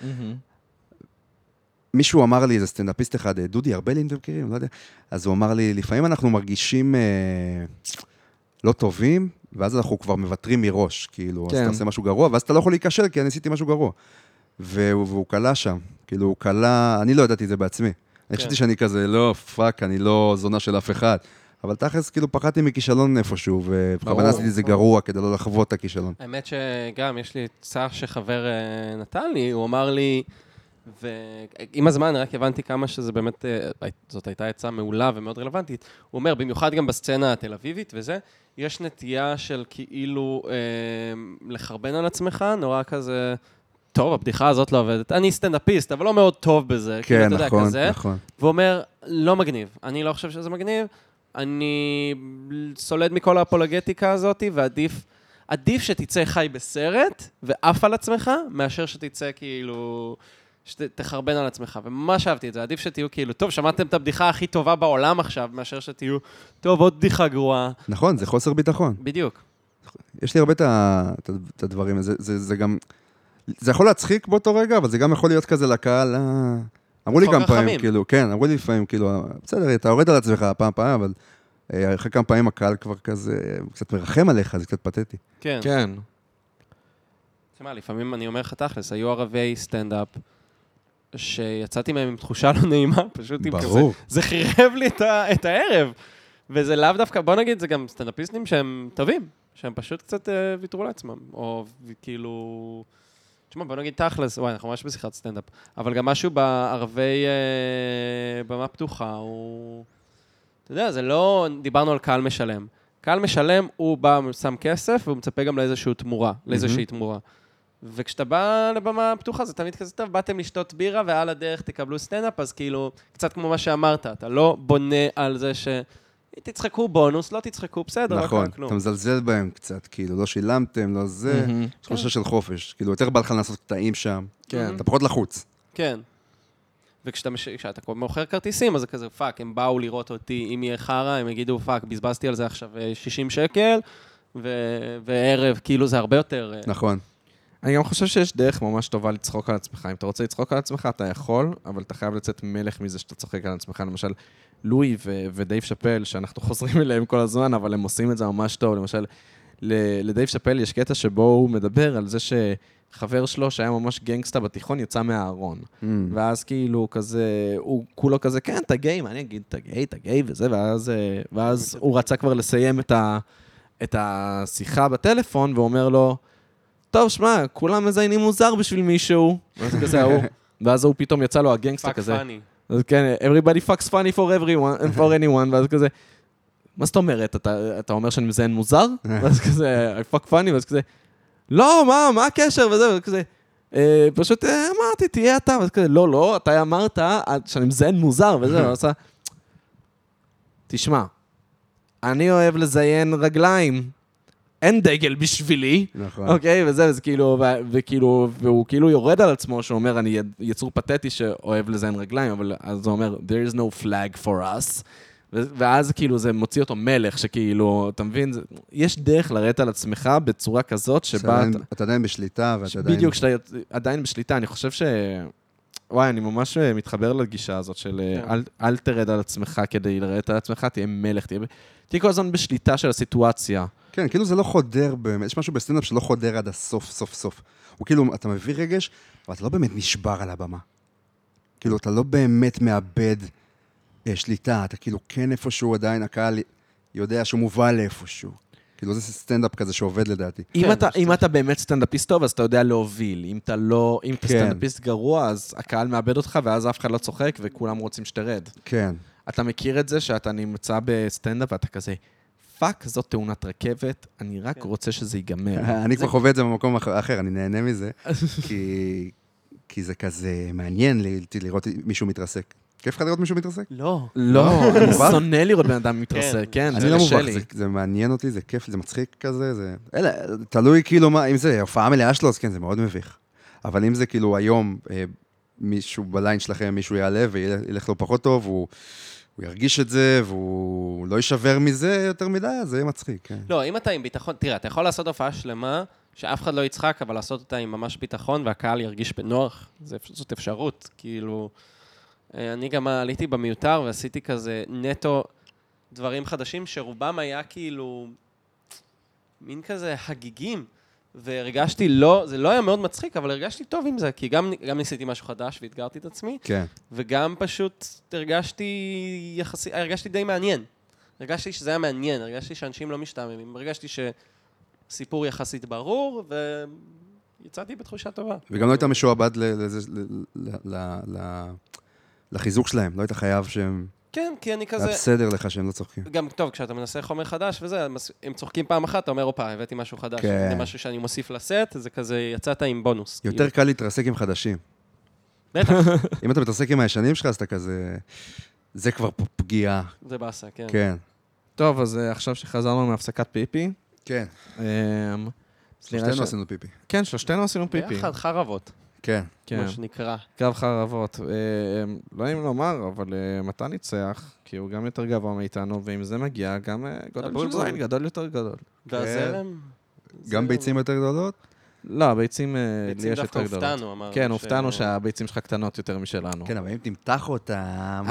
מישהו אמר לי, איזה סטנדאפיסט אחד, דודי ארבלי, אם אתם מכירים, לא יודע, אז הוא אמר לי, לפעמים אנחנו מרגישים לא טובים, ואז אנחנו כבר מוותרים מראש, כאילו, אז אתה עושה משהו גרוע, ואז אתה לא יכול להיקשר, כי אני עשיתי משהו גרוע. והוא קלה שם, כאילו הוא קלה, אני לא ידעתי את זה בעצמי. אני חשבתי שאני כזה, לא, פאק, אני לא זונה של אף אחד. אבל תכלס, כאילו, פחדתי מכישלון איפשהו, ובכוונה עשיתי את זה גרוע כדי לא לחוות את הכישלון. האמת שגם, יש לי צער שחבר נתן לי, הוא אמר לי, ועם הזמן רק הבנתי כמה שזה באמת, זאת הייתה עצה מעולה ומאוד רלוונטית. הוא אומר, במיוחד גם בסצנה התל אביבית וזה, יש נטייה של כאילו לחרבן על עצמך, נורא כזה, טוב, הבדיחה הזאת לא עובדת. אני סטנדאפיסט, אבל לא מאוד טוב בזה. כן, נכון, נכון. והוא אומר, לא מגניב. אני לא חושב שזה מגניב. אני סולד מכל האפולוגטיקה הזאת, ועדיף שתצא חי בסרט, ואף על עצמך, מאשר שתצא כאילו, שתחרבן על עצמך. וממש אהבתי את זה. עדיף שתהיו כאילו, טוב, שמעתם את הבדיחה הכי טובה בעולם עכשיו, מאשר שתהיו, טוב, עוד בדיחה גרועה. נכון, זה חוסר ביטחון. בדיוק. יש לי הרבה את הדברים, זה גם, זה יכול להצחיק באותו רגע, אבל זה גם יכול להיות כזה לקהל, אמרו לי כמה פעמים, כאילו, כן, אמרו לי לפעמים, כאילו, בסדר, אתה יורד על עצמך פעם, אבל אחרי כמה פעמים הקהל כבר כזה, קצת מרחם עליך, זה קצת פתטי. כן. כן. תשמע, לפעמים אני אומר לך תכלס, היו ערבי סטנדאפ, שיצאתי מהם עם תחושה לא נעימה, פשוט עם כזה, זה חירב לי את הערב, וזה לאו דווקא, בוא נגיד, זה גם סטנדאפיסטים שהם טובים, שהם פשוט קצת ויתרו לעצמם, או כאילו... תשמע, בוא נגיד תכלס, וואי, אנחנו ממש בשיחת סטנדאפ, אבל גם משהו בערבי במה פתוחה, הוא... אתה יודע, זה לא... דיברנו על קהל משלם. קהל משלם, הוא בא, שם כסף, והוא מצפה גם לאיזושהי תמורה, לאיזושהי תמורה. וכשאתה בא לבמה פתוחה, זה תמיד כזה טוב, באתם לשתות בירה, ועל הדרך תקבלו סטנדאפ, אז כאילו, קצת כמו מה שאמרת, אתה לא בונה על זה ש... תצחקו בונוס, לא תצחקו, בסדר, לא נכון, קרה כלום. אתה מזלזל בהם קצת, כאילו, לא שילמתם, לא זה, יש חושב של חופש, כאילו, יותר בא לך לעשות קטעים שם, כן. אתה פחות לחוץ. כן. וכשאתה מוכר כרטיסים, אז זה כזה, פאק, הם באו לראות אותי, אם יהיה חרה, הם יגידו, פאק, בזבזתי על זה עכשיו 60 שקל, וערב, כאילו, זה הרבה יותר... נכון. אני גם חושב שיש דרך ממש טובה לצחוק על עצמך. אם אתה רוצה לצחוק על עצמך, אתה יכול, אבל אתה חייב לצאת מלך מזה שאתה צוחק על עצמך. למשל, לואי ודייב שאפל, שאנחנו חוזרים אליהם כל הזמן, אבל הם עושים את זה ממש טוב. למשל, לדייב שאפל יש קטע שבו הוא מדבר על זה שחבר שלו, שהיה ממש גנגסטה בתיכון, יצא מהארון. ואז כאילו כזה, הוא כולו כזה, כן, אתה גיי, מה אני אגיד, אתה גיי וזה, ואז הוא רצה כבר לסיים את השיחה בטלפון, ואומר לו, טוב, שמע, כולם מזיינים מוזר בשביל מישהו. ואז כזה, ואז הוא פתאום יצא לו הגנגסטה כזה. פאק פאני. אז כן, everybody fucks funny for everyone, and for anyone, ואז כזה, מה זאת אומרת? אתה אומר שאני מזיין מוזר? ואז כזה, I fuck funny, ואז כזה, לא, מה הקשר? וזה כזה, פשוט אמרתי, תהיה אתה, ואז כזה, לא, אתה אמרת שאני מזיין מוזר, וזה, ואז עשה, תשמע, אני אוהב לזיין רגליים, אין דגל בשבילי, נכון. אוקיי, וזה כאילו, והוא כאילו יורד על עצמו, שאומר, אני יצור פתטי שאוהב לזיין רגליים, אבל אז הוא אומר, there is no flag for us, ואז כאילו זה מוציא אותו מלך, שכאילו, אתה מבין, יש דרך לרדת על עצמך בצורה כזאת, שבה אתה עדיין בשליטה, ואתה עדיין... בדיוק, שאתה עדיין בשליטה, אני חושב וואי, אני ממש מתחבר לגישה הזאת של אל תרד על עצמך כדי לרדת על עצמך, תהיה מלך, תהיה כל הזמן בשליטה של הסיטואציה. כן, כאילו זה לא חודר באמת, יש משהו בסטנדאפ שלא חודר עד הסוף, סוף, סוף. הוא כאילו, אתה מביא רגש, אבל אתה לא באמת נשבר על הבמה. כאילו, אתה לא באמת מאבד שליטה, אתה כאילו כן איפשהו עדיין, הקהל יודע שהוא מובא לאיפשהו. כאילו, זה סטנדאפ כזה שעובד לדעתי. אם אתה באמת סטנדאפיסט טוב, אז אתה יודע להוביל. אם אתה סטנדאפיסט גרוע, אז הקהל מאבד אותך, ואז אף אחד לא צוחק, וכולם רוצים שתרד. כן. אתה מכיר את זה שאתה נמצא בסטנדאפ, ואתה כזה, פאק, זאת תאונת רכבת, אני רק רוצה שזה ייגמר. אני כבר חווה את זה במקום אחר, אני נהנה מזה, כי זה כזה מעניין לראות מישהו מתרסק. כיף לך לראות מישהו מתרסק? לא. לא, אני שונא לראות בן אדם מתרסק, כן, אני לא מובך, זה מעניין אותי, זה כיף, זה מצחיק כזה, זה... תלוי כאילו מה, אם זה הופעה מלאה שלו, אז כן, זה מאוד מביך. אבל אם זה כאילו היום, מישהו בליין שלכם, מישהו יעלה וילך לו פחות טוב, הוא ירגיש את זה, והוא לא יישבר מזה יותר מדי, אז זה יהיה מצחיק, כן. לא, אם אתה עם ביטחון, תראה, אתה יכול לעשות הופעה שלמה, שאף אחד לא יצחק, אבל לעשות אותה עם ממש ביטחון, והקהל ירגיש בנוח, זאת אפשרות, כאילו... אני גם עליתי במיותר ועשיתי כזה נטו דברים חדשים, שרובם היה כאילו מין כזה הגיגים, והרגשתי לא, זה לא היה מאוד מצחיק, אבל הרגשתי טוב עם זה, כי גם ניסיתי משהו חדש והתגרתי את עצמי, כן. וגם פשוט הרגשתי די מעניין. הרגשתי שזה היה מעניין, הרגשתי שאנשים לא משתעממים, הרגשתי שסיפור יחסית ברור, ויצאתי בתחושה טובה. וגם לא היית משועבד לחיזוק שלהם, לא היית חייב שהם... כן, כי אני כזה... בסדר לך שהם לא צוחקים. גם טוב, כשאתה מנסה חומר חדש וזה, הם צוחקים פעם אחת, אתה אומר, אופה, הבאתי משהו חדש. כן. זה משהו שאני מוסיף לסט, זה כזה, יצאת עם בונוס. יותר קל להתרסק עם חדשים. בטח. אם אתה מתרסק עם הישנים שלך, אז אתה כזה... זה כבר פגיעה. זה באסה, כן. כן. טוב, אז עכשיו שחזרנו מהפסקת פיפי. כן. שלושתנו עשינו פיפי. כן, שלושתנו עשינו פיפי. ביחד חרבות. כן. כמו שנקרא. קרב חרבות. לא נעים לומר, אבל מתן ניצח, כי הוא גם יותר גבוה מאיתנו, ואם זה מגיע, גם גודל של זין גדול יותר גדול. והזרם? גם ביצים יותר גדולות? לא, הביצים לי יש דווקא יותר גדולות. הופתענו, אמרנו. כן, הופתענו שהביצים שלך קטנות יותר משלנו. כן, אבל אם תמתח אותם...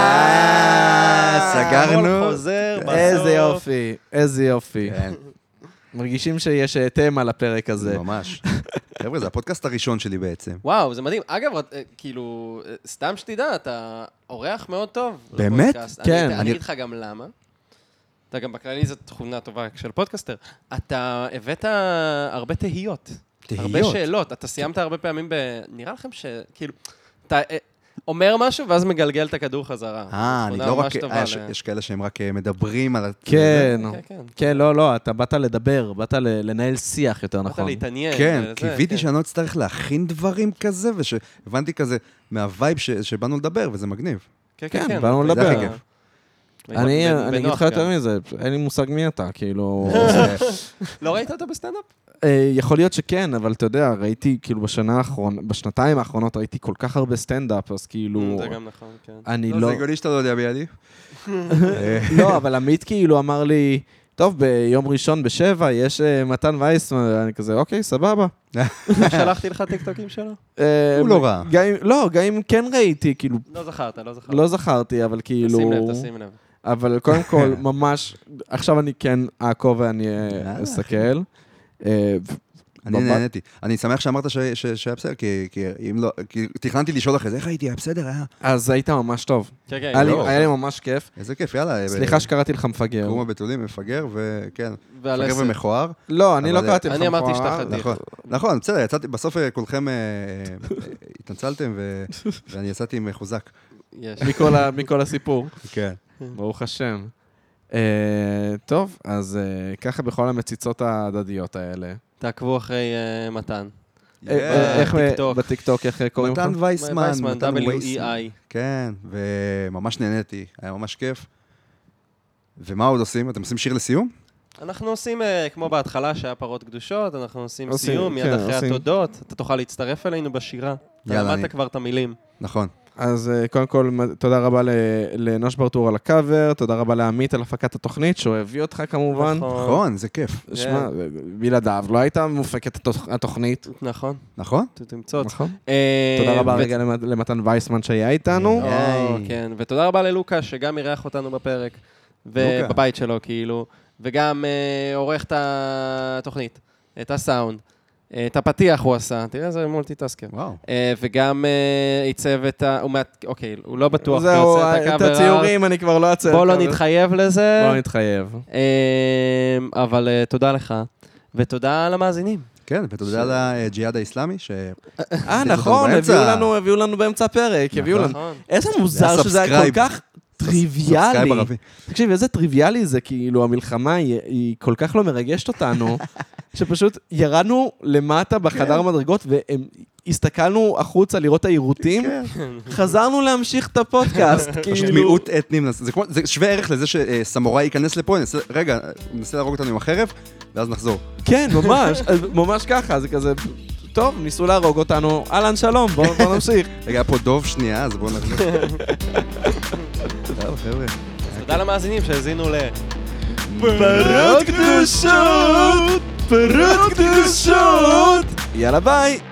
סגרנו. סגרנו. חוזר בסוף. איזה יופי, איזה יופי. כן, מרגישים שיש תמה לפרק הזה. ממש. חבר'ה, זה הפודקאסט הראשון שלי בעצם. וואו, זה מדהים. אגב, כאילו, סתם שתדע, אתה אורח מאוד טוב. באמת? לפודקאסט. כן. אני אגיד לך גם למה. אתה גם בכללי זו תכונה טובה של פודקאסטר, אתה הבאת הרבה תהיות. הרבה שאלות. אתה סיימת הרבה פעמים נראה לכם שכאילו, אתה אומר משהו ואז מגלגל את הכדור חזרה. אני לא רק... יש כאלה שהם רק מדברים על... כן, כן, לא, אתה באת לדבר, באת לנהל שיח יותר נכון. באת להתעניין. כן, קיוויתי שאני לא אצטרך להכין דברים כזה, ושהבנתי כזה מהווייב שבאנו לדבר, וזה מגניב. כן, באנו לדבר. זה הכי כיף. אני אגיד לך יותר מזה, אין לי מושג מי אתה, כאילו... לא ראית אותו בסטנדאפ? יכול להיות שכן, אבל אתה יודע, ראיתי, כאילו, בשנתיים האחרונות ראיתי כל כך הרבה סטנדאפ, אז כאילו... זה גם נכון, כן. אני לא... זה הגיוני שאתה לא יודע בידי. לא, אבל עמית כאילו אמר לי, טוב, ביום ראשון ב7 יש מתן וייסמן, אני כזה, אוקיי, סבבה. שלחתי לך טיקטוקים שלו? הוא לא רע. לא, גם אם כן ראיתי, כאילו... לא זכרת. לא זכרתי, אבל כאילו... תשים לב. אבל קודם כל, ממש, עכשיו אני כן אעקוב ואני אסתכל. אני נהניתי. אני שמח שאמרת שהיה בסדר, כי תכננתי לשאול אחרי זה, איך הייתי, היה בסדר, היה... אז היית ממש טוב. היה לי ממש כיף. איזה כיף, יאללה. סליחה שקראתי לך מפגר. קרום הבתולים, מפגר, וכן, מפגר ומכוער. לא, אני לא קראתי לך מכוער. אני אמרתי שאתה חתיך. נכון, בסדר, יצאתי, בסוף כולכם התנצלתם, ואני יצאתי מחוזק. מכל הסיפור. כן. ברוך השם. טוב, אז ככה בכל המציצות ההדדיות האלה. תעקבו אחרי מתן. איך בטיקטוק, איך קוראים לך? מתן וייסמן, W-E-I. כן, וממש נהניתי, היה ממש כיף. ומה עוד עושים? אתם עושים שיר לסיום? אנחנו עושים, כמו בהתחלה שהיה פרות קדושות, אנחנו עושים סיום, מיד אחרי התודות. אתה תוכל להצטרף אלינו בשירה. אתה למדת כבר את המילים. נכון. אז קודם כל, תודה רבה לנוש ברטור על הקאבר, תודה רבה לעמית על הפקת התוכנית, שהוא הביא אותך כמובן. נכון, זה כיף. שמע, בלעדיו, לא הייתה מופקת התוכנית. נכון. נכון? תמצוץ. נכון. תודה רבה רגע למתן וייסמן שהיה איתנו. כן, ותודה רבה ללוקה, שגם אירח אותנו בפרק, ובבית שלו כאילו, וגם עורך את התוכנית, את הסאונד. את הפתיח הוא עשה, תראה, זה מולטיטסקר. וואו. וגם עיצב את ה... אוקיי, הוא לא בטוח. זהו, את הציורים אני כבר לא אצל. בוא לא נתחייב לזה. בוא נתחייב. אבל תודה לך, ותודה למאזינים. כן, ותודה לג'יהאד האסלאמי, נכון, הביאו לנו באמצע הפרק, הביאו לנו. איזה מוזר שזה היה כל כך טריוויאלי. תקשיב, איזה טריוויאלי זה, כאילו המלחמה היא כל כך לא מרגשת אותנו, שפשוט ירדנו למטה בחדר מדרגות, והסתכלנו החוצה לראות את העירותים, חזרנו להמשיך את הפודקאסט. פשוט מיעוט אתנים, זה שווה ערך לזה שסמוראי ייכנס לפה, רגע, הוא מנסה להרוג אותנו עם החרב, ואז נחזור. כן, ממש ככה, זה כזה... טוב, ניסו להרוג אותנו, אהלן שלום, בואו נמשיך. רגע, היה פה דוב שנייה, אז בואו נחזור. טוב, חבר'ה. תודה למאזינים שהזינו פרות קדושות! פרות קדושות! יאללה ביי!